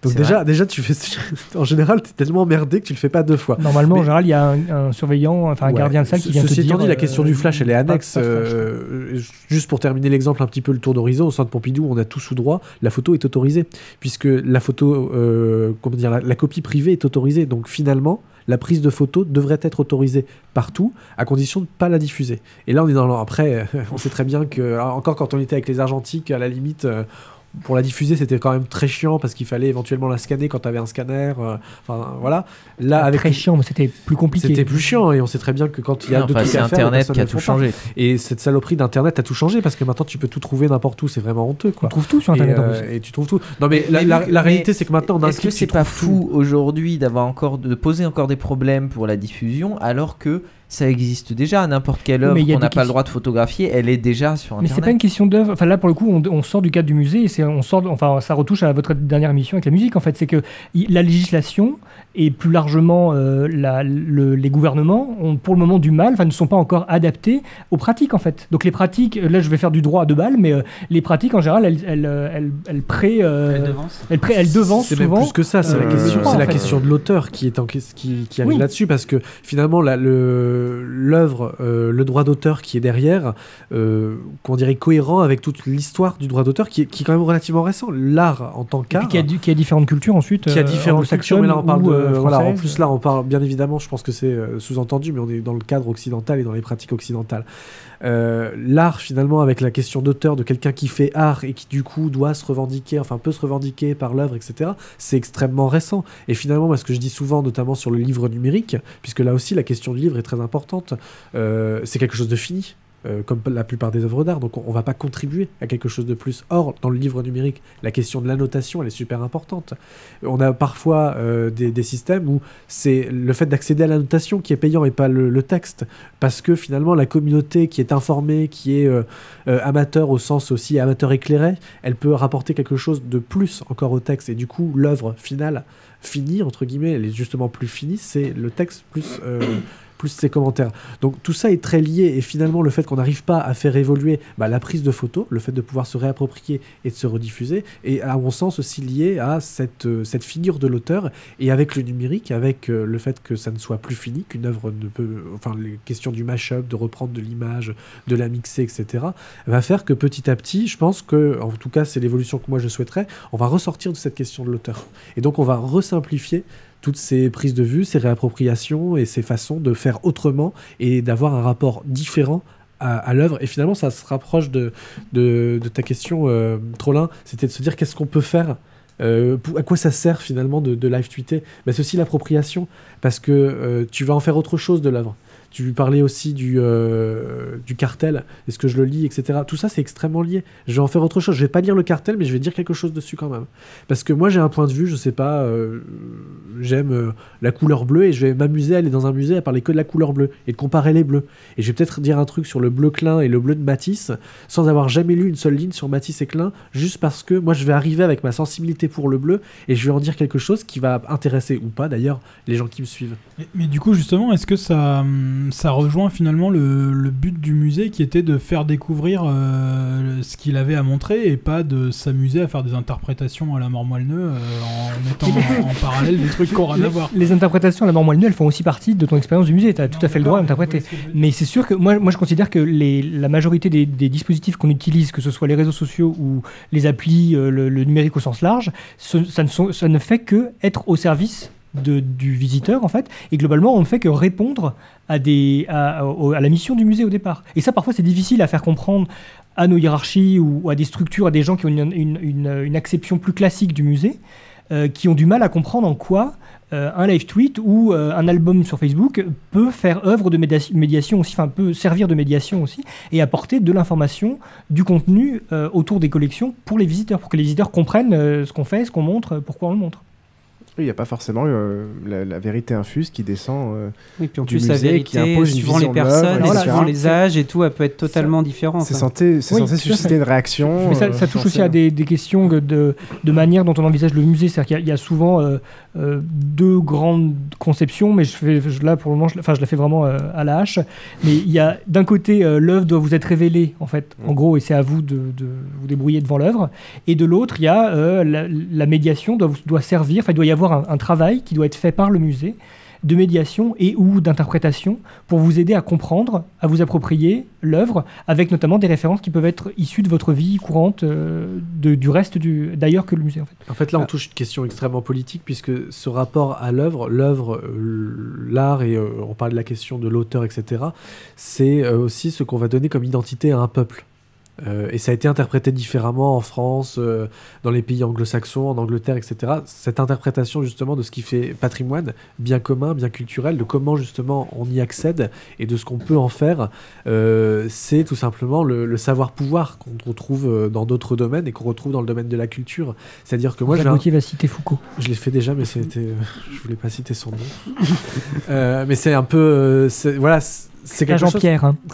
Donc C'est déjà, vrai. déjà, tu fais, en général, t'es tellement emmerdé que tu le fais pas deux fois. Normalement, Mais- en général, il y a un, un surveillant, enfin un Ouais. gardien de salle qui vient Ceci te dire. étant dit, la question euh, du flash, elle est pas- annexe. pas de flash. euh, juste pour terminer l'exemple, un petit peu le tour d'horizon, au centre Pompidou, on a tout sous droit, la photo est autorisée, puisque la photo, euh, comment dire, la, la copie privée est autorisée. Donc finalement, la prise de photo devrait être autorisée partout, à condition de ne pas la diffuser. Et là, on est dans le... Après, on sait très bien que, encore quand on était avec les argentiques, à la limite... euh, pour la diffuser, c'était quand même très chiant parce qu'il fallait éventuellement la scanner quand tu avais un scanner. euh, Enfin, voilà. Là, avec Très chiant, mais c'était plus compliqué. C'était plus chiant et on sait très bien que quand il y a Non, deux enfin, trucs c'est à faire, les Internet personnes qui a ne tout le font pas. changé. Et cette saloperie d'Internet a tout changé parce que maintenant tu peux tout trouver n'importe où, c'est vraiment honteux. Quoi. On trouve tout sur Et, Internet, en euh, plus. et tu trouves tout. Non mais, la, la- vu que- la mais réalité c'est que maintenant on a un est-ce que truc c'est qui pas trouve fou aujourd'hui d'avoir encore de poser encore des problèmes pour la diffusion alors que ça existe déjà à n'importe quelle Oui, œuvre mais il y a qu'on n'a des pas le questions- droit de photographier, elle est déjà sur Mais Internet. c'est pas une question d'œuvre. Enfin là, pour le coup, on, on sort du cadre du musée et c'est, on sort. de- Enfin, ça retouche à votre dernière émission avec la musique. En fait, c'est que y- la législation et plus largement euh, la- le- les gouvernements ont pour le moment du mal. Enfin, ne sont pas encore adaptés aux pratiques en fait. Donc les pratiques. Là, je vais faire du droit à deux balles, mais euh, les pratiques en général, elles, elles, euh, elles, elles pré. euh, Elles devancent. Elles pré. Elles devancent C'est même souvent. plus que ça, c'est la euh, question, le droit, c'est en la fait. question de l'auteur qui est en qui, qui arrive Oui. là-dessus parce que finalement la- le l'œuvre, euh, le droit d'auteur qui est derrière, euh, qu'on dirait cohérent avec toute l'histoire du droit d'auteur qui est, qui est quand même relativement récent. L'art en tant Et puis qu'art. qui a, du- qui a différentes cultures ensuite. Qui a euh, différentes cultures, mais là on parle ou, de, euh, voilà, en françaises. plus là on parle bien évidemment, je pense que c'est euh, sous-entendu, mais on est dans le cadre occidental et dans les pratiques occidentales. Euh, l'art finalement avec la question d'auteur, de quelqu'un qui fait art et qui du coup doit se revendiquer, enfin peut se revendiquer par l'œuvre, et cetera. C'est extrêmement récent. Et finalement, moi, ce que je dis souvent, notamment sur le livre numérique, puisque là aussi la question du livre est très importante, euh, c'est quelque chose de fini. euh, comme la plupart des œuvres d'art, donc on ne va pas contribuer à quelque chose de plus. Or, dans le livre numérique, la question de l'annotation, elle est super importante. On a parfois euh, des, des systèmes où c'est le fait d'accéder à l'annotation qui est payant et pas le, le texte, parce que finalement, la communauté qui est informée, qui est euh, euh, amateur au sens aussi amateur éclairé, elle peut rapporter quelque chose de plus encore au texte, et du coup, l'œuvre finale, finie, entre guillemets, elle est justement plus finie, c'est le texte plus... Euh, plus ses commentaires. Donc tout ça est très lié, et finalement le fait qu'on n'arrive pas à faire évoluer bah, la prise de photo, le fait de pouvoir se réapproprier et de se rediffuser, est à mon sens aussi lié à cette, euh, cette figure de l'auteur, et avec le numérique, avec euh, le fait que ça ne soit plus fini, qu'une œuvre ne peut, enfin les questions du mash-up, de reprendre de l'image, de la mixer, et cetera, va faire que petit à petit, je pense que, en tout cas c'est l'évolution que moi je souhaiterais, on va ressortir de cette question de l'auteur. Et donc on va resimplifier toutes ces prises de vue, ces réappropriations et ces façons de faire autrement et d'avoir un rapport différent à, à l'œuvre. Et finalement, ça se rapproche de, de, de ta question, euh, Trollin, c'était de se dire qu'est-ce qu'on peut faire, euh, pour, à quoi ça sert finalement de, de live tweeter. Ben, c'est aussi l'appropriation, parce que euh, tu vas en faire autre chose de l'œuvre. Tu parlais aussi du, euh, du cartel, est-ce que je le lis, et cetera. Tout ça, c'est extrêmement lié. Je vais en faire autre chose. Je vais pas lire le cartel, mais je vais dire quelque chose dessus quand même. Parce que moi, j'ai un point de vue, je sais pas, euh, j'aime euh, la couleur bleue, et je vais m'amuser à aller dans un musée à parler que de la couleur bleue, et de comparer les bleus. Et je vais peut-être dire un truc sur le bleu Klein et le bleu de Matisse, sans avoir jamais lu une seule ligne sur Matisse et Klein, juste parce que moi, je vais arriver avec ma sensibilité pour le bleu, et je vais en dire quelque chose qui va intéresser, ou pas d'ailleurs, les gens qui me suivent. Mais, mais du coup, justement, est-ce que ça, hum, ça rejoint finalement le, le but du musée qui était de faire découvrir euh, ce qu'il avait à montrer et pas de s'amuser à faire des interprétations à la mort moelle-neu euh, en mettant en, en parallèle des trucs qui n'ont rien à voir. Les interprétations à la mort moelle-neu, elles font aussi partie de ton expérience du musée. Tu as tout à fait le droit d'interpréter. Mais c'est sûr que moi, moi je considère que les, la majorité des, des dispositifs qu'on utilise, que ce soit les réseaux sociaux ou les applis, euh, le, le numérique au sens large, ce, ça, ne sont, ça ne fait que être au service De, du visiteur en fait, et globalement on ne fait que répondre à, des, à, à, à la mission du musée au départ. Et ça parfois c'est difficile à faire comprendre à nos hiérarchies ou, ou à des structures, à des gens qui ont une, une, une, une acception plus classique du musée, euh, qui ont du mal à comprendre en quoi euh, un live tweet ou euh, un album sur Facebook peut faire œuvre de médiation, médiation aussi, enfin peut servir de médiation aussi, et apporter de l'information, du contenu euh, autour des collections pour les visiteurs, pour que les visiteurs comprennent euh, ce qu'on fait, ce qu'on montre, pourquoi on le montre. Oui, il n'y a pas forcément euh, la, la vérité infuse qui descend euh, oui, puis en du plus, musée, la vérité, qui impose une suivant les vision de personnes, l'œuvre, et et cetera. suivant les âges et tout, elle peut être totalement différente. C'est hein. censé, c'est Oui, censé tout à susciter fait. une réaction. Mais ça, euh, ça touche aussi censée- à des, des questions de, de, de manière dont on envisage le musée. C'est-à-dire qu'il y a, il y a souvent euh, euh, deux grandes conceptions, mais je fais, je- là pour le moment, je, enfin, je la fais vraiment euh, à la hache. Mais il y a d'un côté, euh, l'œuvre doit vous être révélée, en fait, en gros, et c'est à vous de, de vous débrouiller devant l'œuvre. Et de l'autre, il y a euh, la, la médiation doit, vous- doit servir, enfin, il doit y avoir un, un travail qui doit être fait par le musée de médiation et ou d'interprétation pour vous aider à comprendre, à vous approprier l'œuvre, avec notamment des références qui peuvent être issues de votre vie courante, euh, de, du reste du, d'ailleurs que le musée, en fait. En fait, là, on touche une question extrêmement politique, puisque ce rapport à l'œuvre, l'œuvre, euh, l'art, et euh, on parle de la question de l'auteur, et cetera, c'est euh, aussi ce qu'on va donner comme identité à un peuple. Euh, et ça a été interprété différemment en France, euh, dans les pays anglo-saxons, en Angleterre, et cetera. Cette interprétation justement de ce qui fait patrimoine, bien commun, bien culturel, de comment justement on y accède et de ce qu'on peut en faire, euh, c'est tout simplement le, le savoir-pouvoir qu'on retrouve euh, dans d'autres domaines et qu'on retrouve dans le domaine de la culture. C'est-à-dire que moi, Jean j'ai un- Gaultier va citer Foucault. je l'ai fait déjà, mais c'était, euh, je voulais pas citer son nom. Euh, mais c'est un peu, euh, c'est- voilà, c'est c'est Pas quelque chose. Jean-Pierre, hein.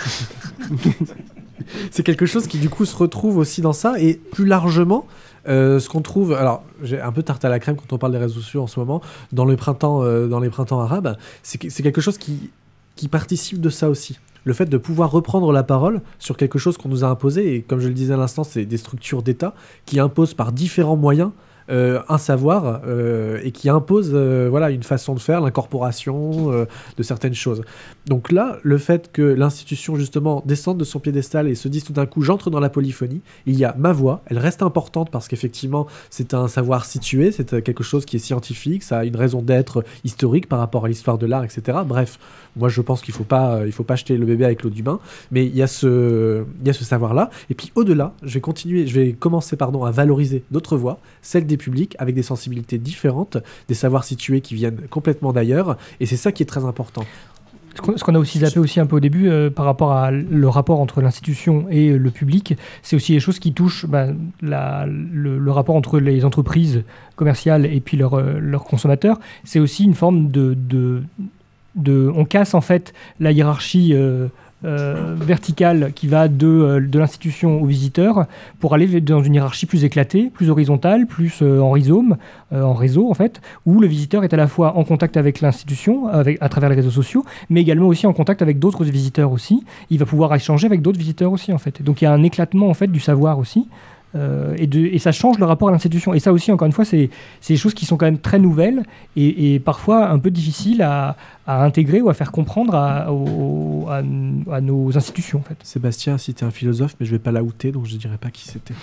C'est quelque chose qui du coup se retrouve aussi dans ça et plus largement euh, ce qu'on trouve, alors j'ai un peu tarte à la crème quand on parle des réseaux sociaux en ce moment, dans le printemps, euh, dans les printemps arabes, c'est que- c'est quelque chose qui, qui participe de ça aussi. Le fait de pouvoir reprendre la parole sur quelque chose qu'on nous a imposé, et comme je le disais à l'instant, c'est des structures d'État qui imposent par différents moyens euh, un savoir euh, et qui imposent euh, voilà, une façon de faire, l'incorporation euh, de certaines choses. Donc là, le fait que l'institution justement descende de son piédestal et se dise tout d'un coup j'entre dans la polyphonie, il y a ma voix, elle reste importante parce qu'effectivement c'est un savoir situé, c'est quelque chose qui est scientifique, ça a une raison d'être historique par rapport à l'histoire de l'art, et cetera. Bref, moi je pense qu'il faut pas, il faut pas jeter le bébé avec l'eau du bain, mais il y a ce, il y a ce savoir-là. Et puis au-delà, je vais continuer, je vais commencer pardon à valoriser d'autres voix, celles des publics avec des sensibilités différentes, des savoirs situés qui viennent complètement d'ailleurs, et c'est ça qui est très important. Ce qu'on- ce qu'on a aussi zappé aussi un peu au début euh, par rapport à le rapport entre l'institution et le public, c'est aussi les choses qui touchent bah, la- le, le rapport entre les entreprises commerciales et puis leurs euh, leurs consommateurs. C'est aussi une forme de, de, de... On casse en fait la hiérarchie euh, euh, verticale qui va de, euh, de l'institution aux visiteurs pour aller dans une hiérarchie plus éclatée, plus horizontale, plus euh, en rhizome, euh, en réseau en fait, où le visiteur est à la fois en contact avec l'institution, avec, à travers les réseaux sociaux, mais également aussi en contact avec d'autres visiteurs aussi. Il va pouvoir échanger avec d'autres visiteurs aussi en fait. Donc il y a un éclatement en fait du savoir aussi. Euh, et, de, et ça change le rapport à l'institution. Et ça aussi, encore une fois, c'est c'est des choses qui sont quand même très nouvelles et, et parfois un peu difficiles à, à intégrer ou à faire comprendre à, au- à, à nos institutions. En fait. Sébastien a cité un philosophe, mais je vais pas la outer, donc je dirais pas qui c'était.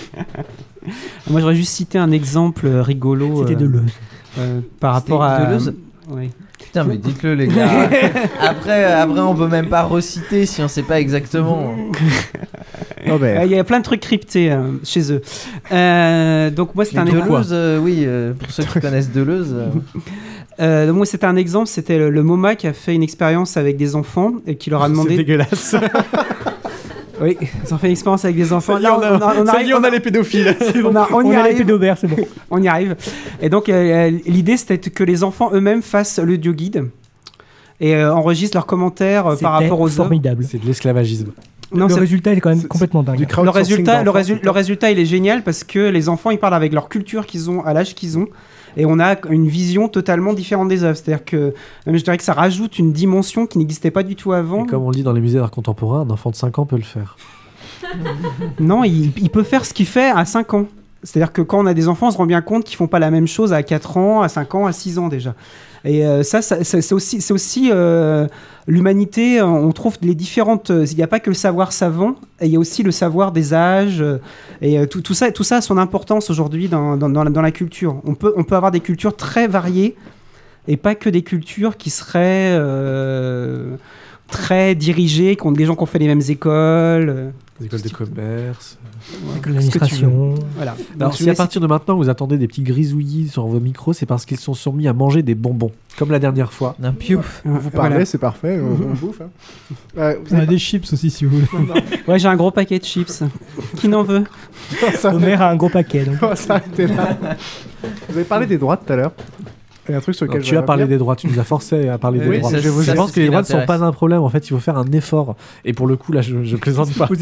Moi, j'aurais juste cité un exemple rigolo. C'était euh, Deleuze. euh, par C'était rapport à. Deleuze Oui. Putain, mais dites-le, les gars. après, après, on peut même pas reciter si on sait pas exactement. Oh, ben. Euh, Il y a plein de trucs cryptés euh, chez eux. Euh, donc moi, c'était un Les exemple. Deleuze, euh, oui, euh, pour ceux qui connaissent Deleuze. euh, Euh, donc moi, c'était un exemple. C'était le, le MoMA qui a fait une expérience avec des enfants et qui leur a demandé. C'est dégueulasse. Oui, ils ont fait une expérience avec des enfants. Ça y est, on a- ça y est, arrive- on a les pédophiles. C'est bon. On, a- on y On a les arrive. pédobères, c'est bon. On y arrive. Et donc, euh, l'idée, c'était que les enfants eux-mêmes fassent l'audio guide et euh, enregistrent leurs commentaires euh, par C'était rapport aux œuvres. formidable. C'est de l'esclavagisme. Non, le c'est- résultat est quand même complètement dingue. Le résultat, le, résu- le résultat, il est génial parce que les enfants, ils parlent avec leur culture qu'ils ont, à l'âge qu'ils ont, et on a une vision totalement différente des œuvres. C'est-à-dire que, même je dirais que ça rajoute une dimension qui n'existait pas du tout avant. Et comme on le dit dans les musées d'art contemporain, un enfant de cinq ans peut le faire. Non, il, il peut faire ce qu'il fait à cinq ans. C'est-à-dire que quand on a des enfants, on se rend bien compte qu'ils font pas la même chose à quatre ans, à cinq ans, à six ans déjà. Et euh, ça, ça, ça, c'est aussi, c'est aussi euh, l'humanité. On trouve les différentes. Il n'y a pas que le savoir savant, et il y a aussi le savoir des âges. euh, Et euh, tout, tout ça, tout ça a son importance aujourd'hui dans, dans, dans, la, dans la culture. On peut, on peut avoir des cultures très variées, et pas que des cultures qui seraient euh, très dirigées, qui ont des gens qui ont fait les mêmes écoles. euh, Les écoles de commerce, euh, l'école d'administration. Voilà. Alors, Donc, si à partir de maintenant vous attendez des petits grisouillis sur vos micros, c'est parce qu'ils se sont mis à manger des bonbons, comme la dernière fois. Un piouf. Vous parlez, voilà. C'est parfait, on, on bouffe. Hein. Euh, vous On avez... a des chips aussi si vous voulez. Ouais, j'ai un gros paquet de chips. Qui n'en veut? Omer a un gros paquet. Donc. On va s'arrêter là. Vous avez parlé des droits tout à l'heure. Il y a un truc sur lequel non, tu as parlé des droits, tu nous as forcé à parler oui, des droits. Ça, je vous ça, pense que les droits ne sont pas un problème, en fait, il faut faire un effort. Et pour le coup, là, je, je plaisante pas.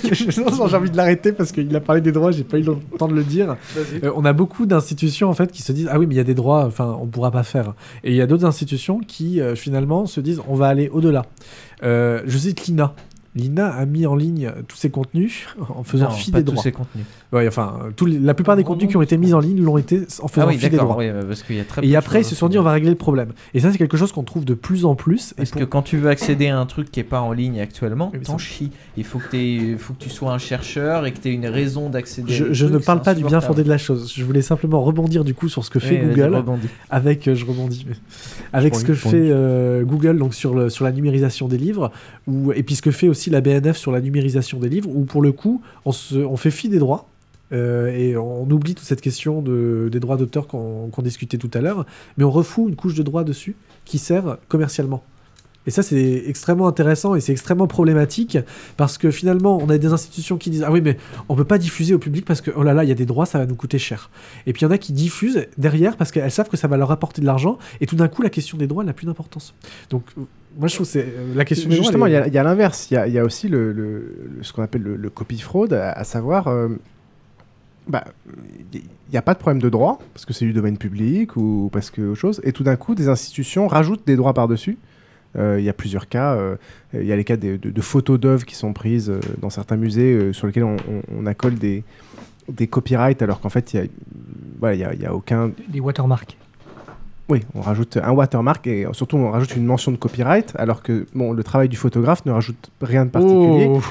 J'ai envie de l'arrêter parce qu'il a parlé des droits, j'ai pas eu le temps de le dire. Euh, on a beaucoup d'institutions en fait qui se disent ah oui, mais il y a des droits, enfin, on pourra pas faire. Et il y a d'autres institutions qui euh, finalement se disent on va aller au-delà. Euh, je cite l'I N A. L'I N A a mis en ligne tous ses contenus en faisant non, fi pas des tous droits. Ses contenus. Ouais, enfin, tous les, la plupart des contenus qui ont été mis en ligne l'ont été en faisant ah oui, fi des droits. Oui, parce qu'il y a très et après, ils se sont dit on va régler le problème. Et ça, c'est quelque chose qu'on trouve de plus en plus. Parce et pour... que quand tu veux accéder à un truc qui est pas en ligne actuellement, oui, t'en chies. Il faut que, t'aies, faut que tu sois un chercheur et que tu aies une raison d'accéder. Je, à je trucs, ne parle pas du bien fondé de la chose. Je voulais simplement rebondir du coup sur ce que fait oui, Google avec, euh, je rebondis, mais... avec je ce que fait euh, Google donc sur le, sur la numérisation des livres, ou et puis ce que fait aussi la B N F sur la numérisation des livres, où pour le coup, on, se, on fait fi des droits. Euh, et on oublie toute cette question de, des droits d'auteur qu'on, qu'on discutait tout à l'heure, mais on refout une couche de droit dessus qui sert commercialement. Et ça, c'est extrêmement intéressant et c'est extrêmement problématique parce que finalement, on a des institutions qui disent « Ah oui, mais on ne peut pas diffuser au public parce que, oh là là, il y a des droits, ça va nous coûter cher. » Et puis il y en a qui diffusent derrière parce qu'elles savent que ça va leur apporter de l'argent et tout d'un coup, la question des droits n'a plus d'importance. Donc, moi, je trouve que c'est la question des droits... Justement, il est... y, y a l'inverse. Il y a, y a aussi le, le, le, ce qu'on appelle le, le copy fraude, à, à savoir... Euh, bah, il n'y a pas de problème de droit, parce que c'est du domaine public ou parce que autre chose, et tout d'un coup, des institutions rajoutent des droits par-dessus. Il euh, y a plusieurs cas. Il euh, y a les cas de, de, de photos d'œuvres qui sont prises euh, dans certains musées euh, sur lesquels on, on, on accole des, des copyrights, alors qu'en fait, il n'y a, voilà, y a, y a aucun... Des watermarks. Oui, on rajoute un watermark et surtout on rajoute une mention de copyright, alors que bon, le travail du photographe ne rajoute rien de particulier. Oh.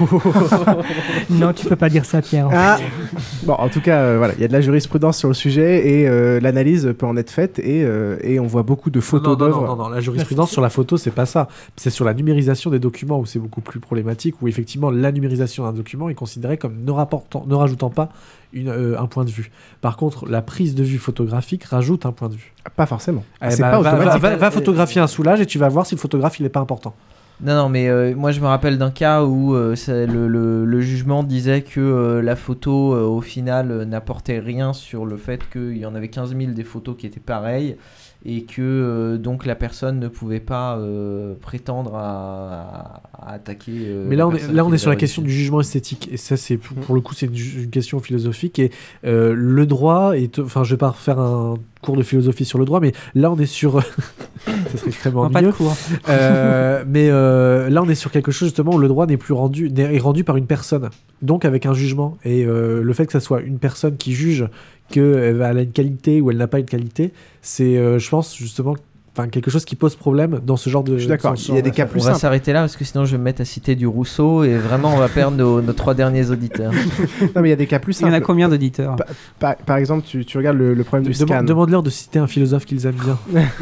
Non, tu peux pas dire ça, Pierre. En ah. Bon, en tout cas, euh, voilà, il y a de la jurisprudence sur le sujet et euh, l'analyse peut en être faite et, euh, et on voit beaucoup de photos non, non, d'œuvres. Non, non, non, la jurisprudence sur la photo, c'est pas ça. C'est sur la numérisation des documents où c'est beaucoup plus problématique, où effectivement la numérisation d'un document est considérée comme ne, rapportant, ne rajoutant pas Une, euh, un point de vue. Par contre, la prise de vue photographique rajoute un point de vue. Pas forcément. Eh c'est bah, pas va, automatique. Va, va, va photographier un soulage et tu vas voir si le photographe il est pas important. Non, non, mais euh, moi je me rappelle d'un cas où euh, ça, le, le, le jugement disait que euh, la photo euh, au final euh, n'apportait rien sur le fait qu'il y en avait quinze mille des photos qui étaient pareilles et que euh, donc la personne ne pouvait pas euh, prétendre à, à, à attaquer. Euh, Mais là on est, là on est sur la question du jugement esthétique et ça c'est pour, pour le coup c'est une, une question philosophique et euh, le droit est, enfin je vais pas refaire un cours de philosophie sur le droit, mais là on est sur ça serait extrêmement ennuyeux. Pas de cours. euh, mais euh, là on est sur quelque chose justement où le droit n'est plus rendu, n'est, est rendu par une personne, donc avec un jugement et euh, le fait que ça soit une personne qui juge qu'elle a une qualité ou elle n'a pas une qualité, c'est euh, je pense justement enfin quelque chose qui pose problème dans ce genre de... Je suis d'accord, il y a des cas plus On simples. va s'arrêter là parce que sinon je vais me mettre à citer du Rousseau et vraiment on va perdre nos, nos trois derniers auditeurs. Non mais il y a des cas plus simples. Il y en a combien d'auditeurs? par, par, par exemple, tu, tu regardes le, le problème du Demande, scan. Demande-leur de citer un philosophe qu'ils aiment bien.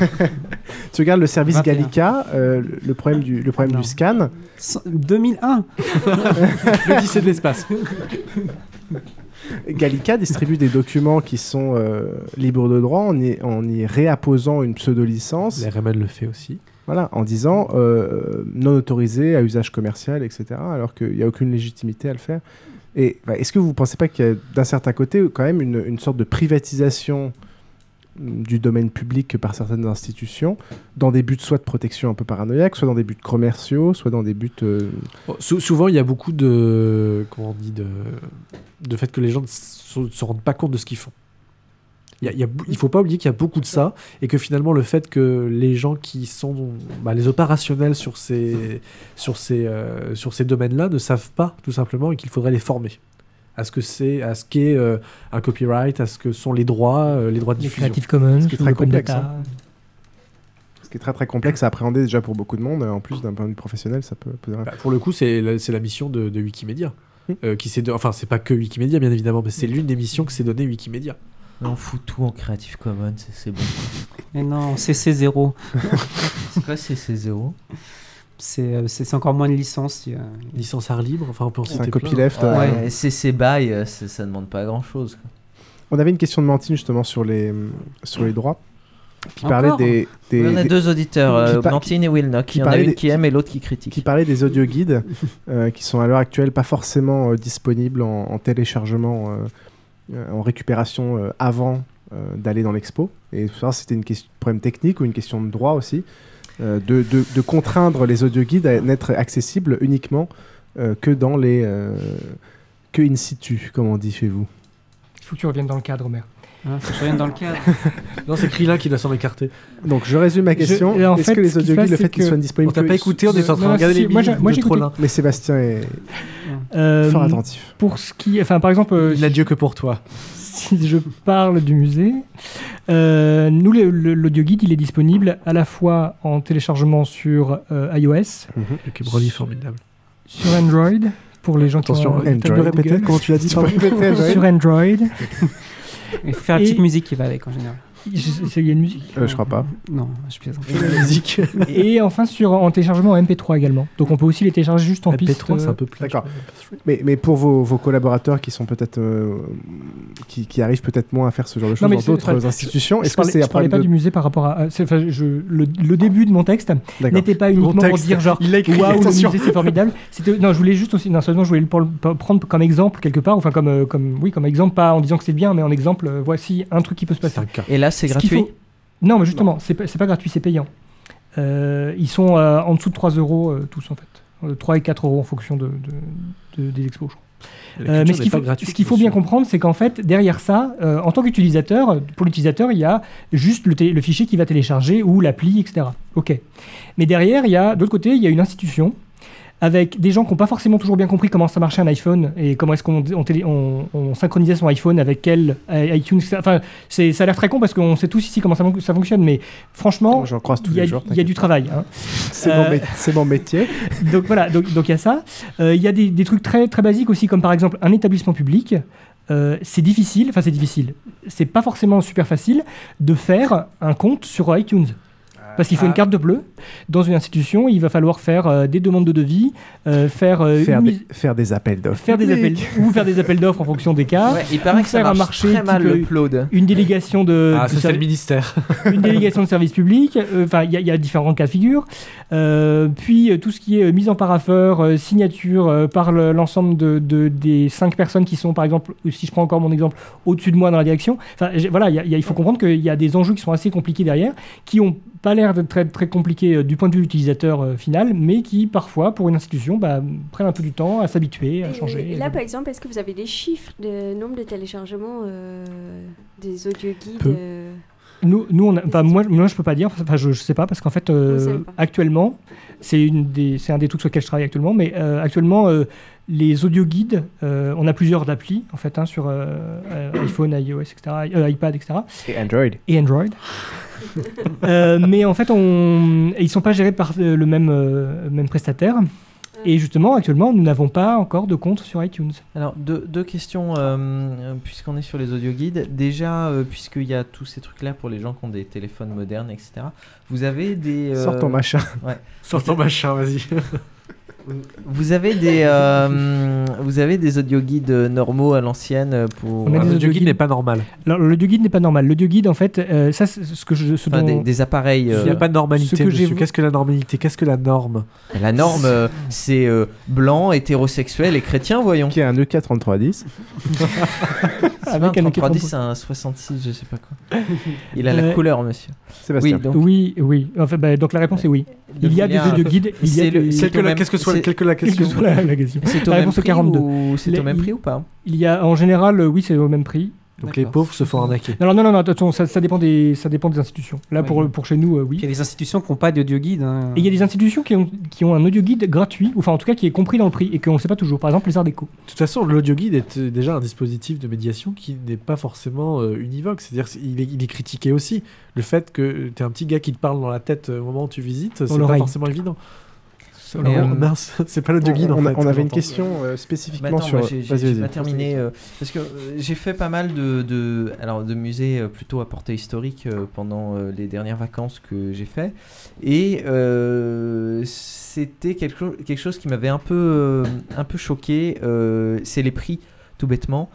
Tu regardes le service vingt et un. Gallica, euh, le problème du, le problème Non. du scan. deux mille un. L'Odyssée de l'espace. Gallica distribue des documents qui sont euh, libres de droit en y, en y réapposant une pseudo-licence. La R M L le fait aussi. Voilà, en disant euh, non autorisé à usage commercial, et cetera, alors qu'il n'y a aucune légitimité à le faire. Et bah, est-ce que vous ne pensez pas qu'il y a d'un certain côté quand même une, une sorte de privatisation du domaine public par certaines institutions, dans des buts soit de protection un peu paranoïaque, soit dans des buts commerciaux, soit dans des buts... Euh... Bon, sou- souvent, il y a beaucoup de... Comment on dit de, de fait que les gens ne se, se rendent pas compte de ce qu'ils font. Il y a, il ne faut pas oublier qu'il y a beaucoup de ça, et que finalement, le fait que les gens qui sont bah, les opérationnels sur ces, sur ces, euh, sur ces domaines-là ne savent pas, tout simplement, et qu'il faudrait les former à ce que c'est, à ce qu'est euh, un copyright, à ce que sont les droits, euh, les droits de Les diffusion. Creative Commons, Ce qui est très l'open complexe. data. Hein. Ce qui est très très complexe à appréhender déjà pour beaucoup de monde. En plus, d'un point de vue professionnel, ça peut poser un... Bah, pour le coup, c'est la, c'est la mission de, de Wikimedia. Mmh. Euh, qui s'est de... Enfin, c'est pas que Wikimedia, bien évidemment, mais c'est l'une des missions que s'est donnée Wikimedia. Mais on fout tout en Creative Commons, c'est, c'est bon. Mais non, C C zéro. C'est quoi C C zéro? c'est, c'est, c'est encore moins de licences. Il y a... Licence art libre, enfin on peut en C'est citer un plein. copyleft. Ouais, euh, et C C B Y, euh, c'est- ça demande pas grand-chose. quoi. On avait une question de Mantine justement sur les, sur les droits. Qui Encore parlait des, des- Oui, on a des- deux auditeurs, qui euh, par- Mantine et Wilnock. Il y en a parlait une des- qui aime et l'autre qui critique. Qui parlait des audioguides euh, qui sont à l'heure actuelle pas forcément euh, disponibles en, en téléchargement, euh, euh, en récupération euh, avant euh, d'aller dans l'expo. Et ça, c'était une question, problème technique ou une question de droit aussi, euh, de, de, de contraindre les audioguides à n'être accessibles uniquement euh, que dans les euh, que in situ, comme on dit chez vous. Il faut que tu reviennes dans le cadre, mère. Ah, faut que je revienne dans le cadre. Non, c'est Krillin qui doit s'en écarter. Donc je résume ma question. Je- en Est-ce fait, que les ce qui se audioguides, passe, le c'est fait qu'ils que- soient disponibles On t'a que- pas écouté, on est en train de Non, regarder si, les moi, j'ai- vidéos moi, de j'ai écouté. Trollin. Mais Sébastien est Euh, fort attentif. Pour ce qui, enfin par exemple, euh, Il n'a Dieu que pour toi. si je parle du musée, euh, nous le- le- l'audioguide il est disponible à la fois en téléchargement sur euh, iOS, Le Quai Branly, formidable. sur Android pour les gens Attention, qui ont tu peux me répéter Google. comment tu l'as dit, Tu peux pardon répéter, Android Sur Android. Il faut faire la Et- petite musique qui va avec en général. Je sais, il y a une musique. Euh, je crois pas. Non, je plaisante. La musique. Et enfin sur en téléchargement en M P trois également. Donc on peut aussi les télécharger juste en M P piste. trois, c'est euh, un peu plus. D'accord. Mais, mais pour vos, vos collaborateurs qui sont peut-être euh, qui, qui arrivent peut-être moins à faire ce genre de choses mais dans c'est- d'autres enfin, institutions, je est-ce que parlais- c'est un je parlais problème pas de... du musée par rapport à. c'est- enfin, je, le, le début de mon texte D'accord. n'était pas uniquement Mon pour texte, dire genre il l'a écrit, waouh le attention. musée c'est formidable. C'était non, je voulais juste aussi non seulement je voulais le pour- pour- prendre comme exemple quelque part, enfin comme euh, comme oui comme exemple pas en disant que c'est bien, mais en exemple euh, voici un truc qui peut se passer. C'est un cas. Et là, c'est Ce qu'il gratuit. faut- Non, mais justement, c'est pas, c'est pas gratuit, c'est payant. Euh, ils sont euh, en dessous de trois euros euh, tous en fait. Euh, trois et quatre euros en fonction de, de- de- des expos, je crois. La Euh, mais culture ce n'est qu'il pas faut, gratuite, ce qu'il faut bien monsieur. comprendre, c'est qu'en fait, derrière ça, euh, en tant qu'utilisateur, pour l'utilisateur, il y a juste le, té- le fichier qui va télécharger ou l'appli, et cetera. Ok. Mais derrière, il y a, d'autre côté, il y a une institution avec des gens qui n'ont pas forcément toujours bien compris comment ça marchait un iPhone et comment est-ce qu'on on télé- on- on synchronisait son iPhone avec quel euh, iTunes. et cetera. Enfin, c'est, ça a l'air très con parce qu'on sait tous ici comment ça, fon- ça fonctionne, mais franchement, J'en croise tous il y a, les jours. il y a du travail. hein. C'est Euh, mon, mé- c'est mon métier. donc voilà, donc donc il y a ça. Euh, Il y a des, des trucs très très basiques aussi, comme par exemple un établissement public. Euh, c'est difficile, enfin c'est difficile. C'est pas forcément super facile de faire un compte sur iTunes. Parce qu'il faut Ah. une carte de bleu. Dans une institution, il va falloir faire euh, des demandes de devis, euh, faire, euh, Faire une des, mise- faire des appels d'offres. faire des appels ou faire des appels d'offres en fonction des cas. Ouais, il paraît ou que ça faire un marche marché très mal type, le euh, upload. une délégation de, Ah, de ça c'est servi- le ministère. une délégation de service public, euh, enfin il y, a- il y a différents cas de figure, Euh, puis euh, tout ce qui est euh, mise en parapheur, euh, signature euh, par le- l'ensemble de, de- des cinq personnes qui sont par exemple, si je prends encore mon exemple, au-dessus de moi dans la direction, enfin j'ai- voilà, il y a- il y a- il faut comprendre qu'il y a des enjeux qui sont assez compliqués derrière, qui ont pas l'air d'être très, très compliqués euh, du point de vue de l'utilisateur euh, final, mais qui parfois pour une institution bah, prennent un peu du temps à s'habituer, à changer. Et là, par exemple, est-ce que vous avez des chiffres de nombre de téléchargements euh, des audioguides Peu. euh, Nous, nous on a- enfin, moi, moi, je peux pas dire, enfin, je, je sais pas, parce qu'en fait, euh, Vous savez pas. actuellement, c'est une des, c'est un des trucs sur lesquels je travaille actuellement, mais euh, actuellement, euh, les audioguides, euh, on a plusieurs applis, en fait, hein, sur euh, euh, iPhone, iOS, et cetera, euh, iPad, et cetera. Et Android. Et Android. Euh, mais en fait, on, ils sont pas gérés par euh, le même, euh, même prestataire. Et justement, actuellement, nous n'avons pas encore de compte sur iTunes. Alors, deux, deux questions, euh, puisqu'on est sur les audioguides. Déjà, euh, puisqu'il y a tous ces trucs-là pour les gens qui ont des téléphones modernes, et cetera. Vous avez des... euh, Sors ton machin. Ouais. Sors ton machin, vas-y. Vous avez des, euh, vous avez des audioguides normaux à l'ancienne pour... On a Un des audioguide audioguides- n'est pas normal. Alors, l'audioguide n'est pas normal. L'audioguide, en fait, euh, ça, c'est ce que je... Ce Enfin, dont- des, des appareils... Il n'y a euh, pas de normalité, ce que j'ai- monsieur. Qu'est-ce que la normalité? Qu'est-ce que la norme? La norme, euh, c'est euh, blanc, hétérosexuel et chrétien, voyons. Qui a un E K trente-trois dix. C'est pas un Avec un trente-trois dix, écran- c'est un soixante-six, je sais pas quoi. Il a la Euh, couleur, monsieur. Sébastien. Oui, donc, Oui, oui. Enfin, bah, donc la réponse est oui. Il y a des audioguides. Il y c'est a le- des- c'est Quelle que au la- même- Qu'est-ce que soit c'est- quelle que la Quelle que question? soit la, la question. C'est au La même réponse est prix quarante-deux. ou c'est Les- au même il- prix ou pas? Il y a, en général, euh, oui, c'est au même prix. Donc les D'accord. pauvres se font arnaquer. Non, non, non, non, attention, ça, ça, dépend des, ça dépend des institutions. Là, Ouais. pour, pour chez nous, euh, Il y oui. a des institutions qui n'ont pas d'audioguide. Hein. Et il y a des institutions qui ont, qui ont un audioguide gratuit, ou enfin en tout cas qui est compris dans le prix et qu'on ne sait pas toujours. Par exemple, les Arts Déco. De toute façon, l'audioguide est euh, déjà un dispositif de médiation qui n'est pas forcément euh, univoque. C'est-à-dire qu'il est, il est critiqué aussi. Le fait que tu es un petit gars qui te parle dans la tête euh, au moment où tu visites, c'est pas l'oreille. forcément évident. Sur Mais, le- euh, Mince, c'est pas l'audioguide on, en a- fait. on avait une j'entends. question euh, Bah spécifiquement attends, sur. moi, j'ai, j'ai- Vas-y, j'ai vas-y. pas terminé euh, parce que euh, j'ai fait pas mal de, de, alors, de musées euh, plutôt à portée historique euh, pendant euh, les dernières vacances que j'ai fait et euh, c'est c'était quelque, cho- quelque chose qui m'avait un peu, euh, un peu choqué. Euh, c'est les prix, tout bêtement.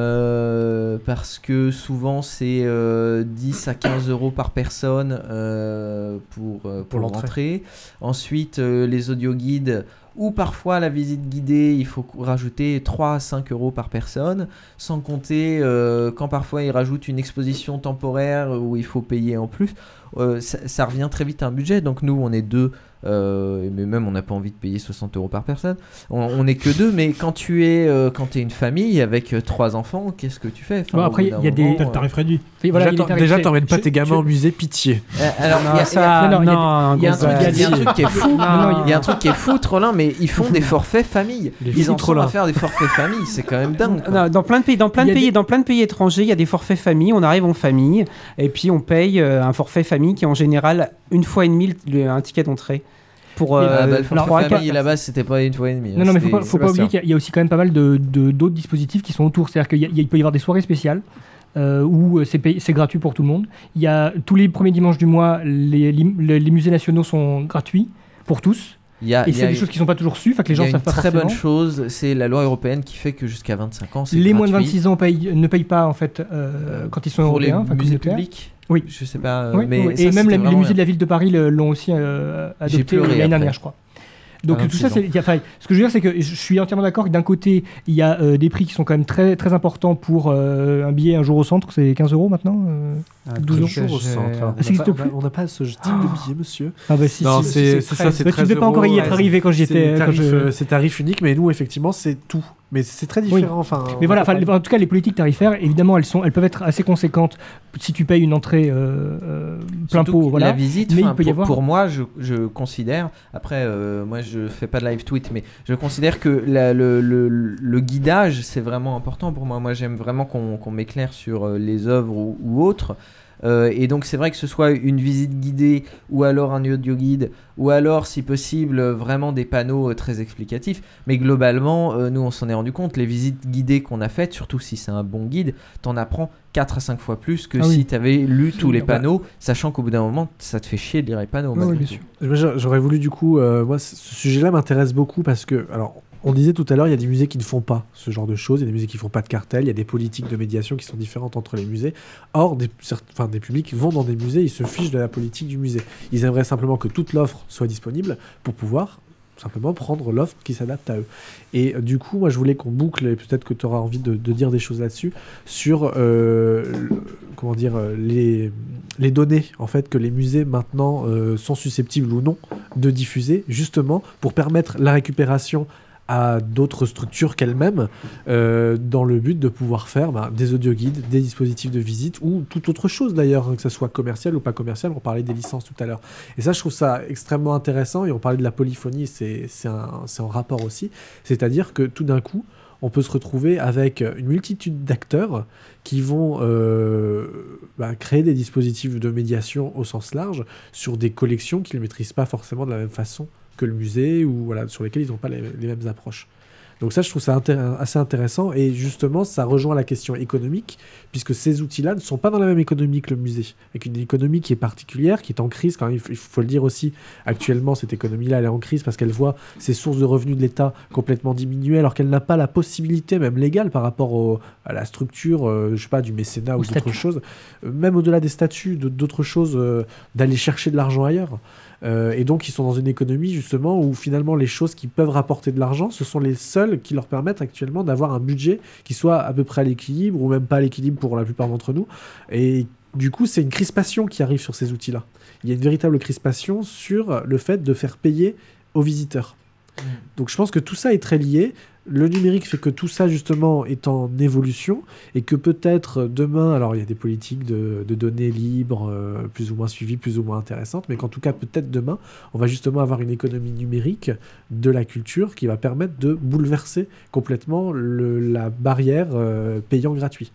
Euh, parce que souvent c'est euh, dix à quinze euros par personne euh, pour, euh, pour, Pour l'entrée. l'entrée. Ensuite, euh, les audioguides ou parfois la visite guidée, il faut cou- rajouter trois à cinq euros par personne. Sans compter euh, quand parfois ils rajoutent une exposition temporaire où il faut payer en plus. Euh, ça, ça revient très vite à un budget. Donc nous, on est deux. Euh, mais même on n'a pas envie de payer soixante euros par personne, on, on est que deux, mais quand tu es euh, quand tu es une famille avec euh, trois enfants, qu'est-ce que tu fais? Enfin, Bon, après, au bout il d'un y a des- moment, T'as le tarif réduit. Et voilà, déjà, il est t'en- tarifé. déjà, t'emmènes pas Je- tes gamins je- au musée, pitié. Euh, alors, Non, il y a- ça, il y a- non, il y a- il y a un truc- il y a un Gonzague. truc qui est fou. Non, non, Il y a un truc qui est fou, Trollin, mais ils font des forfaits famille. Les Ils fous, en sont Trollin. à faire des forfaits famille, c'est quand même dingue. quoi. Non, dans plein de pays, dans plein de Il y a pays, des- dans plein de pays étrangers, il y a des forfaits famille. On arrive en famille et puis on paye euh, un forfait famille qui est en général une fois et demie le- le- un ticket d'entrée. Pour Ah, euh, bah, le pour forfait trois à famille quatre là-bas, c'était pas une fois et demie. hein, Non, non, mais faut c'était- pas, faut pas oublier qu'il y a- il y a aussi quand même pas mal de, de- d'autres dispositifs qui sont autour. C'est-à-dire qu'il y a- il y a- il peut y avoir des soirées spéciales euh, où c'est, payé- c'est gratuit pour tout le monde. Il y a tous les premiers dimanches du mois, les, les, les musées nationaux sont gratuits pour tous. Il y a- Et il y c'est a des une- choses qui sont pas toujours su, fait que les il y gens a savent une pas très forcément. bonne chose, c'est la loi européenne qui fait que jusqu'à vingt-cinq ans, c'est Les moins de gratuit. vingt-six ans payent- ne payent pas en fait euh, quand ils sont Pour les européens. enfin, musées communautaires. publics. Oui. Je sais pas, euh, Oui, mais oui. ça, Et même c'était les, les vraiment musées bien. de la ville de Paris le- l'ont aussi euh, J'ai adopté pleuré l'année après. dernière, je crois. Donc À tout ça, vingt-six c'est, il y a- enfin, ce que je veux dire, c'est que je suis entièrement d'accord que d'un côté, il y a euh, des prix qui sont quand même très, très importants pour euh, un billet un jour au centre, c'est quinze euros maintenant euh, Ah, douze un euros. jour au centre. Alors, Ah, ça on n'a existe pas- plus. on n'a pas ce type de billet, monsieur. Ah bah si, non, si, c'est si, c'est c'est ça, c'est treize. Bah, tu devais pas encore y euros. être arrivé quand j'y C'est étais, quand tarif, je- euh, C'est tarif unique, mais nous, effectivement, c'est tout. Mais c'est très Oui. différent. Enfin, Mais on voilà, peut enfin, pas- en tout cas, les politiques tarifaires, évidemment, elles, sont, elles peuvent être assez conséquentes si tu payes une entrée euh, euh, plein Surtout pot. que Voilà. La visite, mais enfin, il peut y pour, avoir. pour moi, je, je considère, après, euh, moi je fais pas de live tweet, mais je considère que la- le, le- le guidage, c'est vraiment important pour moi. Moi, j'aime vraiment qu'on qu'on m'éclaire sur euh, les œuvres ou, ou autres. Euh, et donc c'est vrai que ce soit une visite guidée ou alors un audio guide ou alors si possible euh, vraiment des panneaux euh, très explicatifs, mais globalement euh, nous on s'en est rendu compte, les visites guidées qu'on a faites, surtout si c'est un bon guide, t'en apprends quatre à cinq fois plus que Ah si oui. t'avais lu tous les Bah, panneaux, sachant qu'au bout d'un moment ça te fait chier de lire les panneaux. Ah oui, malgré bien tout. sûr. Moi, j'a- J'aurais voulu du coup, euh, moi ce ce sujet-là m'intéresse beaucoup parce que, alors on disait tout à l'heure, il y a des musées qui ne font pas ce genre de choses, il y a des musées qui ne font pas de cartel, il y a des politiques de médiation qui sont différentes entre les musées. Or, des, certes- enfin, des publics vont dans des musées, ils se fichent de la politique du musée. Ils aimeraient simplement que toute l'offre soit disponible pour pouvoir simplement prendre l'offre qui s'adapte à eux. Et euh, du coup, moi je voulais qu'on boucle, et peut-être que tu auras envie de, de dire des choses là-dessus, sur euh, le- comment dire, euh, les, les données en fait, que les musées maintenant euh, sont susceptibles ou non de diffuser, justement pour permettre la récupération à d'autres structures qu'elles-mêmes euh, dans le but de pouvoir faire bah, des audioguides, des dispositifs de visite ou toute autre chose d'ailleurs, hein, que ça soit commercial ou pas commercial. On parlait des licences tout à l'heure. Et ça, je trouve ça extrêmement intéressant. Et on parlait de la polyphonie, c'est c'est un- c'est en rapport aussi. C'est-à-dire que tout d'un coup, on peut se retrouver avec une multitude d'acteurs qui vont euh, bah, créer des dispositifs de médiation au sens large sur des collections qu'ils ne maîtrisent pas forcément de la même façon que le musée ou voilà, sur lesquels ils n'ont pas les, les mêmes approches. Donc ça, je trouve ça intér- assez intéressant et justement, ça rejoint la question économique puisque ces outils-là ne sont pas dans la même économie que le musée, avec une économie qui est particulière, qui est en crise. Quand même, il faut, il faut le dire aussi, actuellement, cette économie-là, elle est en crise parce qu'elle voit ses sources de revenus de l'État complètement diminuer alors qu'elle n'a pas la possibilité, même légale, par rapport au- à la structure, euh, je sais pas, du mécénat Au ou d'autres statut. choses, euh, même au-delà des statuts, de- d'autres choses, euh, d'aller chercher de l'argent ailleurs. Euh, et donc ils sont dans une économie justement où finalement les choses qui peuvent rapporter de l'argent, ce sont les seules qui leur permettent actuellement d'avoir un budget qui soit à peu près à l'équilibre ou même pas à l'équilibre pour la plupart d'entre nous. Et du coup c'est une crispation qui arrive sur ces outils-là. Il y a une véritable crispation sur le fait de faire payer aux visiteurs. Donc je pense que tout ça est très lié. Le numérique fait que tout ça justement est en évolution et que peut-être demain, alors il y a des politiques de, de données libres, euh, plus ou moins suivies, plus ou moins intéressantes, mais qu'en tout cas peut-être demain, on va justement avoir une économie numérique de la culture qui va permettre de bouleverser complètement le- la barrière euh, payant-gratuit.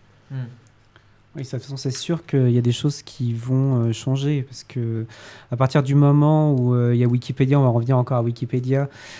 Oui, ça, de toute façon, c'est sûr qu'il y a des choses qui vont euh, changer parce que à partir du moment où euh, il y a Wikipédia, on va revenir encore à Wikipédia,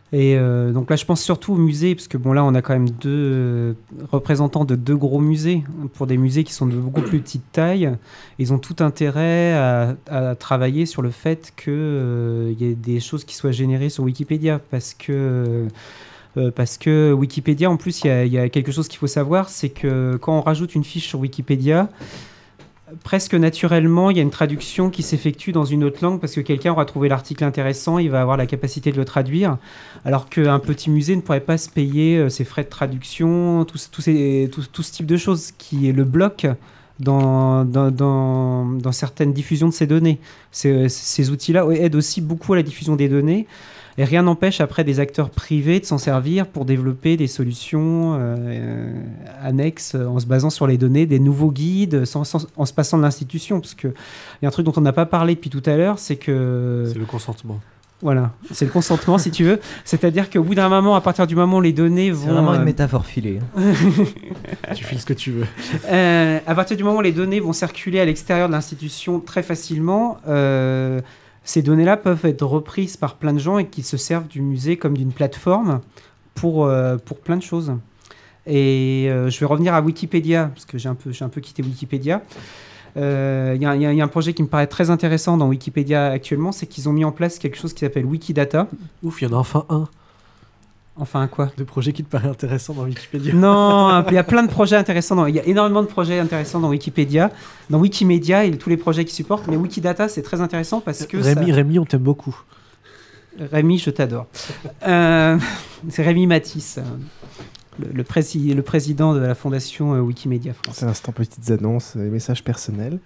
Et euh, donc là, je pense surtout aux musées, parce que bon, là, on a quand même deux euh, représentants de deux gros musées, pour des musées qui sont de beaucoup plus petite taille. Ils ont tout intérêt à, à travailler sur le fait qu'il euh, y ait des choses qui soient générées sur Wikipédia, parce que... Euh, parce que Wikipédia, en plus, il y, y a quelque chose qu'il faut savoir, c'est que quand on rajoute une fiche sur Wikipédia, presque naturellement, il y a une traduction qui s'effectue dans une autre langue parce que quelqu'un aura trouvé l'article intéressant, il va avoir la capacité de le traduire, alors qu'un petit musée ne pourrait pas se payer euh, ses frais de traduction, tout, tout, ces, tout, tout ce type de choses qui le bloque dans, dans, dans, dans certaines diffusions de ces données. Ces, ces outils-là aident aussi beaucoup à la diffusion des données. Et rien n'empêche après des acteurs privés de s'en servir pour développer des solutions euh, annexes en se basant sur les données, des nouveaux guides, sans, sans, en se passant de l'institution. Parce qu'il y a un truc dont on n'a pas parlé depuis tout à l'heure, c'est que... C'est le consentement. Voilà, c'est le consentement si tu veux. C'est-à-dire qu'au bout d'un moment, à partir du moment où les données vont... C'est vraiment une euh, métaphore filée. Tu files ce que tu veux. Euh, à partir du moment où les données vont circuler à l'extérieur de l'institution très facilement... Euh, Ces données-là peuvent être reprises par plein de gens et qui se servent du musée comme d'une plateforme pour, euh, pour plein de choses. Et euh, je vais revenir à Wikipédia, parce que j'ai un peu, j'ai un peu quitté Wikipédia. Il euh, y, y, y a un projet qui me paraît très intéressant dans Wikipédia actuellement, c'est qu'ils ont mis en place quelque chose qui s'appelle Wikidata. Ouf, il y en a enfin un. Enfin quoi? De projets qui te paraît intéressant dans Wikipédia. Non, il y a plein de projets intéressants. Il y a énormément de projets intéressants dans Wikipédia, dans Wikimedia et tous les projets qui supportent. Mais Wikidata, c'est très intéressant parce que Rémi, ça... Rémi, on t'aime beaucoup. Rémi, je t'adore. euh, c'est Rémi Matisse, le, le, prési- le président de la fondation euh, Wikimedia France. C'est l'instant petites annonces, les messages personnels.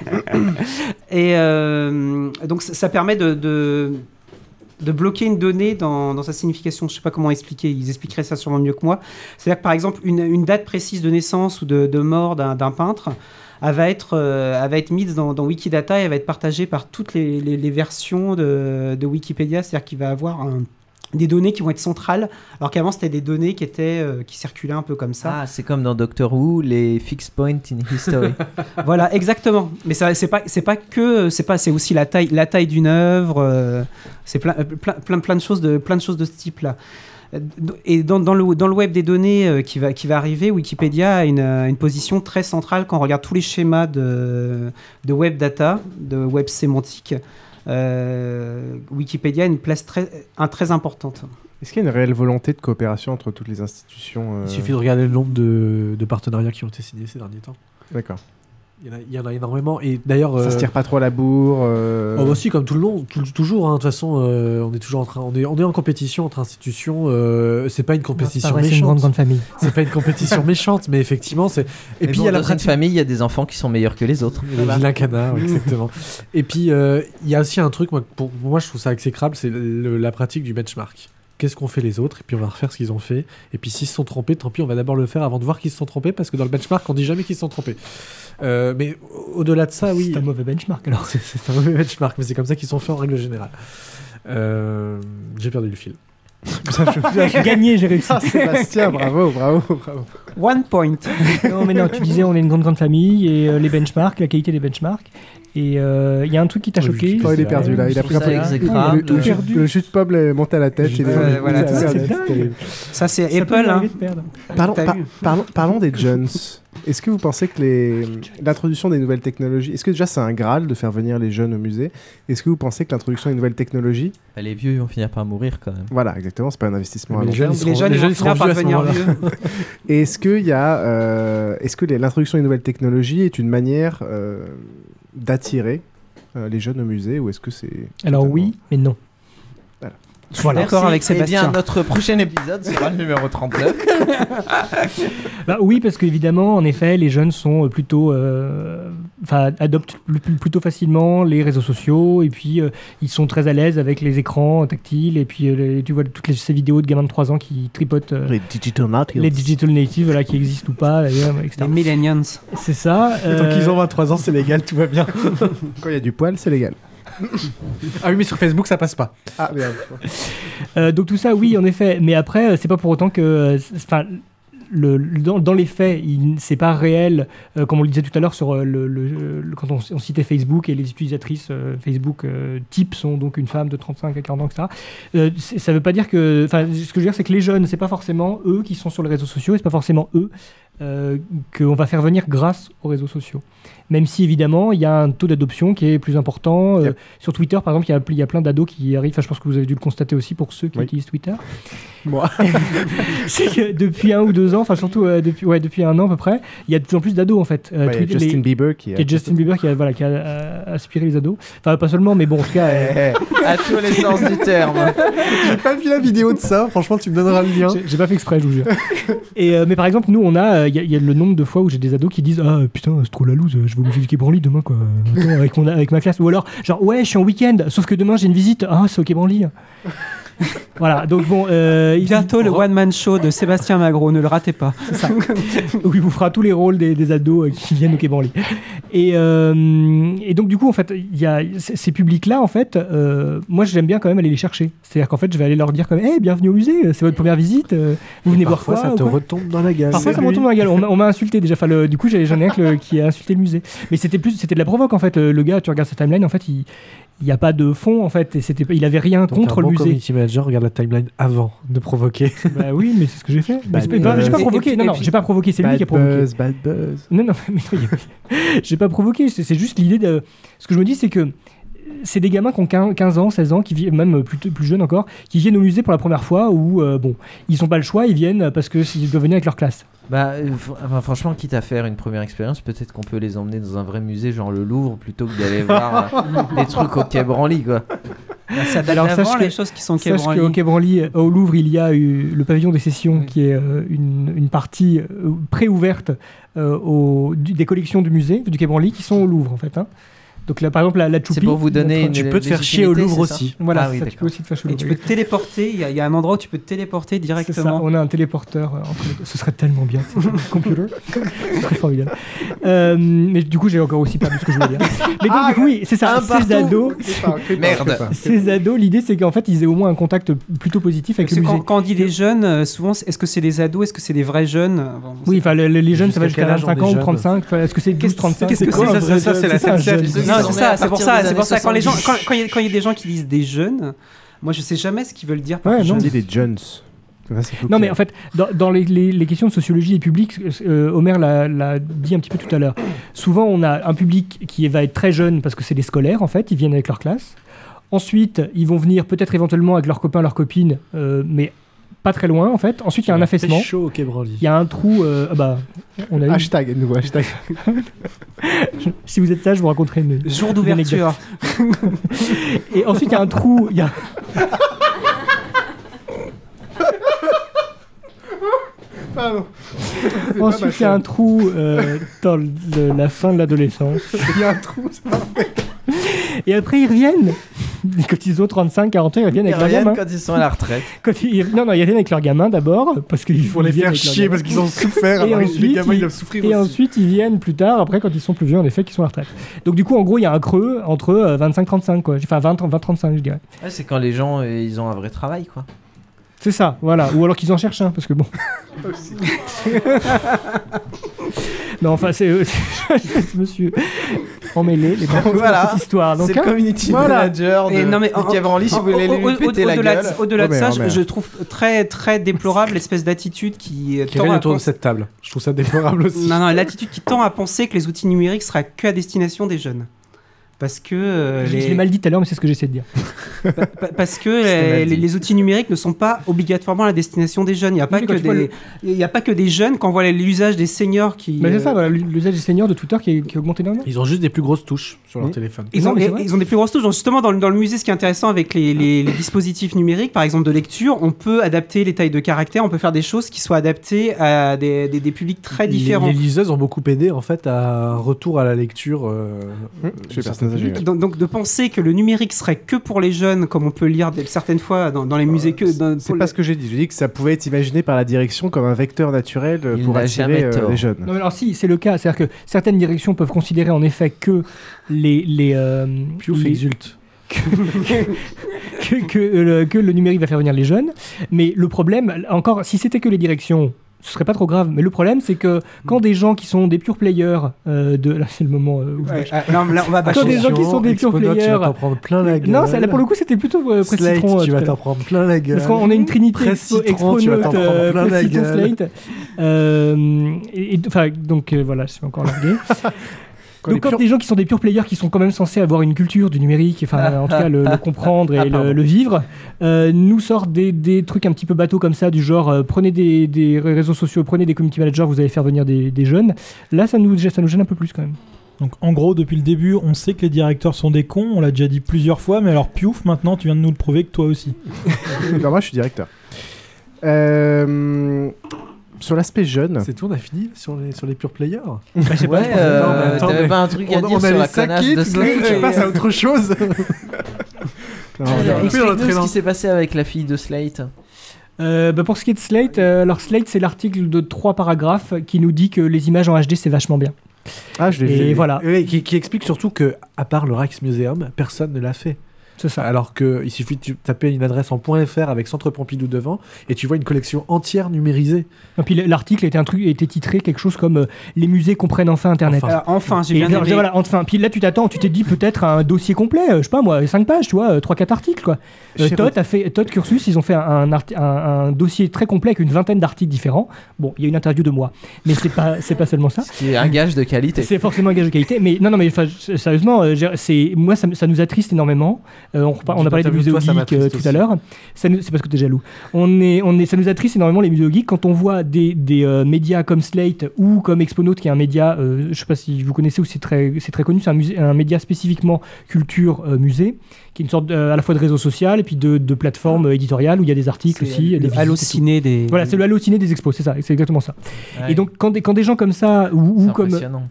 Et euh, donc ça, ça permet de... de de bloquer une donnée dans, dans sa signification. Je ne sais pas comment expliquer, ils expliqueraient ça sûrement mieux que moi. C'est-à-dire que par exemple, une, une date précise de naissance ou de, de mort d'un, d'un peintre, elle va être, euh, elle va être mise dans, dans Wikidata et elle va être partagée par toutes les, les, les versions de, de Wikipédia. C'est-à-dire qu'il va avoir un, des données qui vont être centrales, alors qu'avant c'était des données qui, étaient, euh, qui circulaient un peu comme ça. Ah, c'est comme dans Doctor Who, les fixed points in history. Voilà, exactement. Mais ça, c'est pas, c'est pas que, c'est pas, c'est aussi la taille, la taille d'une œuvre. Euh, c'est plein, plein, plein, plein de choses de, plein de choses de ce type-là. Et dans, dans, le, dans le web des données euh, qui, va, qui va arriver, Wikipédia a une, une position très centrale quand on regarde tous les schémas de, de web data, de web sémantique. Euh, Wikipédia a une place très, un, très importante. Est-ce qu'il y a une réelle volonté de coopération entre toutes les institutions euh... Il suffit de regarder le nombre de, de partenariats qui ont été signés ces derniers temps. D'accord. Il y en a, il y en a énormément. Et d'ailleurs, ça euh... se tire pas trop à la bourre. Euh... Oh, aussi, comme tout le monde, tout, toujours. Hein, de toute façon, euh, on est toujours en train, on est, on est en compétition entre institutions. Euh, c'est pas une compétition non, c'est pas vrai, méchante. C'est une grande grande famille. C'est pas une compétition méchante, mais effectivement, c'est. Et, et puis bon, il y a la dans pratique... une famille, il y a des enfants qui sont meilleurs que les autres. Les vilains canards, exactement. Et puis, il euh, y a aussi un truc, moi, pour moi, je trouve ça exécrable, c'est le, la pratique du benchmark. Qu'est-ce qu'ont fait les autres, et puis on va refaire ce qu'ils ont fait, et puis s'ils se sont trompés, tant pis, on va d'abord le faire avant de voir qu'ils se sont trompés, parce que dans le benchmark, on dit jamais qu'ils se sont trompés. Euh, mais au-delà de ça, oui... C'est un mauvais benchmark, alors. C'est, c'est un mauvais benchmark, mais c'est comme ça qu'ils sont faits en règle générale. Euh, j'ai perdu le fil. J'ai gagné, j'ai réussi. Ah, Sébastien, bravo, bravo, bravo. One point. Non, mais non, tu disais, on est une grande, grande famille, et euh, les benchmarks, la qualité des benchmarks. Et il euh, y a un truc qui t'a choqué. Oh, il est perdu là, il a pris un peu le, le, le, le jus de pomme est monté à la tête. Il est euh, voilà, ça, c'est, c'est ça c'est ça Apple. Hein. Parlons, par, parlons, parlons des Jones. Est-ce que vous pensez que les, l'introduction des nouvelles technologies, est-ce que déjà c'est un graal de faire venir les jeunes au musée? Est-ce que vous pensez que l'introduction des nouvelles technologies, bah, les vieux ils vont finir par mourir quand même. Voilà, exactement, c'est pas un investissement à long terme. Les jeunes ils vont finir par devenir vieux. Et est-ce que il y a, euh, est-ce que les, l'introduction des nouvelles technologies est une manière euh, d'attirer euh, les jeunes au musée, ou est-ce que c'est alors totalement... oui, mais non. Voilà. Je suis d'accord avec Sébastien. Eh bien, notre prochain épisode sera le numéro trente-neuf. Bah oui, parce qu'évidemment, en effet, les jeunes sont plutôt, euh, enfin, adoptent plutôt facilement les réseaux sociaux, et puis euh, ils sont très à l'aise avec les écrans tactiles, et puis euh, les, tu vois toutes les, ces vidéos de gamins de trois ans qui tripotent euh, les digital natives, les digital natives, voilà, qui existent ou pas, d'ailleurs, et cetera. Les millennials. C'est ça. Euh... Tant qu'ils ont vingt-trois ans, c'est légal, tout va bien. Quand il y a du poil, c'est légal. Ah oui, mais sur Facebook ça passe pas. Ah merde. Euh, donc tout ça, oui, en effet. Mais après, c'est pas pour autant que, enfin, le, dans, dans les faits, il, c'est pas réel, euh, comme on le disait tout à l'heure sur euh, le, le, le- quand on, on citait Facebook et les utilisatrices euh, Facebook euh, type sont donc une femme de trente-cinq à quarante ans, et cetera. Euh, c'est- ça veut pas dire que, enfin, ce que je veux dire, c'est que les jeunes, c'est pas forcément eux qui sont sur les réseaux sociaux, et c'est pas forcément eux euh, qu'on va faire venir grâce aux réseaux sociaux. Même si évidemment il y a un taux d'adoption qui est plus important. Euh, Yep. Sur Twitter, par exemple, il y a, il y a plein d'ados qui arrivent. Enfin, je pense que vous avez dû le constater aussi pour ceux qui Oui. utilisent Twitter. Moi. C'est que depuis un ou deux ans, enfin surtout euh, depuis, ouais, depuis un an à peu près, il y a de plus en plus d'ados en fait. Euh, Ouais, il y a Twitter- Justin les- Bieber qui a- qui est Justin Bieber qui a, voilà, qui a euh, aspiré les ados. Enfin, pas seulement, mais bon, en tout cas. euh, À tous les sens du terme. J'ai pas vu la vidéo de ça, franchement, tu me donneras le lien. J'ai- J'ai pas fait exprès, je vous jure. Et, euh, mais par exemple, nous, on a, il y, a- y a le nombre de fois où j'ai des ados qui disent ah putain, c'est trop la loose, je vais au musée du Quai Branly demain quoi, Attends, avec, mon, avec ma classe. Ou alors genre ouais, je suis en week-end, sauf que demain j'ai une visite. Ah, c'est au Quai Branly. Voilà, donc bon. Euh, il- Bientôt le one-man show de Sébastien Magro, ne le ratez pas. C'est ça. Où il vous fera tous les rôles des, des ados euh, qui viennent au Quai Branly. Et, euh, et donc, du coup, en fait, il y a c- ces publics-là, en fait, euh, moi, j'aime bien quand même aller les chercher. C'est-à-dire qu'en fait, je vais aller leur dire comme, hey, bienvenue au musée, c'est votre première visite, euh, vous venez voir Parfois, quoi ça ou te quoi retombe dans la gueule. Parfois, C'est ça me lui. retombe dans la gueule. On m'a- on m'a insulté déjà. Enfin, le- du coup, j'ai- j'en ai un que le- qui a insulté le musée. Mais c'était plus, c'était de la provoque, en fait. Le, le gars, tu regardes sa timeline, en fait, il il n'y a pas de fond, en fait. Et c'était, il avait rien Donc, contre un le bon musée. community manager regarde la timeline avant de provoquer. Bah oui, mais c'est ce que j'ai fait. Mais Bad c'est pas- buzz. j'ai pas Et- provoqué. et Non, puis- non, j'ai pas provoqué. C'est lui Bad qui a provoqué. buzz, bad buzz. Non, non, mais non, il- j'ai pas provoqué. C'est c'est juste l'idée de. Ce que je me dis, c'est que c'est des gamins qui ont quinze quinze ans, seize ans, qui vi- même plus, plus jeunes encore, qui viennent au musée pour la première fois où, euh, bon, ils n'ont pas le choix, ils viennent parce qu'ils doivent venir avec leur classe. Bah, euh, fr- enfin, franchement, quitte à faire une première expérience, peut-être qu'on peut les emmener dans un vrai musée, genre le Louvre, plutôt que d'aller voir euh, des trucs au Quai Branly, quoi. Bah, ça date Alors, d'avant, sache les que- choses qui sont au Quai sache Branly. qu'au Quai Branly, euh, au Louvre, il y a eu le pavillon des sessions, qui est euh, une, une partie euh, pré-ouverte euh, au- du- des collections du musée, du Quai Branly, qui sont au Louvre, en fait. Hein. Donc là, par exemple, la, la Choupi. C'est pour vous donner une Tu peux te faire chier au légitimité, Louvre c'est ça aussi. Voilà, Ah oui, ça, tu d'accord. peux aussi te faire chier au Et Louvre. tu peux te téléporter, il y, a- il y a un endroit où tu peux te téléporter C'est ça, directement. on a un téléporteur euh, entre les deux. Ce serait tellement bien, c'est computer. Ce serait formidable. Euh, mais du coup, j'ai encore aussi perdu ce que je voulais dire. Mais donc, du coup, oui, c'est ça. un Ces partout. ados, Merde. ces ados, l'idée, c'est qu'en fait, ils aient au moins un contact plutôt positif avec Parce le que musée. quand, quand on dit les jeunes, euh, souvent, c'est- est-ce que c'est des ados, est-ce que c'est des vrais jeunes Euh, bon, Oui, enfin, les, les jeunes, ça va Jusqu'à jusqu'à quel âge ont vingt-cinq des ans ou jeunes trente-cinq. Enfin, est-ce que c'est douze trente-cinq Qu'est-ce que quoi, c'est un vrai ça, ça, jeune c'est la C'est un S N C F. jeune. Non, Ils c'est ont ça, mis à c'est pour partir ça, des c'est pour ça. années Quand les gens, soixante-dix. quand quand il y, a- quand il y a des gens qui disent des jeunes, moi je sais jamais ce qu'ils veulent dire par Ouais, jeune. non. On dit des Jones. Ça, c'est plus Non, mais clair. en fait, dans, dans les, les- les questions de sociologie et public, euh, Omer l'a l'a dit un petit peu tout à l'heure. Souvent, on a un public qui va être très jeune parce que c'est des scolaires, en fait, ils viennent avec leur classe. Ensuite, ils vont venir peut-être éventuellement avec leurs copains, leurs copines, euh, mais pas très loin, en fait. Ensuite, il y a un affaissement. C'est chaud au Quai Branly. Il y a un trou. euh, ah bah, on a eu- Hashtag, nouveau hashtag. Si vous êtes sage, je vous raconterai une. Jour une d'ouverture. anecdote. Et ensuite, il y a un trou. Il y a... Pardon. Ensuite, il y a un trou euh, dans le- la fin de l'adolescence. Il y a un trou, c'est parfait. Et après, ils reviennent. Quand ils ont trente-cinq, quarante ans, ils reviennent Ils avec leurs reviennent gamins. quand ils sont à la retraite. Quand ils... Non, non, ils reviennent avec leurs gamins d'abord, parce qu'ils Pour les ils viennent faire avec leurs chier gamins. parce qu'ils ont souffert. Et alors ensuite, les gamins, ils ils- doivent souffrir Et aussi. ensuite, ils viennent plus tard, après, quand ils sont plus vieux, en effet, qu'ils sont à la retraite. Donc, du coup, en gros, il y a un creux entre euh, vingt-cinq trente-cinq, quoi. Enfin, vingt trente-cinq, je dirais. Ouais, c'est quand les gens, euh, ils ont un vrai travail, quoi. C'est ça, voilà. Ou alors qu'ils en cherchent un, parce que bon. Non, enfin, c'est. euh, je me suis emmêlé les gars, Voilà. cette histoire. Donc, C'est le hein, community voilà. manager de, Et non, mais de en- Quai Branly, si en- vous voulez au- lui au- péter la au-delà gueule. de- Au-delà de Oh, ça, merde, je, merde. je trouve très très déplorable l'espèce d'attitude qui, euh, Qui tend règne à autour de penser- cette table. Je trouve ça déplorable aussi. Non, non, l'attitude qui tend à penser que les outils numériques seraient que à destination des jeunes. Parce que euh, Je, les- je l'ai mal dit tout à l'heure, mais c'est ce que j'essaie de dire. Pa- pa- parce que C'était mal les, dit. les outils numériques ne sont pas obligatoirement à la destination des jeunes. Il n'y a, pas Oui, quand que tu vois des- le- il y a pas que des jeunes quand on voit l'usage des seniors qui. Mais c'est euh, ça, voilà, l'usage des seniors de Twitter qui, est- qui a augmenté énormément. Ils ont juste des plus grosses touches sur leur Oui. téléphone. Ils Non, ont, mais c'est et- vrai. ils ont des plus grosses touches. Donc justement, dans le, dans le musée, ce qui est intéressant avec les, les- les dispositifs numériques, par exemple de lecture, on peut adapter les tailles de caractères, on peut faire des choses qui soient adaptées à des, des- des publics très Les- différents. Les, liseuses ont beaucoup aidé en fait à un retour à la lecture. euh, Hum, de chez les certains personnes âgées, publics. Donc, donc de penser que le numérique serait que pour les jeunes, comme on peut lire des- certaines fois dans, dans les musées que. dans- C'est pour pas les- ce que j'ai dit. J'ai dit que ça pouvait être imaginé par la direction comme un vecteur naturel euh, Il pour n'a attirer jamais euh, tort. les jeunes. Non, mais alors si, c'est le cas. C'est-à-dire que certaines directions peuvent considérer en effet que les... les euh, Piouf les- exulte. que, que, euh, le, que le numérique va faire venir les jeunes. Mais le problème, encore, si c'était que les directions, ce serait pas trop grave. Mais le problème, c'est que quand des gens qui sont des pure players euh, de... Là, c'est le moment euh, où je Ouais, bâche. ah, non, là, on va Quand bâcher. des gens qui sont des pure Exponote, players... tu vas t'en prendre plein la gueule. Non, ça, là, pour le coup, c'était plutôt euh, Presse Slate, Citron. euh, tu tout vas à t'en l'heure. prendre plein la gueule. Parce qu'on a une trinité Presse expo, Citron, tu vas t'en Exponote, prendre euh, plein la Presse Citron, gueule. Slate. Euh, et, et- enfin, donc euh, voilà, je suis encore largué. Quand Donc les quand pure- des gens qui sont des pure players, qui sont quand même censés avoir une culture du numérique, enfin en tout cas le, le comprendre et Ah, le, pardon. le vivre, euh, nous sortent des, des trucs un petit peu bateaux comme ça, du genre euh, prenez des, des réseaux sociaux, prenez des community managers, vous allez faire venir des, des jeunes. Là, ça nous, ça nous gêne un peu plus quand même. Donc en gros, depuis le début, on sait que les directeurs sont des cons, on l'a déjà dit plusieurs fois, mais alors piouf, maintenant tu viens de nous le prouver que toi aussi. Non, moi je suis directeur. Euh, Sur l'aspect jeune. C'est tout, on a fini sur les, sur les pure players. Ouais, euh, t'avais pas un truc à on, dire on sur allait la connasse saquer, de tout de suite, Slate. tu passes à autre chose. Non, on est plus dans notre Explique-nous ce élan. qui s'est passé avec la fille de Slate. Euh, bah, pour ce qui est de Slate, euh, alors Slate c'est l'article de trois paragraphes qui nous dit que les images en H D c'est vachement bien. Ah, je l'ai Et vu. voilà. Oui, qui, qui explique surtout que, à part le Rijksmuseum, personne ne l'a fait. C'est ça. Alors qu'il suffit de taper une adresse en .fr avec Centre Pompidou devant et tu vois une collection entière numérisée. Et puis l'article était un truc était titré quelque chose comme euh, les musées comprennent enfin Internet. Alors, enfin, j'ai Et bien alors, aimé. voilà, enfin, puis là tu t'attends, tu t'es dit peut-être un dossier complet, euh, je sais pas moi, cinq pages, tu vois, trois quatre articles quoi. Euh, Chez Todd a fait Todd Cursus, ils ont fait un, un, arti- un, un dossier très complet avec une vingtaine d'articles différents. Bon, il y a une interview de moi, mais c'est pas c'est pas seulement ça. Ce qui est un gage de qualité. C'est forcément un gage de qualité, mais non non mais enfin, sérieusement, euh, j'ai- c'est moi ça, me- ça nous attriste énormément. Euh, on, repa- on a parlé des Interview, muséos toi, ça geeks euh, m'attriste tout à aussi. l'heure. Ça nous- C'est parce que t'es jaloux. On est, on est, ça nous attriste énormément les muséos geeks quand on voit des, des euh, médias comme Slate ou comme Exponote, qui est un média, euh, je sais pas si vous connaissez ou c'est très, c'est très connu, c'est un, musée- un média spécifiquement culture euh, musée, qui est une sorte de- à la fois de réseau social et puis de, de plateforme euh, éditoriale où il y a des articles C'est aussi, le des visites et tout. halluciné des. Voilà, c'est le halluciné des expos, c'est ça, c'est exactement ça. Ouais. Et donc quand des, quand des gens comme ça ou, ou C'est comme impressionnant.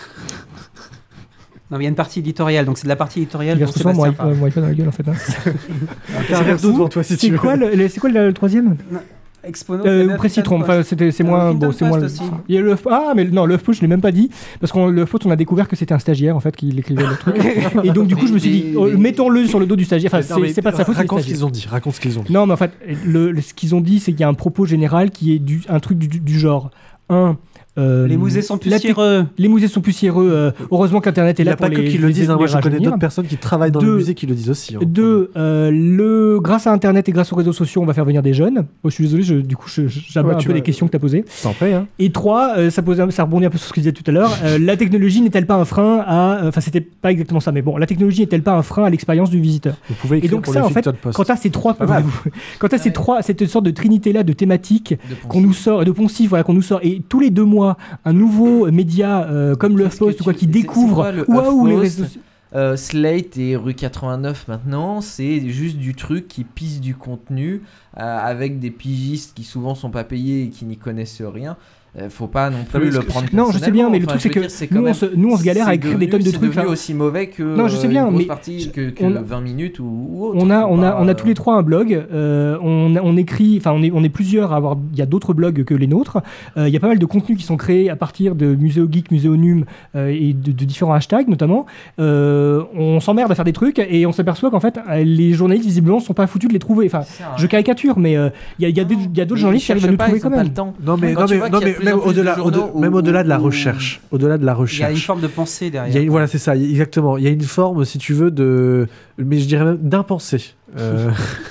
Non, mais il y a une partie éditoriale, donc c'est de la partie éditoriale il dont verse souvent moi, Sébastien parle. moi, pas dans la gueule en fait. hein. T'as un verre d'eau devant toi si tu C'est veux. quoi le, le- c'est quoi le, le troisième? Exponote, Euh, Huffington Presse Citron, Post. enfin c'était c'est Euh, moins Huffington bon, c'est moins. Post aussi. Il y a le ah mais non le HuffPost je l'ai même pas dit parce qu'on le HuffPost on a découvert que c'était un stagiaire en fait qui écrivait le truc et donc du coup je me suis dit oh, mettons-le sur le dos du stagiaire. Enfin Non, mais c'est c'est pas de sa faute. c'est le Raconte ce stagiaire. qu'ils ont dit. Raconte ce qu'ils ont dit. Non mais en fait le, le- ce qu'ils ont dit c'est qu'il y a un propos général qui est du un truc du, du- du genre un. euh, Les musées sont la tec- poussiéreux. Les musées sont poussiéreux. euh, heureusement qu'Internet est Il n'y là a pour pas les. que qui le les- disent. hein. les Moi, je connais rajeunir. d'autres personnes qui travaillent dans Deux- le musée qui le disent aussi. hein. Deux, euh, le, grâce à Internet et grâce aux réseaux sociaux, on va faire venir des jeunes. Oh, je suis désolé, je- du coup, je- je- j'abats Ouais, un tu peu vas- les questions que tu as posées. T'en prie, hein. Et trois, euh, ça, pose un- ça rebondit un peu sur ce que je disais tout à l'heure. euh, la technologie n'est-elle pas un frein à. Enfin, c'était pas exactement ça, mais bon, la technologie n'est-elle pas un frein à l'expérience du visiteur? Vous pouvez Et écrire donc, pour ça, le en fait, Huffington Post. quand tu as ces trois. Pas mal. Quand tu as ces trois, cette sorte de trinité-là, de thématiques De Poncif. qu'on nous sort, de poncifs, voilà, qu'on nous sort, et tous les deux mois, un nouveau média euh, comme le Qu'est-ce HuffPost que ou quoi tu- qui c'est- découvre. c'est quoi, le Waouh, les HuffPost réseaux. Euh, Slate et rue quatre-vingt-neuf maintenant, c'est juste du truc qui pisse du contenu euh, avec des pigistes qui souvent sont pas payés et qui n'y connaissent rien. Euh, faut pas non plus mais le ce que- prendre non, je sais bien, mais le personnellement. truc, Enfin, c'est je que veux nous, dire, on c'est se- nous, on se galère à c'est écrire des devenu- tonnes de c'est trucs, devenu là. aussi mauvais que Non, je sais euh, bien, une grosse mais partie que, que on a- vingt minutes ou, ou autre. On a, Faut on a, pas, on a euh, tous les trois un blog. euh, on, on écrit, enfin, on est, on est plusieurs à avoir. Il y a d'autres blogs que les nôtres. Euh, Il y a pas mal de contenus qui sont créés à partir de Muséo Geek, Muséo Num euh, et de, de différents hashtags notamment. Euh, on s'emmerde à faire des trucs et on s'aperçoit qu'en fait, euh, les journalistes visiblement sont pas foutus de les trouver. Enfin, Ça, je caricature, mais euh, il y a, il y a des- il y a d'autres ils journalistes qui arrivent à cherchent nous pas, trouver ils quand ont pas même. le temps. Non mais, Quand non, tu mais, vois non, qu'il y a mais de plus même en plus de au-delà, journaux au-delà- même où- au-delà de la où- recherche, au-delà de la Il y a une recherche. forme de pensée derrière. Il y a, voilà, c'est ça, il y a- exactement. Il y a une forme, si tu veux, de, mais je dirais même d'impensé. Euh,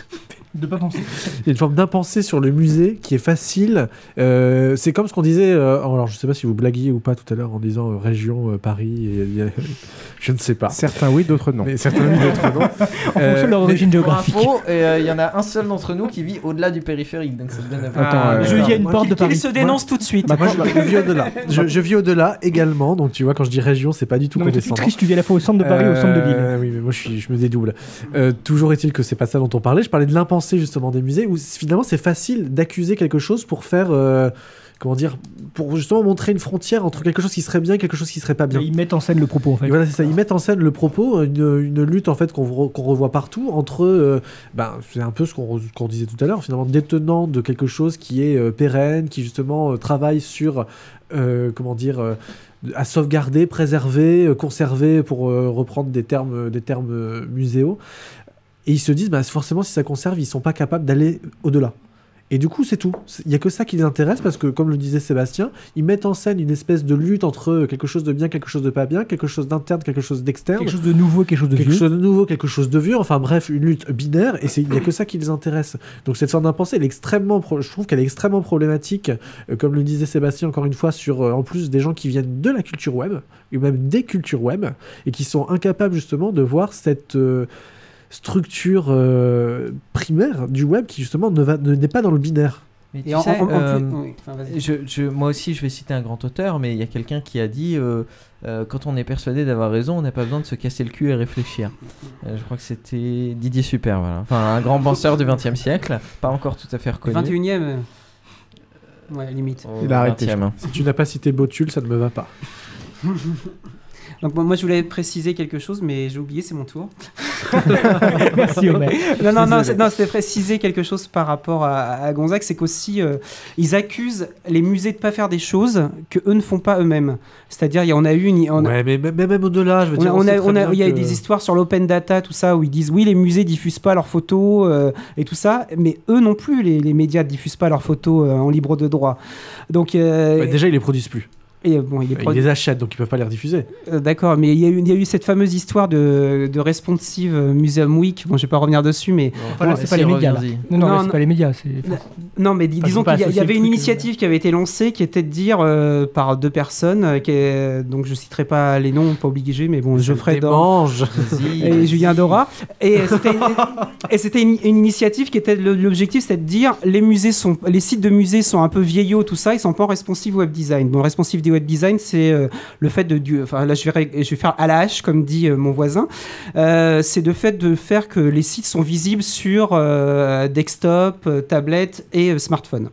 De pas penser. Il y a une forme d'impensé sur le musée qui est facile. Euh, c'est comme ce qu'on disait. euh, alors, je sais pas si vous blaguiez ou pas tout à l'heure en disant euh, région euh, Paris. Et, il y a- je ne sais pas. Certains oui, d'autres non. Mais certains oui, d'autres non. En fonction de leur origine Pour géographique. info, et, euh, il y en a un seul d'entre nous qui vit au-delà du périphérique, donc ça te donne un peu- Attends, Ah, euh, Je vis à une Moi, porte qui- de qui Paris. Il se dénonce tout de suite. Moi, je, je vis au-delà. Je, je vis au-delà également. Donc, tu vois, quand je dis région, c'est pas du tout Non, mais toi, tu condescendant. triches, tu vis à la fois au centre de Paris et au centre de Lille. Euh, Oui, mais moi je, suis, je me dédouble. Euh, toujours est-il que c'est pas ça dont on parlait. Je parlais de l'impensé justement des musées où finalement c'est facile d'accuser quelque chose pour faire. euh, comment dire, pour justement montrer une frontière entre quelque chose qui serait bien et quelque chose qui serait pas bien. Ils mettent en scène le propos en fait. Et voilà, c'est ça. Ils mettent en scène le propos, une, une lutte en fait qu'on re- qu'on revoit partout entre, euh, ben, c'est un peu ce qu'on re- qu'on disait tout à l'heure, finalement détenant de quelque chose qui est euh, pérenne, qui justement euh, travaille sur, euh, comment dire, euh, à sauvegarder, préserver, euh, conserver, pour euh, reprendre des termes, des termes euh, muséaux. Et ils se disent, bah, forcément, si ça conserve, ils sont pas capables d'aller au-delà. Et du coup, c'est tout. Il n'y a que ça qui les intéresse parce que, comme le disait Sébastien, ils mettent en scène une espèce de lutte entre quelque chose de bien, quelque chose de pas bien, quelque chose d'interne, quelque chose d'externe. Quelque chose de nouveau, quelque chose de quelque vieux. chose de nouveau, quelque chose de vieux. Enfin bref, une lutte binaire. Et il n'y a que ça qui les intéresse. Donc cette forme d'impensée, elle est extrêmement, pro- je trouve qu'elle est extrêmement problématique, euh, comme le disait Sébastien encore une fois, sur euh, en plus des gens qui viennent de la culture web, et même des cultures web, et qui sont incapables justement de voir cette... Euh, structure euh, primaire du web qui justement ne va, ne, n'est pas dans le binaire. Mais tu Et en- sais, en- en euh, plus- oui, enfin, vas-y. je, je, moi aussi je vais citer un grand auteur, mais il y a quelqu'un qui a dit euh, euh, quand on est persuadé d'avoir raison, on n'a pas besoin de se casser le cul et réfléchir. Euh, je crois que c'était Didier Super, voilà. Enfin un grand penseur du vingtième siècle, pas encore tout à fait reconnu. vingt et unième euh, Ouais, limite. Au Il a arrêté, vingtième. Si tu n'as pas cité Botul, ça ne me va pas. Donc bon, moi je voulais préciser quelque chose, mais j'ai oublié, c'est mon tour. Merci, Omer. Non, non, non, Désolé. c'est- non, c'était préciser quelque chose par rapport à, à Gonzague, c'est qu'aussi euh, ils accusent les musées de pas faire des choses que eux ne font pas eux-mêmes. C'est-à-dire, il y a- on a eu une, on a- Ouais, mais même, même au-delà, je veux on dire. a- on sait a- très on a- bien il y a que- des histoires sur l'open data, tout ça, où ils disent oui, les musées diffusent pas leurs photos euh, et tout ça, mais eux non plus, les, les médias diffusent pas leurs photos euh, en libre de droit. Donc euh, Bah, déjà, ils les produisent plus. Et, euh, bon, il est Ils produ- les achètent, donc ils peuvent pas les rediffuser. Euh, D'accord, mais il y, a eu- il y a eu cette fameuse histoire de, de Responsive Museum Week. Bon, je vais pas revenir dessus, mais Enfin, là, c'est pas les médias. Là. Non, non, là, c'est pas les médias. C'est... Non, mais dis- Enfin, disons faut pas qu'il y, a- il y associer avait le une truc, initiative qui avait été lancée qui était de dire euh, par deux personnes, euh, qui est- donc je citerai pas les noms, pas obligé, mais bon, Geoffrey Dor Mange. et Julien Dora. Et c'était, et c'était une, une initiative qui était, le- l'objectif c'était de dire les musées sont, les sites de musées sont un peu vieillots, tout ça, ils sont pas en responsive web design. Bon, responsive web design, c'est euh, le fait de, du, enfin là je vais, ré- je vais faire à la hache comme dit euh, mon voisin, euh, c'est le fait de faire que les sites sont visibles sur euh, desktop, euh, tablette et euh, smartphone.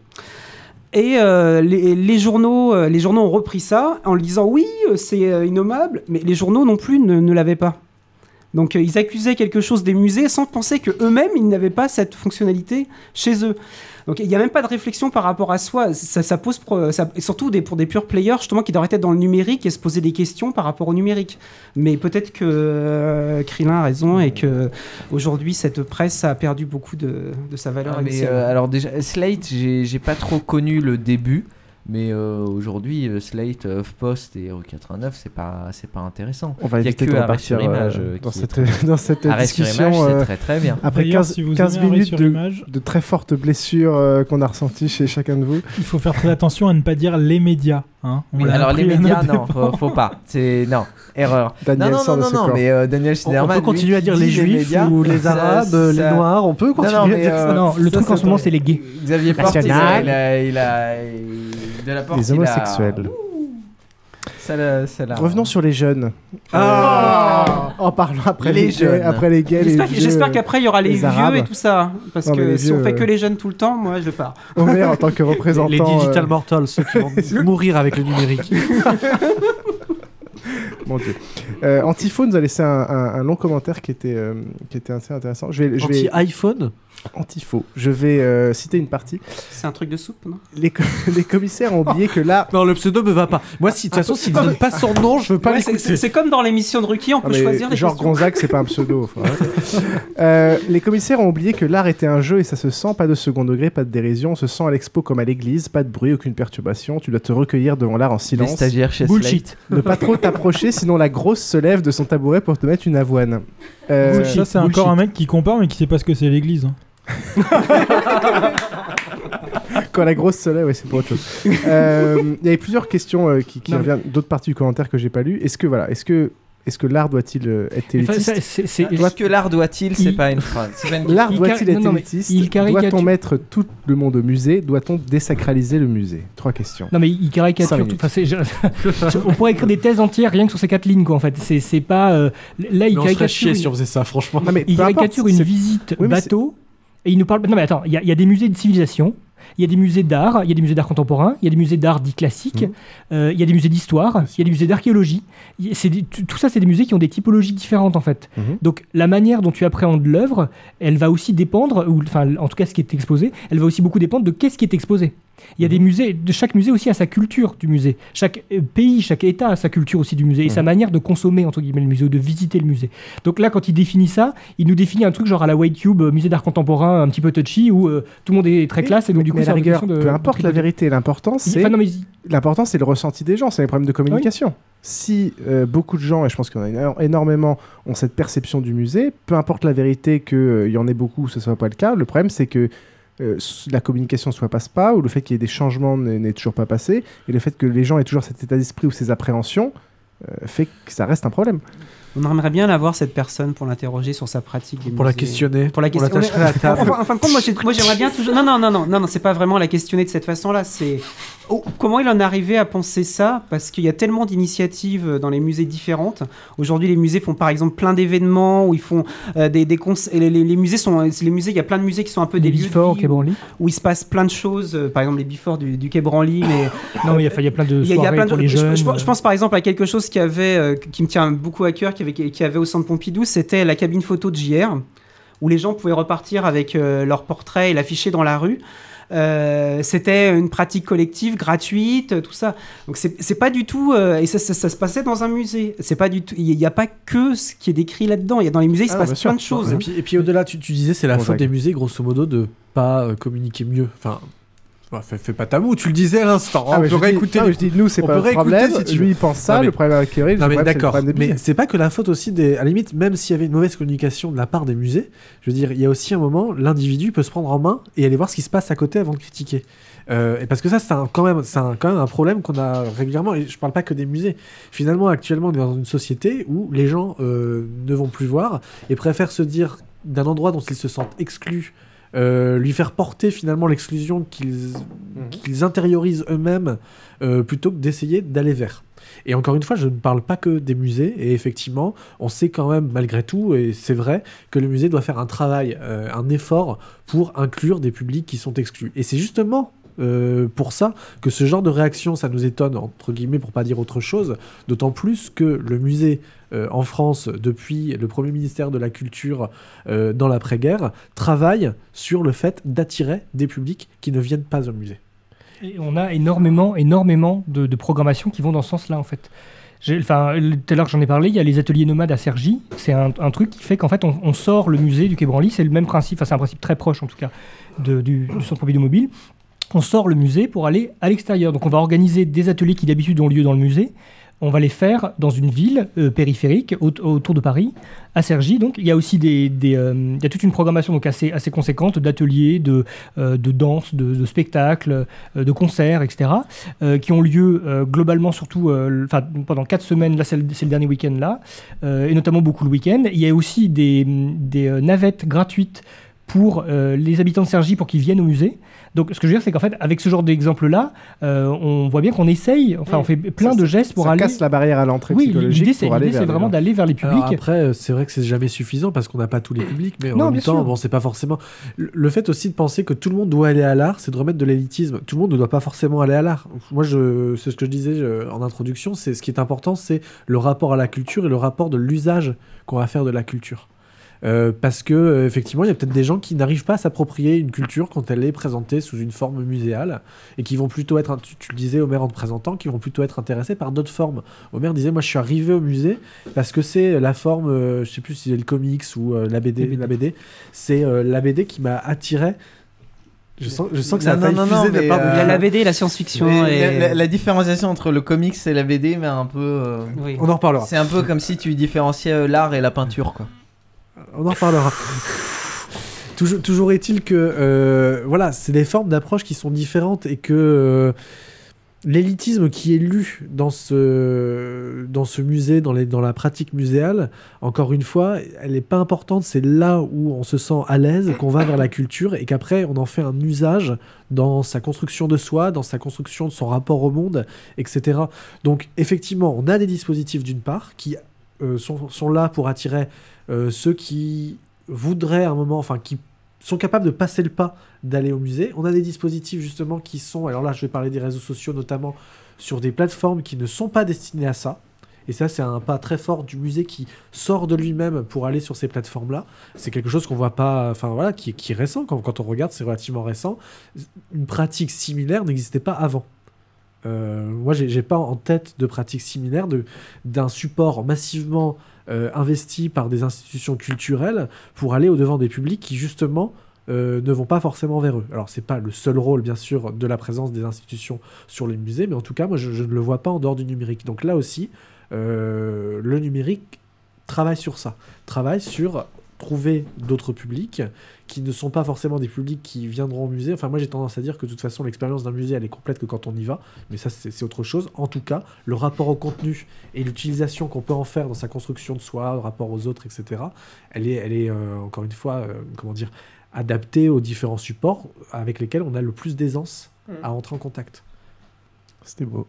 Et euh, les, les journaux, euh, les journaux ont repris ça en le disant oui, euh, c'est euh, innommable, mais les journaux non plus ne, ne l'avaient pas. Donc euh, ils accusaient quelque chose des musées sans penser que eux-mêmes ils n'avaient pas cette fonctionnalité chez eux. Donc il n'y a même pas de réflexion par rapport à soi. Ça, ça pose pro- ça, et surtout des, pour des pure players justement qui devraient être dans le numérique et se poser des questions par rapport au numérique. Mais peut-être que euh, Krillin a raison et que aujourd'hui cette presse a perdu beaucoup de, de sa valeur Ah, mais, initiale. euh, alors déjà, Slate, j'ai j'ai pas trop connu le début, mais euh, aujourd'hui, euh, Slate, HuffPost et Euro quatre-vingt-neuf, c'est pas, c'est pas intéressant. On va Il y a éviter que de Arrêt repartir sur image, euh, euh, dans qui est cette, très- dans cette Arrêt sur discussion. image, c'est euh, très très bien. Après D'ailleurs, quinze, si vous quinze aimez Arrêt minutes sur de, image- de très fortes blessures euh, qu'on a ressenties chez chacun de vous. Il faut faire très attention à ne pas dire les médias. Hein. On Oui, l'a alors les appris à médias, nos non, dépens. faut, faut pas. C'est non, erreur. Daniel non, non, sort non, de non, ce non, corps. mais euh, Daniel On, on Schneiderman, peut continuer lui, à dire dit les les juifs médias, ou les ça- arabes, ça- les noirs, on peut Non, continuer non, à mais, dire ça. euh, Non, le ça, truc en c'est ce moment, vrai. c'est les gays. Xavier Porte, il a, National. il a, il a, il- de la Porte, Les il a- homosexuels. Ça, l'a- ça l'a- Revenons sur les jeunes. Ah Euh, en parlant après Les les, jeunes. gays, après les gays, les J'espère, vieux, j'espère qu'après il y aura les, vieux Arabes. et tout ça. hein, Parce Non, mais que les si on vieux, fait que euh, les jeunes tout le temps, moi je pars. Homer en tant que représentant. Les digital euh, mortals, ceux qui vont mourir avec le numérique. Mon Dieu. Euh, Antifo nous a laissé un, un- un long commentaire qui était, euh, qui était assez intéressant. Je vais, je vais... Anti-iPhone Antifo. Je vais euh, citer une partie. C'est un truc de soupe, non Les, co- les commissaires ont oublié que là. Non, le pseudo me va pas. Moi, si, de toute façon, s'il ne donne pas son nom, je veux pas Ouais, c'est, l'écouter. c'est- c'est comme dans l'émission de Ruquier, on Ah, peut mais choisir les genre questions. Gonzague, c'est pas un pseudo. faut arrêter. Euh, les commissaires ont oublié que l'art était un jeu et ça se sent. Pas de second degré, pas de dérision. On se sent à l'expo comme à l'église. Pas de bruit, aucune perturbation. Tu dois te recueillir devant l'art en Les silence. stagiaires chez Bullshit. Ne pas trop t'approcher, sinon la grosse se lève de son tabouret pour te mettre une avoine. Euh, Ça, c'est bullshit. encore un mec qui compare, mais qui sait pas ce que c'est l'église. hein. Quand la grosse se lève, ouais, c'est pour autre chose. Euh, Il y avait plusieurs questions euh, qui, qui Non, reviennent d'autres parties du commentaire que j'ai pas lu. Est-ce que voilà, est-ce que est-ce que l'art doit-il euh, être Enfin, élitiste? ça, c'est- c'est- Est-ce que l'art doit-il, c'est Il- pas une phrase. C'est pas une L'art il doit-il cari- être non, non, mais élitiste? il caricature- Doit-on mettre tout le monde au musée? Doit-on désacraliser le musée? Trois questions. Non mais il Cinq caricature tout. minutes. Enfin, c'est- je- je- on pourrait écrire des thèses entières rien que sur ces quatre lignes quoi en fait. C'est c'est pas euh, là il Mais on serait caricature. chier une- si on faisait ça, franchement. Non, mais Il peu importe, caricature une c'est- visite Oui, mais bateau et il nous parle. Non mais attends, il y, a- il y a des musées de civilisation Il y a des musées d'art, il y a des musées d'art contemporain, il y a des musées d'art dits classiques, mmh. euh, il y a des musées d'histoire, il y a des musées d'archéologie. C'est des, tout ça, c'est des musées qui ont des typologies différentes en fait. Mmh. Donc la manière dont tu appréhendes l'œuvre, elle va aussi dépendre, ou enfin en tout cas ce qui est exposé, elle va aussi beaucoup dépendre de qu'est-ce qui est exposé. Il y a des musées, de chaque musée aussi a sa culture du musée. Chaque euh, pays, chaque État a sa culture aussi du musée et mmh. sa manière de consommer entre guillemets le musée ou de visiter le musée. Donc là, quand il définit ça, il nous définit un truc genre à la Whitecube, euh, musée d'art contemporain, un petit peu touchy, où euh, tout le monde est très classe et donc du coup, mais ça la rigueur, de, peu importe de la vérité, l'important c'est, enfin, non, mais... l'important c'est le ressenti des gens, c'est les problèmes de communication. Oui. Si euh, beaucoup de gens, et je pense qu'il y en a énormément, ont cette perception du musée, peu importe la vérité qu'il euh, y en ait beaucoup ou ce ne soit pas le cas, le problème c'est que Euh, la communication ne soit passe pas, ou le fait qu'il y ait des changements n'est, n'est toujours pas passé, et le fait que les gens aient toujours cet état d'esprit ou ces appréhensions euh, fait que ça reste un problème. On aimerait bien l'avoir, cette personne, pour l'interroger sur sa pratique des Pour musées. la questionner. Pour la on l'attacherait à la table. En, en, en fin de compte, moi, j'ai, moi j'aimerais bien toujours... Non, non, non, non, non, non, c'est pas vraiment la questionner de cette façon-là, c'est... Oh, comment il en est arrivé à penser ça ? Parce qu'il y a tellement d'initiatives dans les musées différentes. Aujourd'hui, les musées font par exemple plein d'événements où ils font euh, des, des cons... les, les, les musées sont, les musées, il y a plein de musées qui sont un peu les des lieux Before, de vie où, où il se passe plein de choses. Euh, par exemple, les Before du, du Quai Branly. Mais non, il y, y a plein de soirées y a, y a plein de, pour les jeunes. Je, je, je pense par exemple à quelque chose qui avait, euh, qui me tient beaucoup à cœur, qui avait, qui avait au Centre Pompidou, c'était la cabine photo de J R, où les gens pouvaient repartir avec euh, leur portrait et l'afficher dans la rue. Euh, c'était une pratique collective gratuite, tout ça. Donc c'est, c'est pas du tout euh, et ça, ça, ça se passait dans un musée. C'est pas du tout. Il y a pas que ce qui est décrit là-dedans. Il y a dans les musées, il se ah, passe plein sûr. de choses. Et puis, et puis au-delà, tu, tu disais, c'est la bon, faute des musées, grosso modo, de pas euh, communiquer mieux. Enfin. Fais, fais pas ta moue, tu le disais à l'instant. Ah, on peut réécouter. Non, je dis nous, c'est pas le problème. Si lui, il pense ça. Mais... Le problème avec Kirill, non, mais problème, d'accord. C'est le mais c'est pas que la faute aussi des. À la limite, même s'il y avait une mauvaise communication de la part des musées, je veux dire, il y a aussi un moment, l'individu peut se prendre en main et aller voir ce qui se passe à côté avant de critiquer. Euh, et parce que ça, c'est un, quand même, c'est un, quand même un problème qu'on a régulièrement. Et je parle pas que des musées. Finalement, actuellement, on est dans une société où les gens euh, ne vont plus voir et préfèrent se dire d'un endroit dont ils se sentent exclus. Euh, lui faire porter finalement l'exclusion qu'ils, mmh. qu'ils intériorisent eux-mêmes euh, plutôt que d'essayer d'aller vers. Et encore une fois, je ne parle pas que des musées, et effectivement, on sait quand même malgré tout, et c'est vrai, que le musée doit faire un travail, euh, un effort pour inclure des publics qui sont exclus. Et c'est justement Euh, pour ça que ce genre de réaction, ça nous étonne, entre guillemets, pour pas dire autre chose, d'autant plus que le musée euh, en France, depuis le premier ministère de la Culture euh, dans l'après-guerre, travaille sur le fait d'attirer des publics qui ne viennent pas au musée. Et on a énormément, énormément de, de programmations qui vont dans ce sens-là, en fait. J'ai, enfin, tout à l'heure j'en ai parlé, il y a les ateliers nomades à Cergy. C'est un, un truc qui fait qu'en fait on, on sort le musée du Quai Branly. C'est le même principe, enfin c'est un principe très proche en tout cas de, du, du Centre Pompidou Mobile. On sort le musée pour aller à l'extérieur. Donc on va organiser des ateliers qui d'habitude ont lieu dans le musée. On va les faire dans une ville euh, périphérique au, autour de Paris, à Cergy. Donc il y a aussi des, des, euh, il y a toute une programmation donc assez, assez conséquente d'ateliers, de, euh, de danse, de, de spectacles, euh, de concerts, et cetera, euh, qui ont lieu euh, globalement surtout euh, pendant quatre semaines. Là, c'est le, c'est le dernier week-end là, euh, et notamment beaucoup le week-end. Il y a aussi des, des euh, navettes gratuites pour euh, les habitants de Cergy pour qu'ils viennent au musée. Donc ce que je veux dire, c'est qu'en fait, avec ce genre d'exemple-là, euh, on voit bien qu'on essaye, enfin, oui. on fait plein ça, de gestes pour ça aller... Ça casse la barrière à l'entrée oui, psychologique l'idée, c'est, pour aller l'idée, c'est vers vraiment les... d'aller vers les publics. Alors après, c'est vrai que c'est jamais suffisant parce qu'on n'a pas tous les publics, mais en non, même temps, sûr. bon, c'est pas forcément... Le fait aussi de penser que tout le monde doit aller à l'art, c'est de remettre de l'élitisme. Tout le monde ne doit pas forcément aller à l'art. Moi, je... c'est ce que je disais je... en introduction, c'est ce qui est important, c'est le rapport à la culture et le rapport de l'usage qu'on va faire de la culture. Euh, parce que euh, effectivement il y a peut-être des gens qui n'arrivent pas à s'approprier une culture quand elle est présentée sous une forme muséale et qui vont plutôt être, tu, tu le disais Omer en te présentant, qui vont plutôt être intéressés par d'autres formes. Omer disait moi je suis arrivé au musée parce que c'est la forme, euh, je sais plus si c'est le comics ou euh, la B D, la B D, c'est euh, la B D qui m'a attiré. Je sens, je sens que ça non, a failli non, fuser non, de part euh... de... La B D et la science-fiction. Et... La, la, la différenciation entre le comics et la B D, mais un peu. Euh... Oui. On en reparlera. C'est un peu comme si tu différenciais l'art et la peinture, quoi. On en reparlera. toujours, toujours est-il que euh, voilà, c'est des formes d'approche qui sont différentes et que euh, l'élitisme qui est lu dans ce, dans ce musée, dans, les, dans la pratique muséale, encore une fois, elle n'est pas importante. C'est là où on se sent à l'aise, qu'on va vers la culture et qu'après on en fait un usage dans sa construction de soi, dans sa construction de son rapport au monde, et cetera. Donc effectivement, on a des dispositifs d'une part qui euh, sont, sont là pour attirer Euh, ceux qui voudraient à un moment, enfin qui sont capables de passer le pas d'aller au musée. On a des dispositifs justement qui sont, alors là je vais parler des réseaux sociaux notamment, sur des plateformes qui ne sont pas destinées à ça. Et ça, c'est un pas très fort du musée qui sort de lui-même pour aller sur ces plateformes-là. C'est quelque chose qu'on voit pas, enfin voilà, qui, qui est récent. Quand, quand on regarde, c'est relativement récent. Une pratique similaire n'existait pas avant. Euh, moi, j'ai, j'ai pas en tête de pratique similaire de, d'un support massivement euh, investi par des institutions culturelles pour aller au-devant des publics qui, justement, euh, ne vont pas forcément vers eux. Alors, c'est pas le seul rôle, bien sûr, de la présence des institutions sur les musées, mais en tout cas, moi, je, je ne le vois pas en dehors du numérique. Donc là aussi, euh, le numérique travaille sur ça, travaille sur trouver d'autres publics qui ne sont pas forcément des publics qui viendront au musée. Enfin, moi, j'ai tendance à dire que de toute façon, l'expérience d'un musée, elle est complète que quand on y va. Mais ça, c'est, c'est autre chose. En tout cas, le rapport au contenu et l'utilisation qu'on peut en faire dans sa construction de soi, le rapport aux autres, et cetera, elle est, elle est euh, encore une fois, euh, comment dire, adaptée aux différents supports avec lesquels on a le plus d'aisance mmh. à entrer en contact. C'était beau.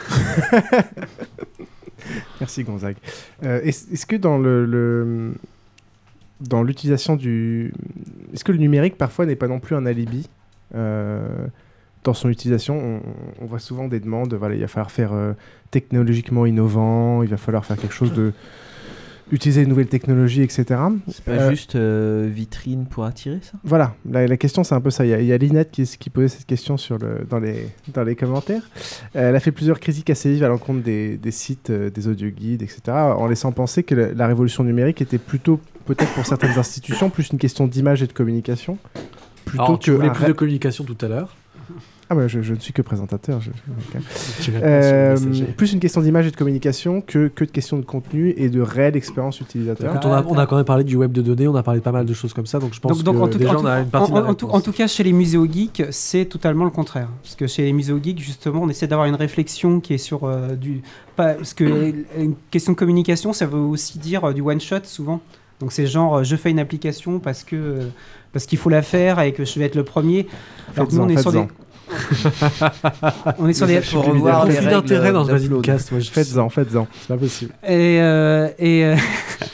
Merci, Gonzague. Euh, est-ce, est-ce que dans le... le... dans l'utilisation du... Est-ce que le numérique, parfois, n'est pas non plus un alibi euh, dans son utilisation? on, on voit souvent des demandes, voilà, il va falloir faire euh, technologiquement innovant, il va falloir faire quelque chose de... utiliser une nouvelle technologie, et cetera. C'est pas euh, juste euh, vitrine pour attirer, ça? Voilà, la, la question, c'est un peu ça. Il y a, il y a Linette qui, qui posait cette question sur le, dans, les, dans les commentaires. Euh, elle a fait plusieurs critiques assez vives à l'encontre des, des sites, euh, des audioguides, et cetera, en laissant penser que la, la révolution numérique était plutôt... peut-être pour certaines institutions, plus une question d'image et de communication. Plutôt Alors, tu que voulais un... plus de communication tout à l'heure. Ah bah, je, je ne suis que présentateur. Je... Okay. euh, plus une question d'image et de communication que, que de question de contenu et de réelle expérience utilisateur. On a, on a quand même parlé du web de données, on a parlé de pas mal de choses comme ça, donc je pense donc, donc, que en déjà tout, on a une partie en, de la en, tout, en tout cas, chez les muséogeeks, c'est totalement le contraire. Parce que chez les muséogeeks, justement, on essaie d'avoir une réflexion qui est sur euh, du... Pas, parce que une question de communication, ça veut aussi dire euh, du one-shot, souvent. Donc c'est genre, euh, je fais une application parce que euh, parce qu'il faut la faire et que je vais être le premier. Alors que nous, on est sur des... on est sur des... Pour revoir les règles d'intérêt dans ce Basilincast. Faites-en, faites-en. C'est pas possible. Et, euh, et, euh,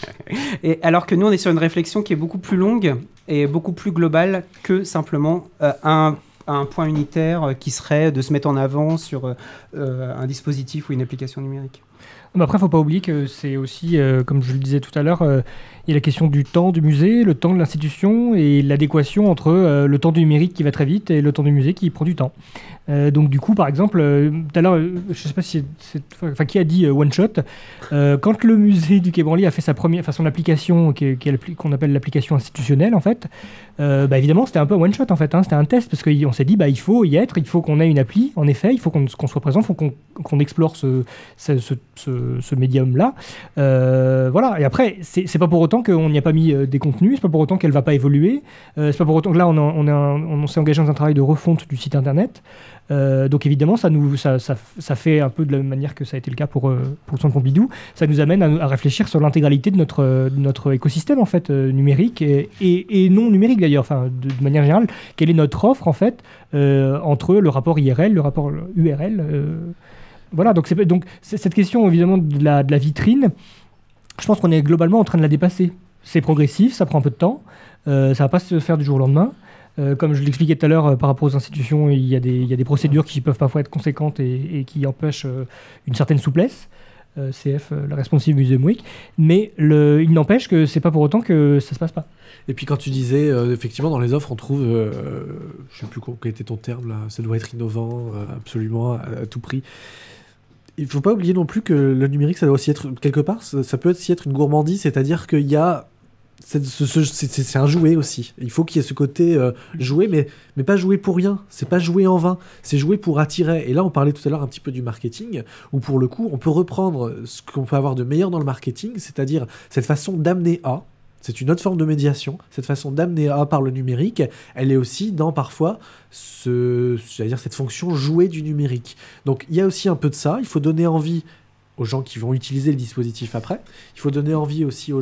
et alors que nous, on est sur une réflexion qui est beaucoup plus longue et beaucoup plus globale que simplement euh, un... un point unitaire qui serait de se mettre en avant sur euh, un dispositif ou une application numérique. Mais après, il ne faut pas oublier que c'est aussi, euh, comme je le disais tout à l'heure, euh, il y a la question du temps du musée, le temps de l'institution et l'adéquation entre euh, le temps du numérique qui va très vite et le temps du musée qui prend du temps. Euh, donc du coup, par exemple, euh, tout à l'heure, euh, je ne sais pas si c'est, enfin, qui a dit euh, one shot. Euh, quand le musée du Quai Branly a fait sa première, enfin son application, qui est, qui est qu'on appelle l'application institutionnelle en fait, euh, bah, évidemment c'était un peu one shot en fait. Hein, c'était un test parce qu'on s'est dit bah il faut y être, il faut qu'on ait une appli. En effet, il faut qu'on, qu'on soit présent, il faut qu'on, qu'on explore ce, ce, ce, ce, ce médium là. Euh, voilà. Et après, c'est, c'est pas pour autant qu'on n'y a pas mis euh, des contenus, c'est pas pour autant qu'elle va pas évoluer. Euh, c'est pas pour autant que là on, a, on, a un, on s'est engagé dans un travail de refonte du site internet. Euh, donc évidemment, ça, nous, ça, ça, ça fait un peu de la même manière que ça a été le cas pour, euh, pour le Centre Pompidou. Ça nous amène à, à réfléchir sur l'intégralité de notre, de notre écosystème en fait, euh, numérique et, et, et non numérique d'ailleurs, enfin, de, de manière générale. Quelle est notre offre en fait euh, entre le rapport I R L, le rapport U R L euh, Voilà, donc, c'est, donc c'est, cette question évidemment de la, de la vitrine, je pense qu'on est globalement en train de la dépasser. C'est progressif, ça prend un peu de temps, euh, ça ne va pas se faire du jour au lendemain. Euh, comme je l'expliquais tout à l'heure, euh, par rapport aux institutions, il y a des, il y a des procédures qui peuvent parfois être conséquentes et, et qui empêchent euh, une certaine souplesse. Euh, C F, euh, la Responsive Museum Week. Mais le, il n'empêche que c'est pas pour autant que ça se passe pas. Et puis quand tu disais, euh, effectivement, dans les offres, on trouve, euh, je sais plus quel était ton terme là, ça doit être innovant, euh, absolument, à, à tout prix. Il faut pas oublier non plus que le numérique, ça doit aussi être, quelque part, ça, ça peut aussi être une gourmandise, c'est-à-dire qu'il y a... C'est, ce, ce, c'est, c'est un jouet aussi. Il faut qu'il y ait ce côté euh, jouet, mais, mais pas jouer pour rien. C'est pas jouer en vain. C'est jouer pour attirer. Et là, on parlait tout à l'heure un petit peu du marketing, où pour le coup, on peut reprendre ce qu'on peut avoir de meilleur dans le marketing, c'est-à-dire cette façon d'amener à. C'est une autre forme de médiation. Cette façon d'amener à par le numérique, elle est aussi dans parfois ce, j'allais dire cette fonction jouet du numérique. Donc il y a aussi un peu de ça. Il faut donner envie aux gens qui vont utiliser le dispositif après. Il faut donner envie aussi aux gens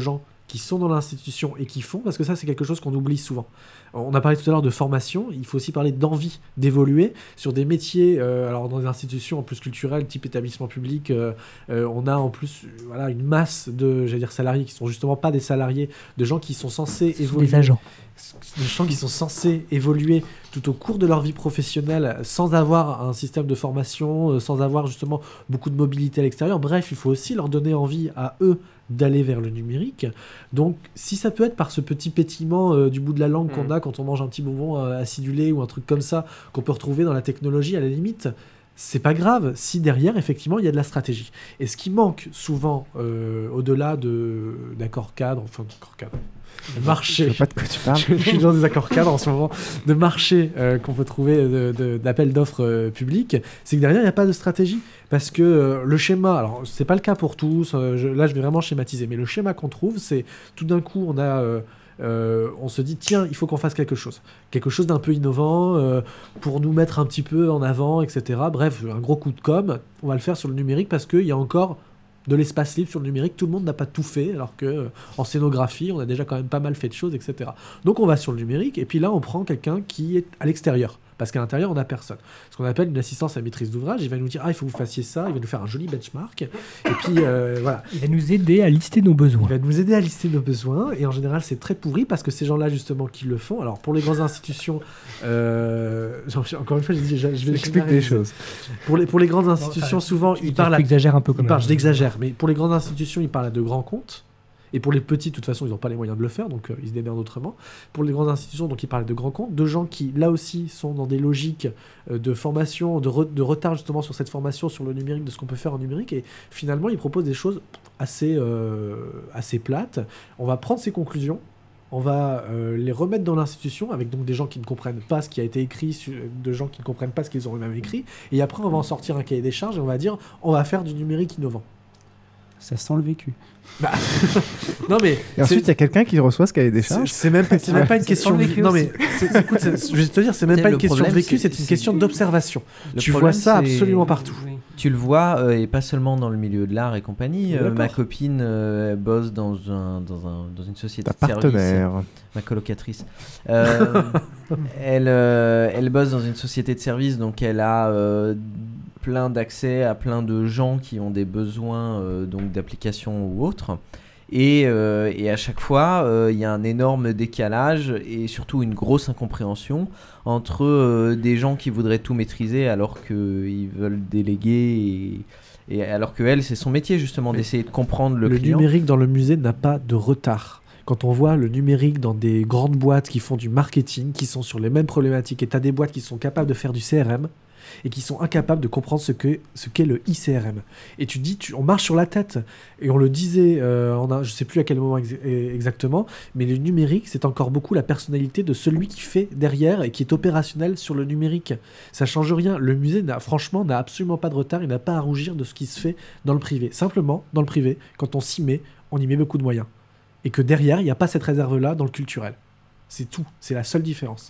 qui sont dans l'institution et qui font, parce que ça c'est quelque chose qu'on oublie souvent. On a parlé tout à l'heure de formation, il faut aussi parler d'envie d'évoluer sur des métiers, euh, alors dans des institutions en plus culturelles, type établissement public, euh, euh, on a en plus euh, voilà, une masse de j'allais dire, salariés qui sont justement pas des salariés, de gens qui sont censés Ce sont évoluer. des agents. Des gens qui sont censés évoluer tout au cours de leur vie professionnelle sans avoir un système de formation, euh, sans avoir justement beaucoup de mobilité à l'extérieur. Bref, il faut aussi leur donner envie à eux d'aller vers le numérique. Donc, si ça peut être par ce petit pétillement euh, du bout de la langue mmh. qu'on a quand on mange un petit bonbon euh, acidulé ou un truc comme ça, qu'on peut retrouver dans la technologie, à la limite, c'est pas grave si derrière, effectivement, il y a de la stratégie. Et ce qui manque souvent, euh, au-delà de, d'accords cadres, enfin, d'accords cadres, de marché. Je sais pas de quoi tu parles. Je suis dans des accords cadres en ce moment, de marché euh, qu'on peut trouver, de, de, d'appels d'offres euh, publics, c'est que derrière, il n'y a pas de stratégie. Parce que euh, le schéma, alors c'est pas le cas pour tous, euh, je, là je vais vraiment schématiser, mais le schéma qu'on trouve, c'est tout d'un coup, on a. Euh, Euh, on se dit tiens il faut qu'on fasse quelque chose quelque chose d'un peu innovant euh, pour nous mettre un petit peu en avant, etc. Bref, un gros coup de com', on va le faire sur le numérique parce qu'il y a encore de l'espace libre sur le numérique, tout le monde n'a pas tout fait alors que euh, en scénographie on a déjà quand même pas mal fait de choses, etc. Donc on va sur le numérique et puis là on prend quelqu'un qui est à l'extérieur. Parce qu'à l'intérieur, on n'a personne. Ce qu'on appelle une assistance à maîtrise d'ouvrage. Il va nous dire, ah, il faut que vous fassiez ça. Il va nous faire un joli benchmark. Et puis, euh, voilà. Il va nous aider à lister nos besoins. Il va nous aider à lister nos besoins. Et en général, c'est très pourri parce que ces gens-là, justement, qui le font. Alors, pour les grandes institutions, euh, encore une fois, je, dis, je, je vais expliquer des choses. Pour les, pour les grandes institutions, non, souvent, ils parlent... Tu exagères un peu comme ça. Je l'exagère. Mais pour les grandes institutions, ils parlent de grands comptes. Et pour les petits, de toute façon, ils n'ont pas les moyens de le faire, donc euh, ils se démerdent autrement. Pour les grandes institutions, donc ils parlent de grands comptes, de gens qui, là aussi, sont dans des logiques euh, de formation, de, re- de retard justement sur cette formation, sur le numérique, de ce qu'on peut faire en numérique. Et finalement, ils proposent des choses assez, euh, assez plates. On va prendre ces conclusions, on va euh, les remettre dans l'institution, avec donc des gens qui ne comprennent pas ce qui a été écrit, de gens qui ne comprennent pas ce qu'ils ont eux-mêmes écrit. Et après, on va en sortir un cahier des charges et on va dire, on va faire du numérique innovant. Ça sent le vécu. Bah, non mais et ensuite il y a quelqu'un qui reçoit ce cahier des charges. C'est, c'est même pas, c'est même pas une question de vécu. Non mais c'est, c'est, écoute, c'est, je vais te dire, c'est même c'est pas une question de vécu, c'est, c'est une question d'observation. Tu vois ça c'est... absolument partout. Oui. Tu le vois euh, et pas seulement dans le milieu de l'art et compagnie. Euh, ma copine euh, bosse dans un dans un dans une société Ta de partenaire. service. Ma colocatrice. Euh, elle euh, elle bosse dans une société de service, donc elle a euh, plein d'accès à plein de gens qui ont des besoins euh, donc d'applications ou autres. Et, euh, et à chaque fois, il euh, y a un énorme décalage et surtout une grosse incompréhension entre euh, des gens qui voudraient tout maîtriser alors qu'ils veulent déléguer et, et alors que elle, c'est son métier justement Mais d'essayer de comprendre le, le client. Le numérique dans le musée n'a pas de retard. Quand on voit le numérique dans des grandes boîtes qui font du marketing, qui sont sur les mêmes problématiques, et tu as des boîtes qui sont capables de faire du C R M, et qui sont incapables de comprendre ce, que, ce qu'est le I C R M. Et tu dis, tu, on marche sur la tête. Et on le disait, euh, on a, je ne sais plus à quel moment ex- exactement, mais le numérique, c'est encore beaucoup la personnalité de celui qui fait derrière et qui est opérationnel sur le numérique. Ça ne change rien. Le musée, n'a, franchement, n'a absolument pas de retard. Il n'a pas à rougir de ce qui se fait dans le privé. Simplement, dans le privé, quand on s'y met, on y met beaucoup de moyens. Et que derrière, il n'y a pas cette réserve-là dans le culturel. C'est tout. C'est la seule différence.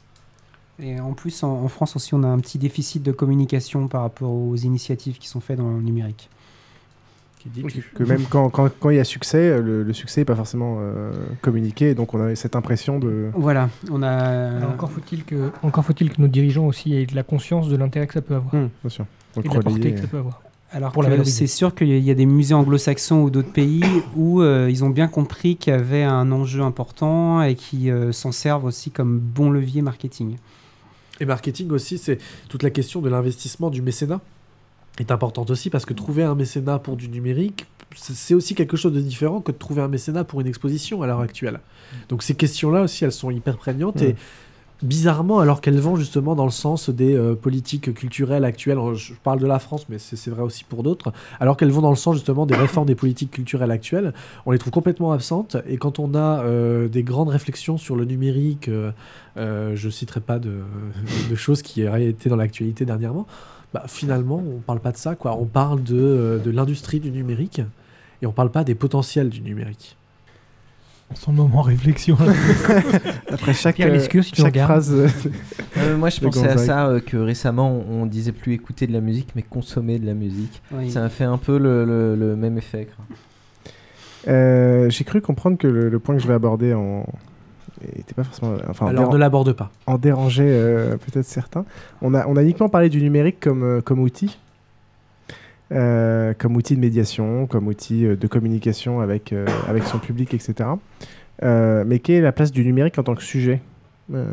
Et en plus, en, en France aussi, on a un petit déficit de communication par rapport aux initiatives qui sont faites dans le numérique. Qui dit que, que même quand, quand, quand il y a succès, le, le succès n'est pas forcément euh, communiqué, donc on a cette impression de... Voilà, on a... Alors encore faut-il que, encore faut-il que nos dirigeants aussi aient de la conscience de l'intérêt que ça peut avoir. Mmh, bien sûr. Donc et de la portée que ça peut avoir. Alors pour que c'est sûr qu'il y a des musées anglo-saxons ou d'autres pays où euh, ils ont bien compris qu'il y avait un enjeu important et qui euh, s'en servent aussi comme bon levier marketing. Et marketing aussi, c'est toute la question de l'investissement, du mécénat est importante aussi parce que trouver un mécénat pour du numérique, c'est aussi quelque chose de différent que de trouver un mécénat pour une exposition à l'heure actuelle. Donc ces questions-là aussi, elles sont hyper prégnantes mmh. et bizarrement, alors qu'elles vont justement dans le sens des euh, politiques culturelles actuelles, je parle de la France, mais c'est, c'est vrai aussi pour d'autres, alors qu'elles vont dans le sens justement des réformes des politiques culturelles actuelles, on les trouve complètement absentes, et quand on a euh, des grandes réflexions sur le numérique, euh, euh, je ne citerai pas de, de choses qui auraient été dans l'actualité dernièrement, bah, finalement, on ne parle pas de ça, quoi. On parle de, de l'industrie du numérique, et on ne parle pas des potentiels du numérique. On sent le moment réflexion. Après chaque, Pierre Lescure, si tu chaque phrase. Euh, euh, moi, je pensais à ça euh, que récemment, on, on disait plus écouter de la musique, mais consommer de la musique. Oui. Ça a fait un peu le, le, le même effet. Euh, j'ai cru comprendre que le, le point que je vais aborder en était pas forcément. Enfin, Alors, déra- ne l'aborde pas. En déranger euh, peut-être certains. On a, on a uniquement parlé du numérique comme, euh, comme outil. Euh, comme outil de médiation, comme outil euh, de communication avec, euh, avec son public, et cetera. Euh, mais quelle est la place du numérique en tant que sujet euh,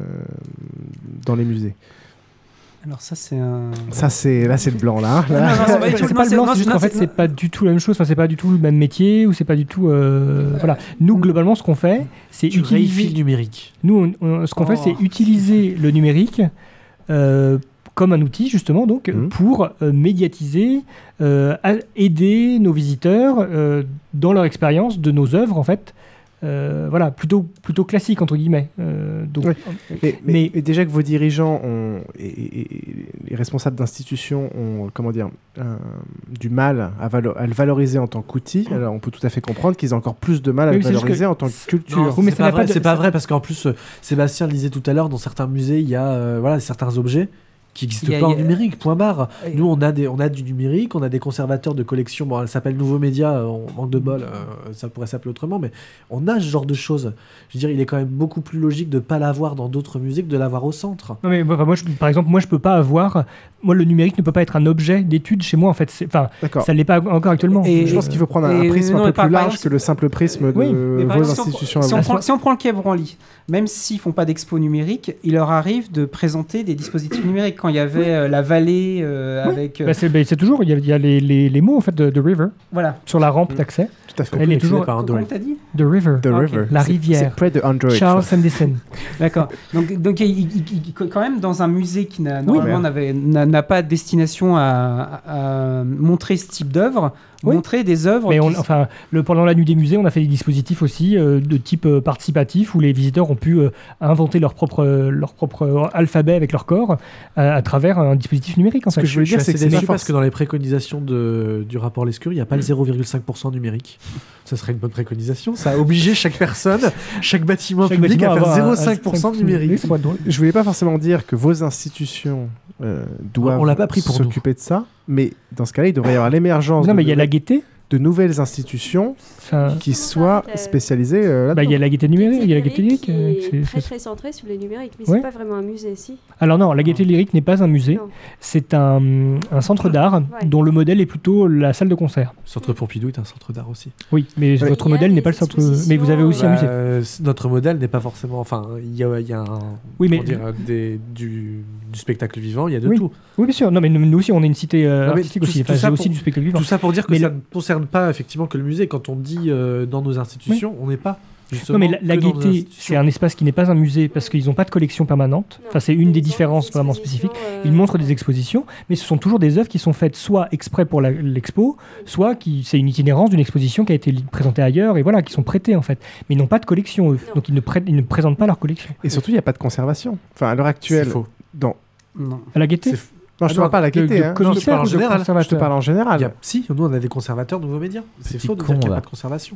dans les musées? Alors ça c'est un... Ça c'est là c'est le blanc là. Non, non, non, c'est pas, du tout- c'est pas le blanc, c'est juste qu'en fait non, c'est pas du tout la même chose. Enfin, c'est pas du tout le même métier ou c'est pas du tout. euh, Voilà. Nous globalement, ce qu'on fait, c'est Tu réifies utiliser le numérique. Nous, on- on- ce qu'on Oh. fait, c'est utiliser le numérique euh, comme un outil justement, donc Mmh. pour euh, médiatiser, euh, a- aider nos visiteurs euh, dans leur expérience de nos œuvres en fait. Euh, voilà, plutôt plutôt classique entre guillemets. Euh, donc, Ouais. Mais, mais- mais déjà que vos dirigeants ont, et, et- et les responsables d'institutions ont comment dire euh, du mal à, valo- à le valoriser en tant qu'outil, alors on peut tout à fait comprendre qu'ils aient encore plus de mal à Oui, le mais c'est juste valoriser que en tant que c'est- culture. Non, mais c'est ça pas n'a vrai, pas de- c'est pas ça- vrai parce qu'en plus, euh, Sébastien le disait tout à l'heure, dans certains musées, il y a euh, voilà, certains objets qui n'existent Il y a- pas en il y a- numérique, point barre. Et- Nous, on a, des, on a du numérique, on a des conservateurs de collection, bon, elle s'appelle Nouveau Média, euh, on manque de bol, euh, ça pourrait s'appeler autrement, mais on a ce genre de choses. Je veux dire, il est quand même beaucoup plus logique de ne pas l'avoir dans d'autres musées que de l'avoir au centre. Non mais enfin, moi, je- par exemple, moi je peux pas avoir, moi le numérique ne peut pas être un objet d'étude chez moi en fait. C'est- Enfin, D'accord. ça l'est pas encore actuellement. Et- Je pense qu'il faut prendre un, et- un prisme non, un mais peu par- plus par large exemple, que le simple prisme de Oui, Mais par vos exemple, si on- institutions. si on, à vous. prend, si on prend le Quai Branly, même s'ils font pas d'expo numérique, il leur arrive de présenter des dispositifs numériques. Quand il y avait euh, la vallée euh, avec... euh, Bah, c'est, bah, c'est toujours, il y a, il y a les, les, les mots en fait de, de River Voilà. sur la rampe d'accès. Tout à fait. Elle est toujours par Comment Android. t'as dit de River, The Ok. River. la C'est- rivière. C'est près de Android. Charles Sanderson. D'accord. Donc, donc il, il- il- il- quand même, dans un musée qui n'a, normalement mais- n'avait- n'a, n'a pas de destination à, à- à montrer ce type d'œuvre, Oui. montrer des œuvres... Mais on, qui- enfin, le, pendant la nuit des musées, on a fait des dispositifs aussi euh, de type euh, participatif où les visiteurs ont pu euh, inventer leur propre, leur propre alphabet avec leur corps à, à travers un dispositif numérique. En Ce fait. que je veux Je suis dire, c'est assez que c'est déçu pas parce que dans les préconisations de, du rapport Lescure, il n'y a pas le zéro virgule cinq pour cent numérique. Ça serait une bonne préconisation. Ça a obligé chaque personne, chaque bâtiment Chaque public bâtiment à faire avoir un- zéro virgule cinq pour cent un- numérique. Oui, ça pourrait être drôle. Je voulais pas forcément dire que vos institutions euh, doivent On l'a pas pris pour nous. s'occuper de ça, mais dans ce cas-là, il devrait y avoir l'émergence Non, de, mais il y a la nouvelles, gaieté. de nouvelles institutions Enfin, qui soient Euh, spécialisées euh, là-dedans. bah, il y a la gaieté numérique. Il y a la gaieté lyrique. qui euh, est c'est- très c'est- très centré sur les numériques, mais Ouais. c'est pas vraiment un musée, si. Alors non, la Gaieté Lyrique n'est pas un musée, Non. c'est un, un centre d'art Ouais. dont le modèle est plutôt la salle de concert. Le centre Pompidou est un centre d'art aussi. Oui, mais Ouais. votre Il y a modèle des n'est pas le centre... expositions, Mais vous avez aussi un Bah, musée. euh, c- notre modèle n'est pas forcément. Enfin, il y a, il y a un. Oui, mais- comment dire, euh, des- du, du spectacle vivant, il y a de Oui. tout. Oui, bien sûr. Non, mais nous nous aussi, on est une cité euh, Non, mais artistique tout- aussi. tout Enfin, ça j'ai pour- aussi du spectacle vivant. Tout ça pour dire que Mais ça le- ne concerne pas effectivement que le musée. Quand on dit euh, dans nos institutions, on n'est pas justement. Non, mais la, la que dans nos Gaieté, institutions. c'est un espace qui n'est pas un musée parce qu'ils n'ont pas de collection permanente. Non. Enfin, c'est une des Ils ont différences des vraiment expositions, spécifiques. euh, Ils montrent des expositions, mais ce sont toujours des œuvres qui sont faites soit exprès pour la- l'expo, soit qui c'est une itinérance d'une exposition qui a été li- présentée ailleurs et voilà, qui sont prêtées en fait. Mais ils n'ont pas de collection eux, Non. donc ils ne, prêtent- ils ne présentent pas leur collection. Et surtout, il n'y a pas de conservation. Enfin, à l'heure actuelle, C'est faux. dans... Non. À la Gaieté. C'est- Non, je Ah te parle non, pas à la de- gaieté. de hein. commissaire Non, je te parle en ou de général. Je te conservateur parle en général. Il y a- si, nous on a des conservateurs de nouveaux médias. C'est Petit faux de dire con, qu'il n'y a là. pas de conservation.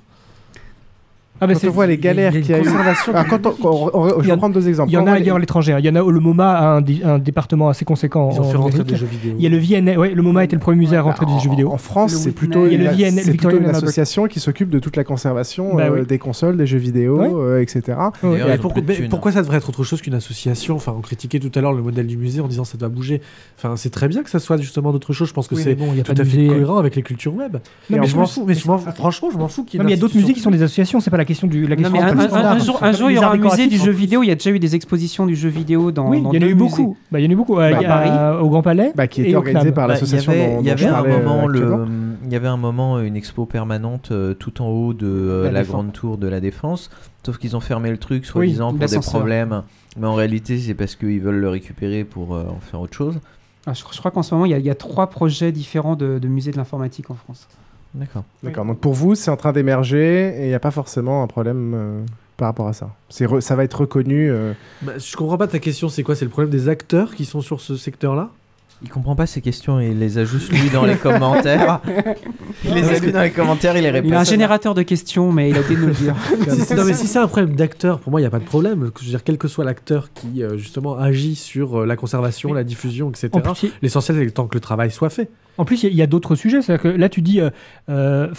Ah, bah, Quand c'est- on voit les galères il y a une qu'il y a eu. conservation Alors, quand on- on- on- Il je y vais en- prendre deux exemples. Il y en Quand on a voit les- ailleurs à l'étranger. hein. Il y en a le MoMA a un, dé- un département assez conséquent. Ils ont en fait rentrer numérique. des jeux vidéo. Il y a le V N A, ouais, le MoMA était le premier musée à rentrer Bah, des jeux en- vidéo. En France, Le c'est Whitney. plutôt, Il y a le une- V N, c'est plutôt Victoria une and Albert. association qui s'occupe de toute la conservation Bah euh, oui. des consoles, des jeux vidéo, Ouais. euh, et cetera. Ouais. D'ailleurs, Et ils ont pourquoi, plus de mais thunes. pourquoi ça devrait être autre chose qu'une association? Enfin, on critiquait tout à l'heure le modèle du musée en disant ça doit bouger. Enfin, c'est très bien que ça soit justement d'autres choses. Je pense que Oui, c'est mais bon, il y a tout pas à de fait musée- cohérent avec les cultures web. Non, mais mais je je m'en pense- fous. Mais je m'en fous. Franchement, je m'en fous qu'il y ait Non, mais il y a une d'autres musées qui institution. sont des associations. C'est pas la question du. La Non, question mais du un, un- standard. un jour, un jour, il y Les aura arts un musée du décoratifs. jeu vidéo. Il y a déjà eu des expositions du jeu vidéo dans. Oui, dans il y en a deux eu musées. beaucoup. Bah, il y en a eu beaucoup. euh, Bah, il y a- Paris. au Grand Palais. Bah, qui et était au organisé CNAM. par Bah, l'association il y avait, dont, il y dont avait je un parlais euh, moment actuellement. le, il y avait un moment une expo permanente euh, tout en haut de euh, La la, Défense. grande tour de la Défense, sauf qu'ils ont fermé le truc Oui, soi-disant pour des l'ascenseur. problèmes, mais en réalité c'est parce qu'ils veulent le récupérer pour euh, en faire autre chose. Ah, je, je crois qu'en ce moment, il y, a, il y a trois projets différents de, de musées de l'informatique en France. D'accord. D'accord. Donc pour vous, c'est en train d'émerger et il n'y a pas forcément un problème euh, par rapport à ça. C'est re- ça va être reconnu. euh, Bah, je comprends pas ta question. C'est quoi? C'est le problème des acteurs qui sont sur ce secteur-là? Il comprend pas ces questions et il les a juste lues dans les commentaires. Il les a lues dans les commentaires, il les répond. Il a un générateur de questions, mais il a oublié de nous le dire. Si- non mais si c'est un problème d'acteur, pour moi il n'y a pas de problème. Je veux dire, quel que soit l'acteur qui euh, justement agit sur euh, la conservation, la diffusion, et cetera. En plus, il- L'essentiel c'est tant que le travail soit fait. En plus, il y a- il y a, d'autres sujets. C'est-à-dire que là, tu dis, euh, euh, enfin,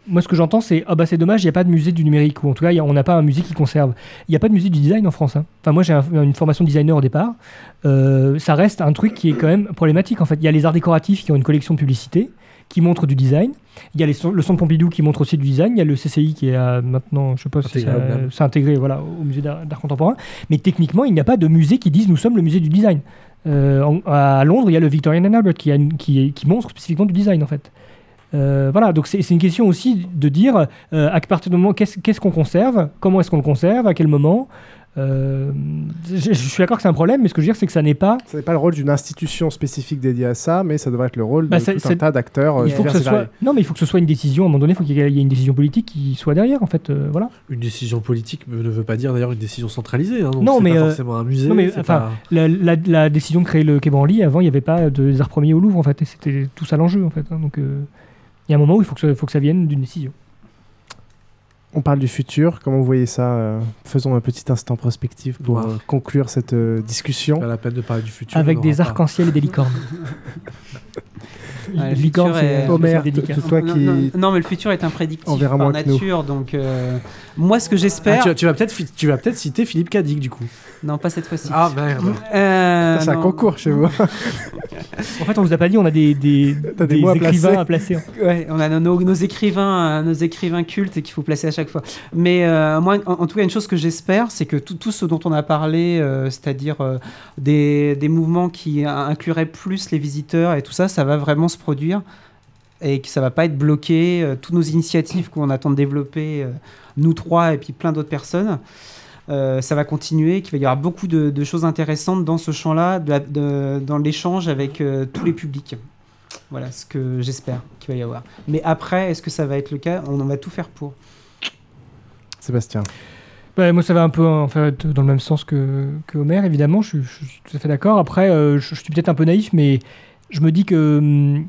moi, ce que j'entends, c'est ah bah c'est dommage, il n'y a pas de musée du numérique, ou en tout cas, y a, on n'a pas un musée qui conserve. Il n'y a pas de musée du design en France. Hein. Enfin, moi, j'ai un, une formation de designer au départ. Euh, ça reste un truc qui est quand même problématique. En fait, il y a les arts décoratifs qui ont une collection de publicité qui montre du design. Il y a les, le Centre Pompidou qui montre aussi du design. Il y a le C C I qui est à, maintenant, je sais pas si ça, c'est intégré, voilà, au musée d'art, d'art contemporain. Mais techniquement, il n'y a pas de musée qui dise nous sommes le musée du design. Euh, en, à Londres, il y a le Victorian and Albert qui, a une, qui, qui montre spécifiquement du design en fait. Euh, voilà, donc c'est, c'est une question aussi de dire euh, à partir du moment qu'est-ce, qu'est-ce qu'on conserve, comment est-ce qu'on le conserve, à quel moment. Euh, je, je suis d'accord que c'est un problème, mais ce que je veux dire, c'est que ça n'est pas. Ça n'est pas le rôle d'une institution spécifique dédiée à ça, mais ça devrait être le rôle bah, de c'est, tout c'est... un tas d'acteurs. Il faut que ce soit... Non, mais il faut que ce soit une décision. À un moment donné, il faut qu'il y ait une décision politique qui soit derrière, en fait. Euh, voilà. Une décision politique ne veut pas dire d'ailleurs une décision centralisée. Hein, donc non, c'est mais pas euh... forcément un musée. Non, mais enfin, pas... la, la, la décision de créer le Quai Branly, avant, il n'y avait pas de des arts premiers au Louvre, en fait, et c'était tout ça l'enjeu, en fait. Hein, donc, euh... il y a un moment où il faut que ça, faut que ça vienne d'une décision. On parle du futur, comment vous voyez ça euh, faisons un petit instant prospectif pour wow. euh, conclure cette euh, discussion. Pas la peine de parler du futur. Avec des arcs-en-ciel et des licornes. Ah, le futur est... Homer, toi non, qui... non, non, mais le futur est imprédictible par nature, donc euh, moi ce que j'espère... Ah, tu, tu, vas peut-être, tu vas peut-être citer Philippe Cadic du coup. Non, pas cette fois-ci. Ah merde. Euh, c'est non. un concours chez vous. En fait, on vous a pas dit, on a des, des, des, des écrivains à placer. Ouais, on a nos, nos écrivains, nos écrivains cultes qu'il faut placer à chaque fois. Mais euh, moi, en, en tout cas, une chose que j'espère, c'est que tout, tout ce dont on a parlé, euh, c'est-à-dire euh, des, des mouvements qui incluraient plus les visiteurs et tout ça, ça va vraiment se produire et que ça va pas être bloqué. Euh, toutes nos initiatives qu'on attend de développer, euh, nous trois et puis plein d'autres personnes, euh, ça va continuer, qu'il va y avoir beaucoup de, de choses intéressantes dans ce champ-là, de la, de, dans l'échange avec euh, tous les publics. Voilà ce que j'espère qu'il va y avoir. Mais après, est-ce que ça va être le cas ? On en va tout faire pour. Sébastien. Bah, moi, ça va un peu en fait, dans le même sens que, que Homer, évidemment, je, je, je suis tout à fait d'accord. Après, euh, je, je suis peut-être un peu naïf, mais je me dis que hum,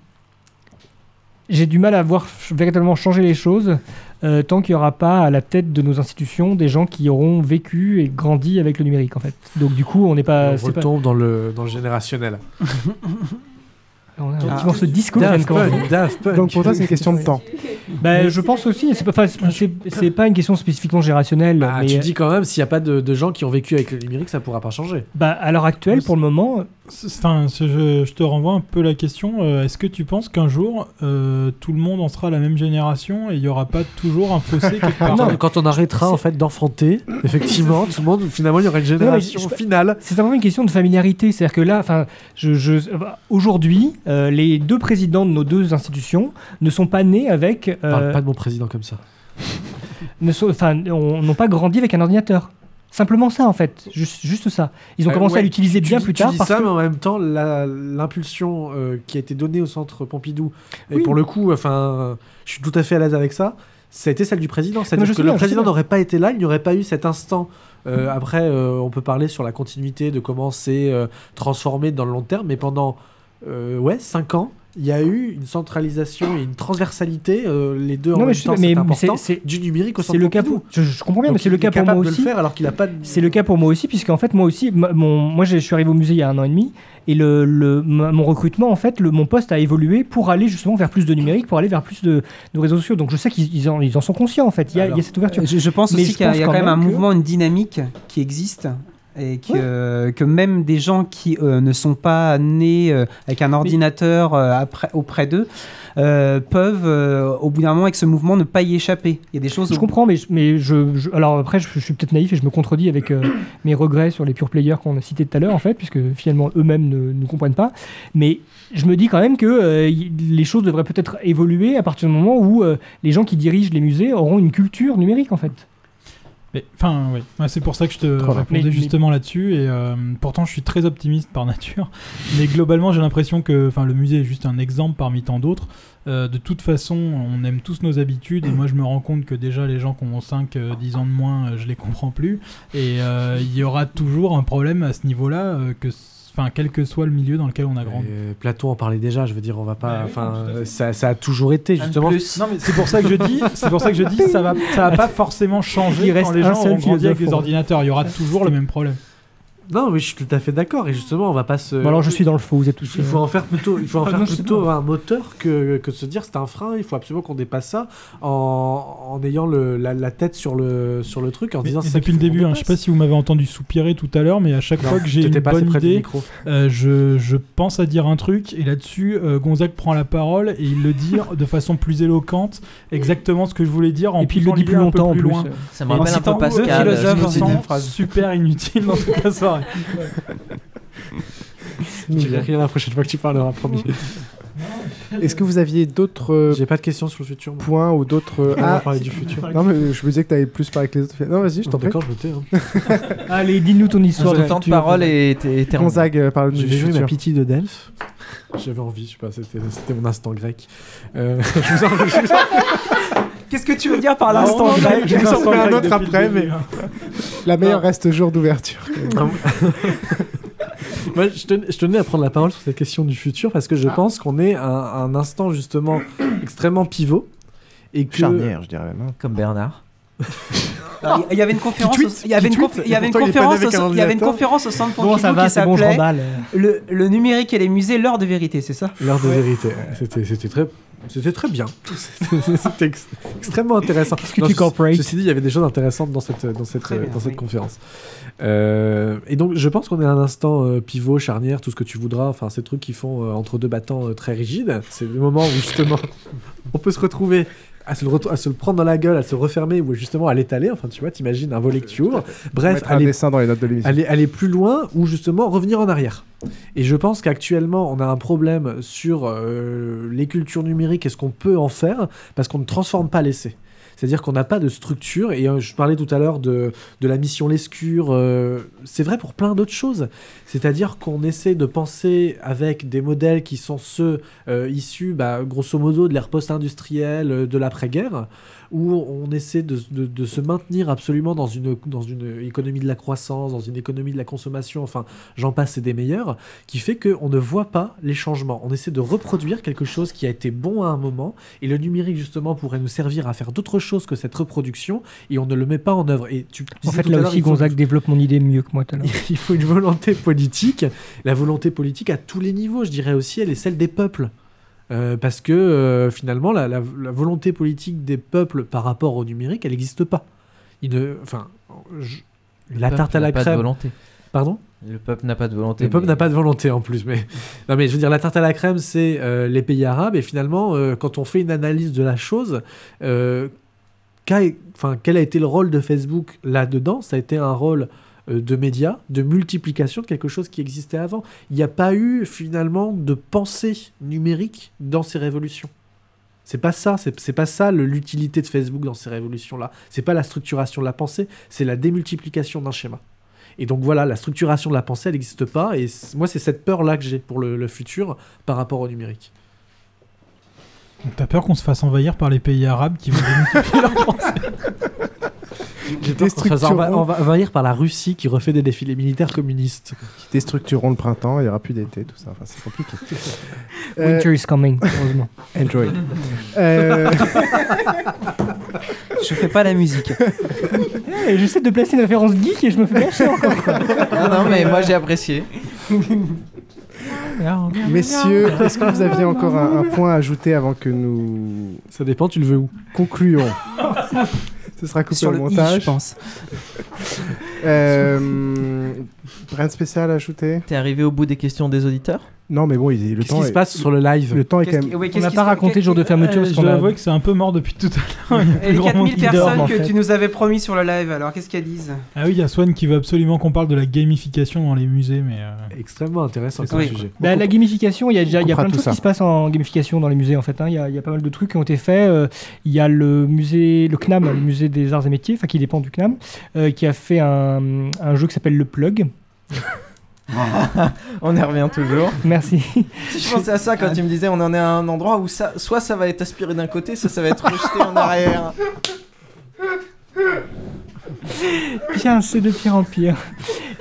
j'ai du mal à voir véritablement changer les choses euh, tant qu'il n'y aura pas à la tête de nos institutions des gens qui auront vécu et grandi avec le numérique, en fait. Donc, du coup, on n'est pas... On c'est retombe pas... dans, le, dans le générationnel. On a un petit morceau de disco qui vient de commencer. Donc pour toi, c'est une question de temps. Bah, je pense aussi. C'est pas, c'est, c'est pas une question spécifiquement générationnelle. Ah, mais tu dis quand même, s'il n'y a pas de, de gens qui ont vécu avec le numérique, ça ne pourra pas changer. Bah, à l'heure actuelle, pour le moment... Enfin, je, je te renvoie un peu la question. Euh, est-ce que tu penses qu'un jour, euh, tout le monde en sera la même génération et il n'y aura pas toujours un fossé quelque part ? Non, quand on arrêtera en fait d'enfanter, effectivement, tout le monde, finalement, il y aura une génération non, je, finale. C'est simplement une question de familiarité. C'est-à-dire que là, enfin, je, je, aujourd'hui, euh, les deux présidents de nos deux institutions ne sont pas nés avec... Euh, Parle pas de mon président comme ça. ne sont, enfin, n'ont pas grandi avec un ordinateur. Simplement ça, en fait. Juste, juste ça. Ils ont euh, commencé ouais, à l'utiliser bien dis, plus tu tard. Tu dis parce ça, que... mais en même temps, la, l'impulsion euh, qui a été donnée au centre Pompidou, et oui. pour le coup, enfin, je suis tout à fait à l'aise avec ça, ça a été celle du président. C'est-à-dire que bien, le président n'aurait pas été là, il n'y aurait pas eu cet instant. Euh, mmh. Après, euh, on peut parler sur la continuité de comment c'est euh, transformé dans le long terme, mais pendant euh, ouais, cinq ans, il y a eu une centralisation et une transversalité, euh, les deux en non, même temps, c'est important, c'est, c'est, du numérique au centre le cas pour, je, je comprends bien, donc mais c'est le cas pour moi aussi. De le faire alors qu'il a pas de... C'est le cas pour moi aussi, puisqu'en fait, moi aussi, ma, mon, moi je suis arrivé au musée il y a un an et demi, et le, le, ma, mon recrutement, en fait, le, mon poste a évolué pour aller justement vers plus de numérique, pour aller vers plus de, de réseaux sociaux. Donc je sais qu'ils ils en, ils en sont conscients, en fait. Il y a, alors, il y a cette ouverture. Je, je pense mais aussi je qu'il y a, pense y a quand même un que... mouvement, une dynamique qui existe. Et que, ouais. euh, que même des gens qui euh, ne sont pas nés euh, avec un ordinateur euh, après, auprès d'eux euh, peuvent, euh, au bout d'un moment, avec ce mouvement, ne pas y échapper. Il y a des choses... Je où... comprends, mais, mais je, je, alors après, je, je suis peut-être naïf et je me contredis avec euh, mes regrets sur les pure players qu'on a cités tout à l'heure, en fait, puisque finalement, eux-mêmes ne, ne comprennent pas. Mais je me dis quand même que euh, y, les choses devraient peut-être évoluer à partir du moment où euh, les gens qui dirigent les musées auront une culture numérique, en fait. Enfin, oui. Ouais, c'est pour ça que je te Trop répondais mais, justement mais... là-dessus. Et euh, pourtant, je suis très optimiste par nature. Mais globalement, j'ai l'impression que le musée est juste un exemple parmi tant d'autres. Euh, de toute façon, on aime tous nos habitudes. Et moi, je me rends compte que déjà, les gens qui ont cinq dix ans de moins, euh, je les comprends plus. Et euh, il y aura toujours un problème à ce niveau-là, euh, que enfin, quel que soit le milieu dans lequel on a grandi. Et Platon en parlait déjà, je veux dire, on va pas, enfin, ouais, ça, ça a toujours été justement. Non, mais c'est pour ça que je dis, c'est pour ça que je dis, ça va, ça va pas forcément changer quand les gens auront grandi avec des ordinateurs. Il y aura toujours le même problème. Non, mais je suis tout à fait d'accord. Et justement, on va pas se. Bon, alors je suis dans le faux, vous êtes tous. Il faut en faire plutôt, il faut en Ah faire non, c'est plutôt bon. un moteur que, que de se dire c'est un frein. Il faut absolument qu'on dépasse ça en, en ayant le, la, la tête sur le, sur le truc, en se Mais- disant mais c'est ça depuis qu'il le faut qu'on début, hein, je dépasse. sais pas si vous m'avez entendu soupirer tout à l'heure, mais à chaque Non, fois que j'ai t'étais une pas assez bonne près du idée, micro. euh, je, je pense à dire un truc et là-dessus, euh, Gonzague prend la parole et il le dit de façon plus éloquente, exactement ce que je voulais dire, en Et puis il le poussant dit plus l'idée un peu longtemps, en plus plus. loin. Ça me Et en rappelle un peu citant Pascal, deux je philosophes me dis qui une sont phrase. super inutile dans toute la soirée. Je dirai rien la prochaine fois que tu parleras, promis. Est-ce que vous aviez d'autres euh, J'ai pas de questions sur le futur. moi. points ou d'autres euh, On va ah, parler du futur. Non, mais je me disais que t'avais plus parlé que les autres. Non, vas-y, je t'en prie. D'accord, je me tais. Hein. Allez, dis-nous ton histoire. Ton de temps de futur. parole est est terminé. Gonzague, euh, parle-nous Je du vais jouer ma futur. pitié de Delphes. J'avais envie, je sais pas, c'était, c'était mon instant grec. Euh, je vous en- je vous en- Qu'est-ce que tu veux dire par Non, l'instant non, grec je vous en L'instant ferai un grec autre depuis après, le mais début. la meilleure Non. reste jour d'ouverture. Moi, je, tenais, je tenais à prendre la parole sur cette question du futur parce que je pense qu'on est à un, un instant justement extrêmement pivot et que Charnière, je dirais même. hein. Comme Bernard. Alors, Il y avait une conférence, Qui au- tweet, il y avait qui une, conf- tweet, il y avait et une pourtant il est pas né conférence, avec un au- il y avait une ordinateur. conférence au centre Bon, Pompidou ça va, qui c'est bon, je s'appelait remballe. le, le numérique et les musées, l'heure de vérité, c'est ça l'heure de vérité, c'était, c'était très, c'était très bien. C'était, c'était ex- extrêmement intéressant. Qu'est-ce que Non, tu ce- corporate Ceci dit, il y avait des choses intéressantes dans cette, dans cette, Très bien, dans cette oui. conférence. Euh, et donc, je pense qu'on est à un instant euh, pivot, charnière, tout ce que tu voudras. Enfin, ces trucs qui font euh, entre deux battants euh, très rigides. C'est le moment où justement on peut se retrouver. À se, le retou- à se le prendre dans la gueule, à se refermer ou justement à l'étaler. Enfin, tu vois, t'imagines un volet que tu ouvres. Bref, Mettre un aller, dessin dans les notes de l'émission. aller, aller plus loin ou justement revenir en arrière. Et je pense qu'actuellement, on a un problème sur euh, les cultures numériques et ce qu'on peut en faire parce qu'on ne transforme pas l'essai. C'est-à-dire qu'on n'a pas de structure. Et euh, je parlais tout à l'heure de, de la mission Lescure. Euh, c'est vrai pour plein d'autres choses. C'est-à-dire qu'on essaie de penser avec des modèles qui sont ceux euh, issus, bah, grosso modo, de l'ère post-industrielle, euh, de l'après-guerre, où on essaie de, de- de se maintenir absolument dans une, dans une économie de la croissance, dans une économie de la consommation, enfin, j'en passe et des meilleurs, qui fait qu'on ne voit pas les changements. On essaie de reproduire quelque chose qui a été bon à un moment, et le numérique, justement, pourrait nous servir à faire d'autres choses que cette reproduction, et on ne le met pas en œuvre. Et tu En disais fait, tout à là l'heure, aussi, il faut- Gonzague développe mon idée mieux que moi tout à l'heure. il faut une volonté politique. La volonté politique à tous les niveaux, je dirais aussi, elle est celle des peuples. Euh, parce que euh, finalement, la, la- la volonté politique des peuples par rapport au numérique, elle n'existe pas. Il ne, enfin, je- Le la peuple tarte à n'a la pas de crème. volonté. Pardon ? Le peuple n'a pas de volonté. Le peuple mais- n'a pas de volonté en plus, mais non, mais je veux dire, la tarte à la crème, c'est euh, les pays arabes, et finalement, euh, quand on fait une analyse de la chose, euh, qu'a- enfin, quel a été le rôle de Facebook là-dedans ? Ça a été un rôle euh, de médias, de multiplication de quelque chose qui existait avant. Il n'y a pas eu finalement de pensée numérique dans ces révolutions. C'est pas ça, c'est c'est pas ça le- l'utilité de Facebook dans ces révolutions-là. C'est pas la structuration de la pensée, c'est la démultiplication d'un schéma. Et donc voilà, la structuration de la pensée, elle n'existe pas. Et c- moi, c'est cette peur-là que j'ai pour le, le futur par rapport au numérique. Donc t'as peur qu'on se fasse envahir par les pays arabes qui vont démultiplier leur pensée. J'ai peur qu'on se fasse enva- enva- envahir par la Russie qui refait des défilés militaires communistes. Qui déstructureront le printemps, il n'y aura plus d'été, tout ça. Enfin, c'est compliqué. Winter is coming, heureusement. Enjoy. Euh, Je fais pas la musique. Eh, J'essaie de placer une référence geek et je me fais lâcher encore. quoi. Non, non, mais moi j'ai apprécié. Messieurs, est-ce que vous aviez encore un, un point à ajouter avant que nous Ça dépend, tu le veux où concluons? Ce sera coupé Sur au le i, montage. je pense. Euh, rien de spécial à ajouter? T'es arrivé au bout des questions des auditeurs? Non, mais bon, il, le Qu'est-ce temps qui est- se passe sur le live? Le temps est quand Qu'est-ce même. qui- oui, On qu'est-ce n'a qui pas se- raconté le jour de fermeture. Euh, parce je qu'on dois a- avouer que c'est un peu mort depuis tout à l'heure. Il y a plus Et les grand quatre monde mille qui personnes dort, en que fait. tu nous avais promis sur le live, alors qu'est-ce qu'elles disent? Ah oui, il y a Swan qui veut absolument qu'on parle de la gamification dans les musées, mais euh, Extrêmement intéressant C'est comme oui. sujet. Bah, la gamification, il y a déjà il y a coupera plein de tout choses ça. qui se passent en gamification dans les musées en fait. hein. Il y, a, il y a pas mal de trucs qui ont été faits. Euh, Il y a le musée, le C N A M, le musée des arts et métiers, enfin qui dépend du C N A M, euh, qui a fait un, un jeu qui s'appelle le Plug. On y revient toujours. Merci. Si je pensais à ça quand tu me disais on en est à un endroit où ça, soit ça va être aspiré d'un côté, soit ça va être rejeté en arrière. Bien, c'est de pire en pire.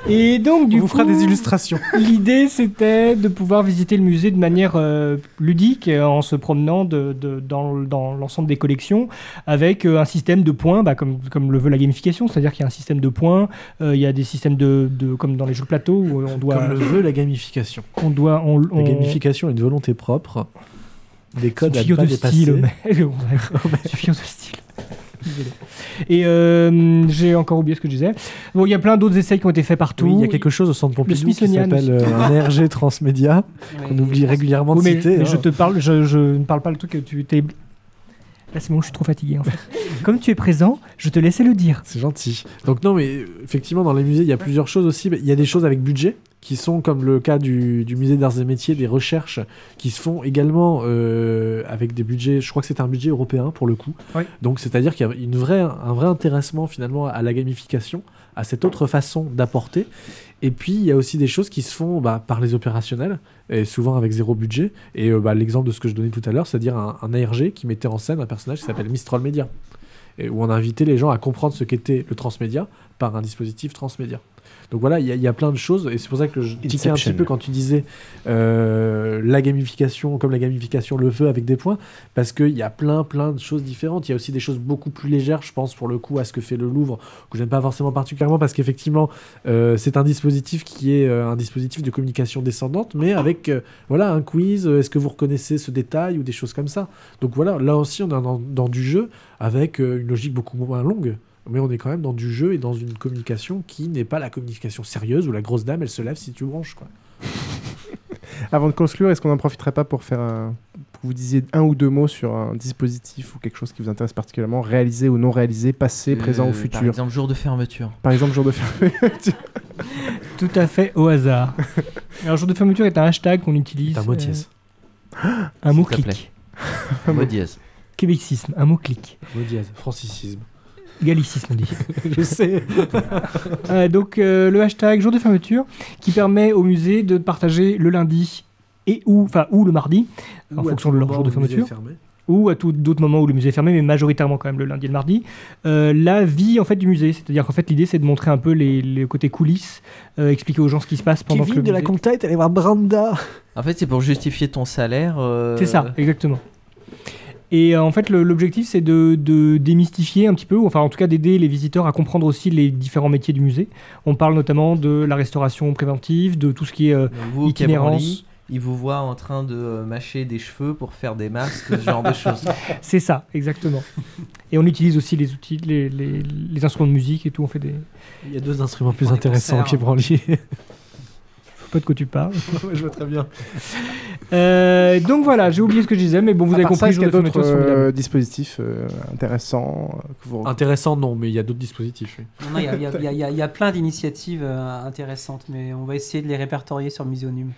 Et donc, du On vous coup, fera des illustrations. L'idée, c'était de pouvoir visiter le musée de manière euh, ludique, euh, en se promenant de, de, dans, dans l'ensemble des collections, avec euh, un système de points, bah, comme, comme le veut la gamification, c'est-à-dire qu'il y a un système de points, euh, il y a des systèmes de, de, comme dans les jeux de plateau, où on doit... Comme le veut la gamification. On doit, on, on... La gamification a une volonté propre, des codes à Suffit ne pas de dépasser. style, mais... Suffit de style. Désolé. Et euh, j'ai encore oublié ce que je disais. Bon, il y a plein d'autres essais qui ont été faits partout. Oui, il y a quelque chose au centre Pompidou qui Smithsonian s'appelle aussi. euh, un R G transmédia, qu'on oublie régulièrement Oui, de mais, citer. mais hein. je te parle, je, je ne parle pas le truc que tu t'es. Là, c'est bon, je suis trop fatigué en fait. Comme tu es présent, je te laissais le dire. C'est gentil. Donc non, mais euh, effectivement, dans les musées, il y a plusieurs choses aussi. Il y a des choses avec budget, qui sont, comme le cas du, du musée d'arts et métiers, des recherches qui se font également euh, avec des budgets, je crois que c'est un budget européen pour le coup. Oui. Donc c'est-à-dire qu'il y a une vraie, un vrai intéressement finalement à la gamification, à cette autre façon d'apporter. Et puis il y a aussi des choses qui se font bah, par les opérationnels, et souvent avec zéro budget. Et euh, bah, l'exemple de ce que je donnais tout à l'heure, c'est-à-dire un, un A R G qui mettait en scène un personnage qui s'appelle Mistral Media, et où on a invité les gens à comprendre ce qu'était le transmédia par un dispositif transmédia. Donc voilà, il y, y a plein de choses, et c'est pour ça que je tiquais un petit peu quand tu disais euh, la gamification, comme la gamification le veut avec des points, parce qu'il y a plein plein de choses différentes. Il y a aussi des choses beaucoup plus légères, je pense, pour le coup, à ce que fait le Louvre, que j'aime pas forcément particulièrement, parce qu'effectivement, euh, c'est un dispositif qui est euh, un dispositif de communication descendante, mais avec euh, voilà, un quiz, euh, est-ce que vous reconnaissez ce détail, ou des choses comme ça. Donc voilà, là aussi, on est dans, dans du jeu, avec euh, une logique beaucoup moins longue. Mais on est quand même dans du jeu et dans une communication qui n'est pas la communication sérieuse où la grosse dame elle se lève si tu branches quoi. Avant de conclure, est-ce qu'on n'en profiterait pas pour faire un... pour que vous disiez un ou deux mots sur un dispositif ou quelque chose qui vous intéresse particulièrement, réalisé ou non réalisé, passé, Euh, présent ou futur? Par exemple, jour de fermeture. Par exemple, jour de fermeture. Tout à fait au hasard. Alors, jour de fermeture est un hashtag qu'on utilise. C'est un mot dièse. euh, un mot S'il te clic. Un mot dièse. Québécisme, un mot clic. Mot dièse, francicisme. Gallicisme, on dit. Je sais. Euh, donc, euh, le hashtag jour de fermeture qui permet au musée de partager le lundi et ou, enfin, ou le mardi, Ou en à fonction tout de leur moment jour de où le musée est fermeture. fermé. Ou à tout d'autres moments où le musée est fermé, mais majoritairement quand même le lundi et le mardi, euh, la vie en fait du musée. C'est-à-dire qu'en fait l'idée c'est de montrer un peu les, les côtés coulisses, euh, expliquer aux gens ce qui se passe pendant que le Kevin de la musée... Comta est allé voir Branda. En fait, c'est pour justifier ton salaire. euh, C'est ça, exactement. Et euh, en fait, le- l'objectif, c'est de, de démystifier un petit peu, ou enfin en tout cas d'aider les visiteurs à comprendre aussi les différents métiers du musée. On parle notamment de la restauration préventive, de tout ce qui est euh, Vous, itinérance. Cabroli, il vous voit en train de euh, mâcher des cheveux pour faire des masques, ce genre de choses. C'est ça, exactement. Et on utilise aussi les outils, les, les, les instruments de musique et tout. On fait des. Il y a deux instruments plus Pour des intéressants concerts. qui branlent. Je sais pas de quoi tu parles. Ouais, je vois très bien. Euh, donc voilà, j'ai oublié ce que je disais, mais bon, vous À avez part ça, compris. est-ce qu'il y a jour de d'autres fermeture, c'est euh, formidable. dispositifs euh, intéressants euh, que vous... Intéressant non, mais il y a d'autres dispositifs. Oui. Non, il y a- il y, a- il y a- il y a- il y a plein d'initiatives euh, intéressantes, mais on va essayer de les répertorier sur Muséonum.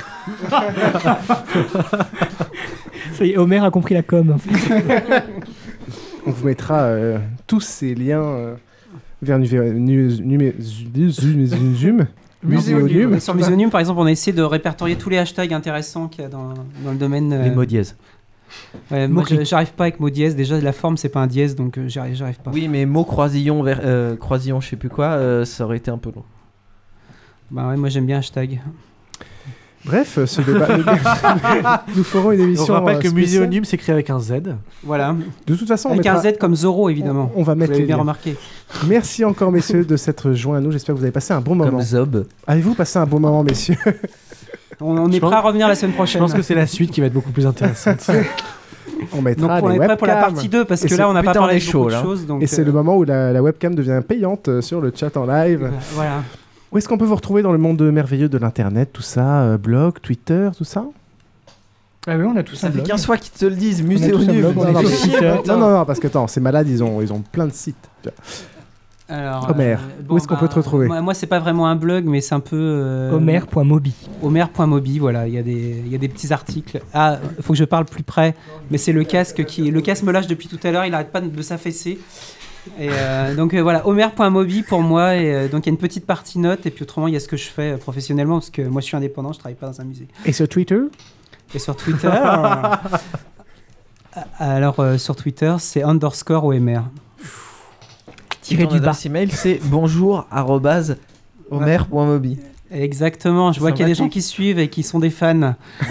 Ça y est, Homer a compris la com. En fait. On vous mettra euh, tous ces liens euh, vers Nuvé- Nu- Numé- Zu- Zu- Zu- Zum. Muséonum. Sur Muséonum, par exemple, on a essayé de répertorier tous les hashtags intéressants qu'il y a dans, dans le domaine. euh, Les mots dièse. Ouais, moi, je- j'arrive pas avec mot dièse. Déjà, la forme, c'est pas un dièse, donc euh, j'arrive, j'arrive pas. Oui, mais mot croisillon, vers, euh, croisillon, je sais plus quoi, euh, ça aurait été un peu long. Bah ouais, moi j'aime bien hashtag. Bref, ce débat. Nous ferons une émission. On rappelle euh, que spéciale. Muséonum s'écrit avec un Z. Voilà. De toute façon, on Avec mettra- un Z comme Zoro, évidemment. On, on va Vous mettre l'avez les bien liens. remarqué. Merci encore, messieurs, de s'être joints à nous. J'espère que vous avez passé un bon moment. Comme Zob. Avez-vous passé un bon moment, messieurs? On, on est Je prêt pense- à revenir la semaine Je prochaine. pense que c'est la suite qui va être beaucoup plus intéressante. On mettra Donc on les est prêt pour la webcams. partie deux, parce Et que c'est- là on n'a pas putain, parlé on est de chaud, beaucoup de là. choses. Donc, Et c'est euh, le moment où la, la webcam devient payante euh, sur le chat en live. Voilà. Où est-ce qu'on peut vous retrouver dans le monde merveilleux de l'internet, tout ça, euh, blog, Twitter, tout ça? Ah oui, on a tous Ça un fait blog. quinze fois qu'ils te le disent, a tous un Muséonum. blog, on Non, est non, tous mais- Twitter. non, non, non, parce que attends, ces malades, ils ont, ils ont plein de sites. Alors, Homer, où est-ce qu'on peut te retrouver? Moi, moi, c'est pas vraiment un blog, mais c'est un peu. Euh, Homer point mobi. Homer point mobi, voilà, il y, a des- il y a des petits articles. Ah, il faut que je parle plus près, mais c'est le casque qui. Le casque me lâche depuis tout à l'heure, il arrête pas de, de s'affaisser. Et euh, donc euh, voilà, Homer point mobi pour moi, et euh, donc il y a une petite partie note, et puis autrement, il y a ce que je fais euh, professionnellement, parce que moi je suis indépendant, je travaille pas dans un musée. Et sur Twitter? Et sur Twitter. euh, alors euh, sur Twitter, c'est underscore O M R. Tiré du bas. Email, c'est bonjour arrobase Omer.mobi. Exactement, je vois qu'il y a des gens qui suivent et qui sont des fans.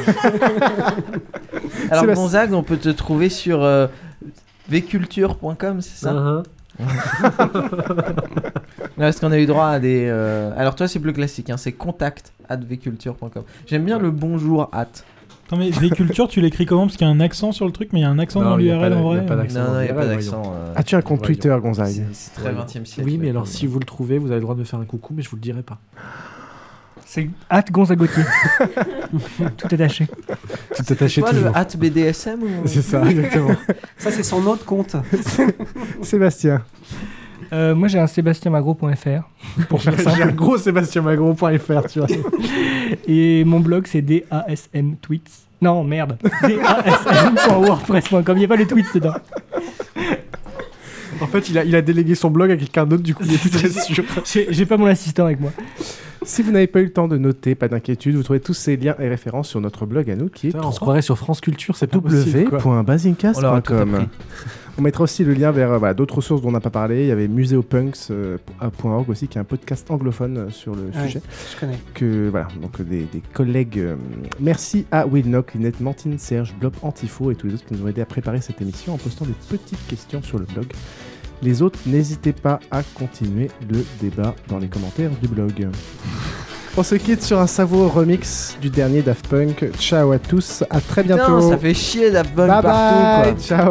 Alors Gonzague, on peut te trouver sur euh, vculture point com, c'est ça? Uh-huh. Non, parce qu'on a eu droit à des... Euh... Alors toi c'est plus classique, hein, c'est contact at vculture point com. J'aime bien le bonjour at. Non mais Vculture, tu l'écris comment? Parce qu'il y a un accent sur le truc, mais il y a un accent Non, dans il y a l'U R L pas en d'a- vrai. il y a pas d'accent. Non, non, il n'y a pas Voyons. d'accent. euh, As-tu un compte Voyons. Twitter, Gonzague? C'est très vingtième siècle. Oui, mais alors si vous le trouvez, vous avez le droit de me faire un coucou, mais je vous le dirai pas. C'est at Gonzagotier. Tout attaché. Tout attaché Toi, toujours. le at B D S M ou... C'est ça, exactement. Ça, c'est son autre compte. Sébastien. Euh, moi j'ai un sébastienmagro point f r pour faire J'ai simple. un gros sébastienmagro point f r, tu vois. Et mon blog c'est D A S M tweets. Non merde. D A S M point wordpress point com. Il n'y a pas les tweets dedans. En fait, il a, il a délégué son blog à quelqu'un d'autre, du coup, il est très sûr. J'ai j'ai pas mon assistant avec moi. Si vous n'avez pas eu le temps de noter, pas d'inquiétude, vous trouvez tous ces liens et références sur notre blog à nous qui est Putain, on se croirait sur France Culture, c'est pas possible, w quoi. point basincast On l'aura point com. tout appris. On mettra aussi le lien vers euh, voilà, d'autres ressources dont on n'a pas parlé. Il y avait museopunks point org aussi, qui est un podcast anglophone euh, sur le Ouais, sujet. je connais. Que, voilà, donc des, des collègues. euh, merci à Will Knock, Linette, Mantine, Serge, Blob, Antifo et tous les autres qui nous ont aidés à préparer cette émission en postant des petites questions sur le blog. Les autres, n'hésitez pas à continuer le débat dans les commentaires du blog. On se quitte sur un savoureux remix du dernier Daft Punk. Ciao à tous, à très bientôt. Putain, ça fait chier Daft Punk Bye partout, bye, quoi. ciao.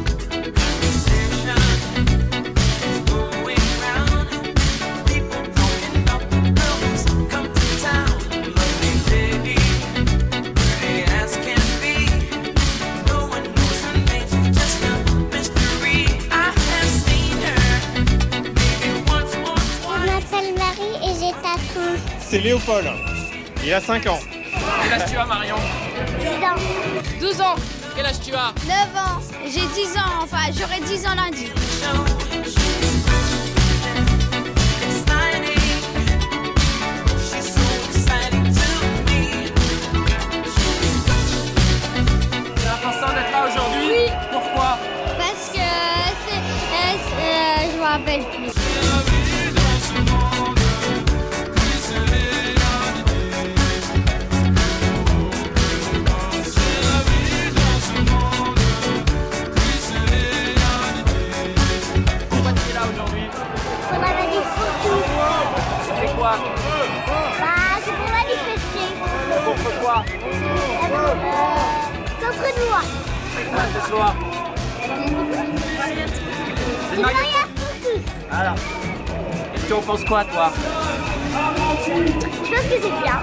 Je m'appelle Marie et j'ai quatre ans. C'est Léopold. Il a cinq ans. Quel âge tu as, Marion? dix ans. douze ans. Quel âge tu as? neuf ans. J'ai dix ans, enfin j'aurai dix ans lundi. C'est important d'être là aujourd'hui? Oui. Pourquoi? Parce que c'est, euh, c'est, euh, je me rappelle plus. Pourquoi tu es là aujourd'hui? Pour la manif pour tous. C'est quoi? Bah, c'est pour manifester. Contre quoi? Euh, contre nous. C'est quoi ce soir? C'est le mariage pour tous. Alors. Et tu en penses quoi, toi? Je pense que c'est bien.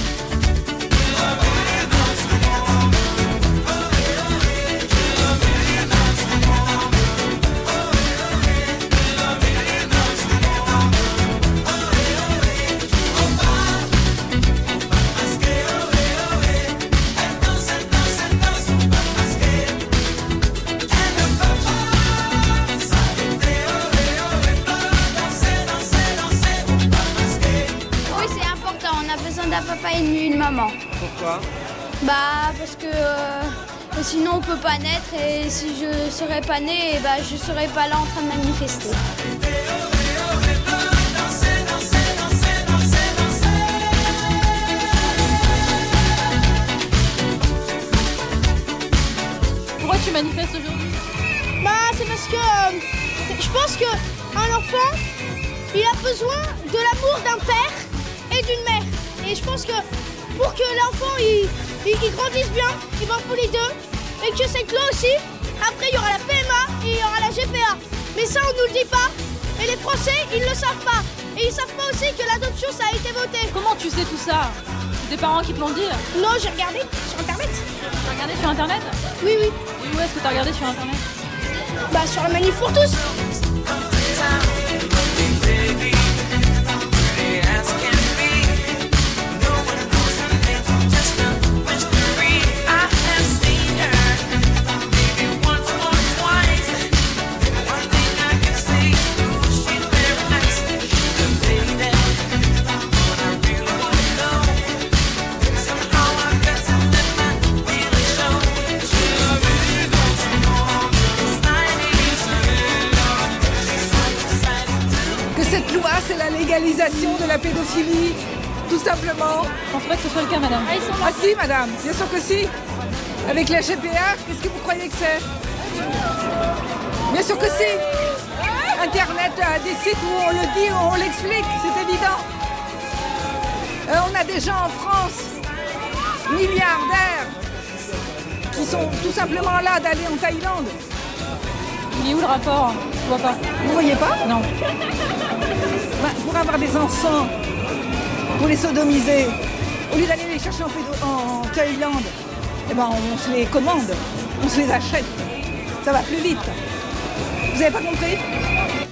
Oui, c'est important. On a besoin d'un papa et d'une maman. Pourquoi? Bah, parce que euh, sinon on peut pas naître et si je serais pas née, bah, je serais pas là en train de manifester. Pourquoi tu manifestes aujourd'hui? Bah, c'est parce que euh, je pense que un enfant, il a besoin de l'amour d'un père et d'une mère. Et je pense que pour que l'enfant il, il, il grandisse bien, il va pour les deux. Et que cette loi aussi, après il y aura la P M A et il y aura la G P A. Mais ça on nous le dit pas. Et les Français, ils le savent pas. Et ils savent pas aussi que l'adoption ça a été voté. Comment tu sais tout ça? C'est tes parents qui te l'ont dit? Non, j'ai regardé sur internet. T'as regardé sur internet? Oui, oui. Et où est-ce que t'as regardé sur internet? Bah sur la manif pour tous. légalisation de la pédophilie, tout simplement. Je pense pas que ce soit le cas, madame. Ah, ah si, madame, bien sûr que si. Avec la G P A, qu'est-ce que vous croyez que c'est? Bien sûr que si. Internet a des sites où on le dit, où on l'explique, c'est évident. Euh, on a des gens en France, milliardaires, qui sont tout simplement là d'aller en Thaïlande. Il est où le rapport? Je vois pas. Vous voyez pas? Non. Bah, pour avoir des enfants, pour les sodomiser, au lieu d'aller les chercher en, pédo- en Thaïlande, eh ben on se les commande, on se les achète. Ça va plus vite. Vous avez pas compris?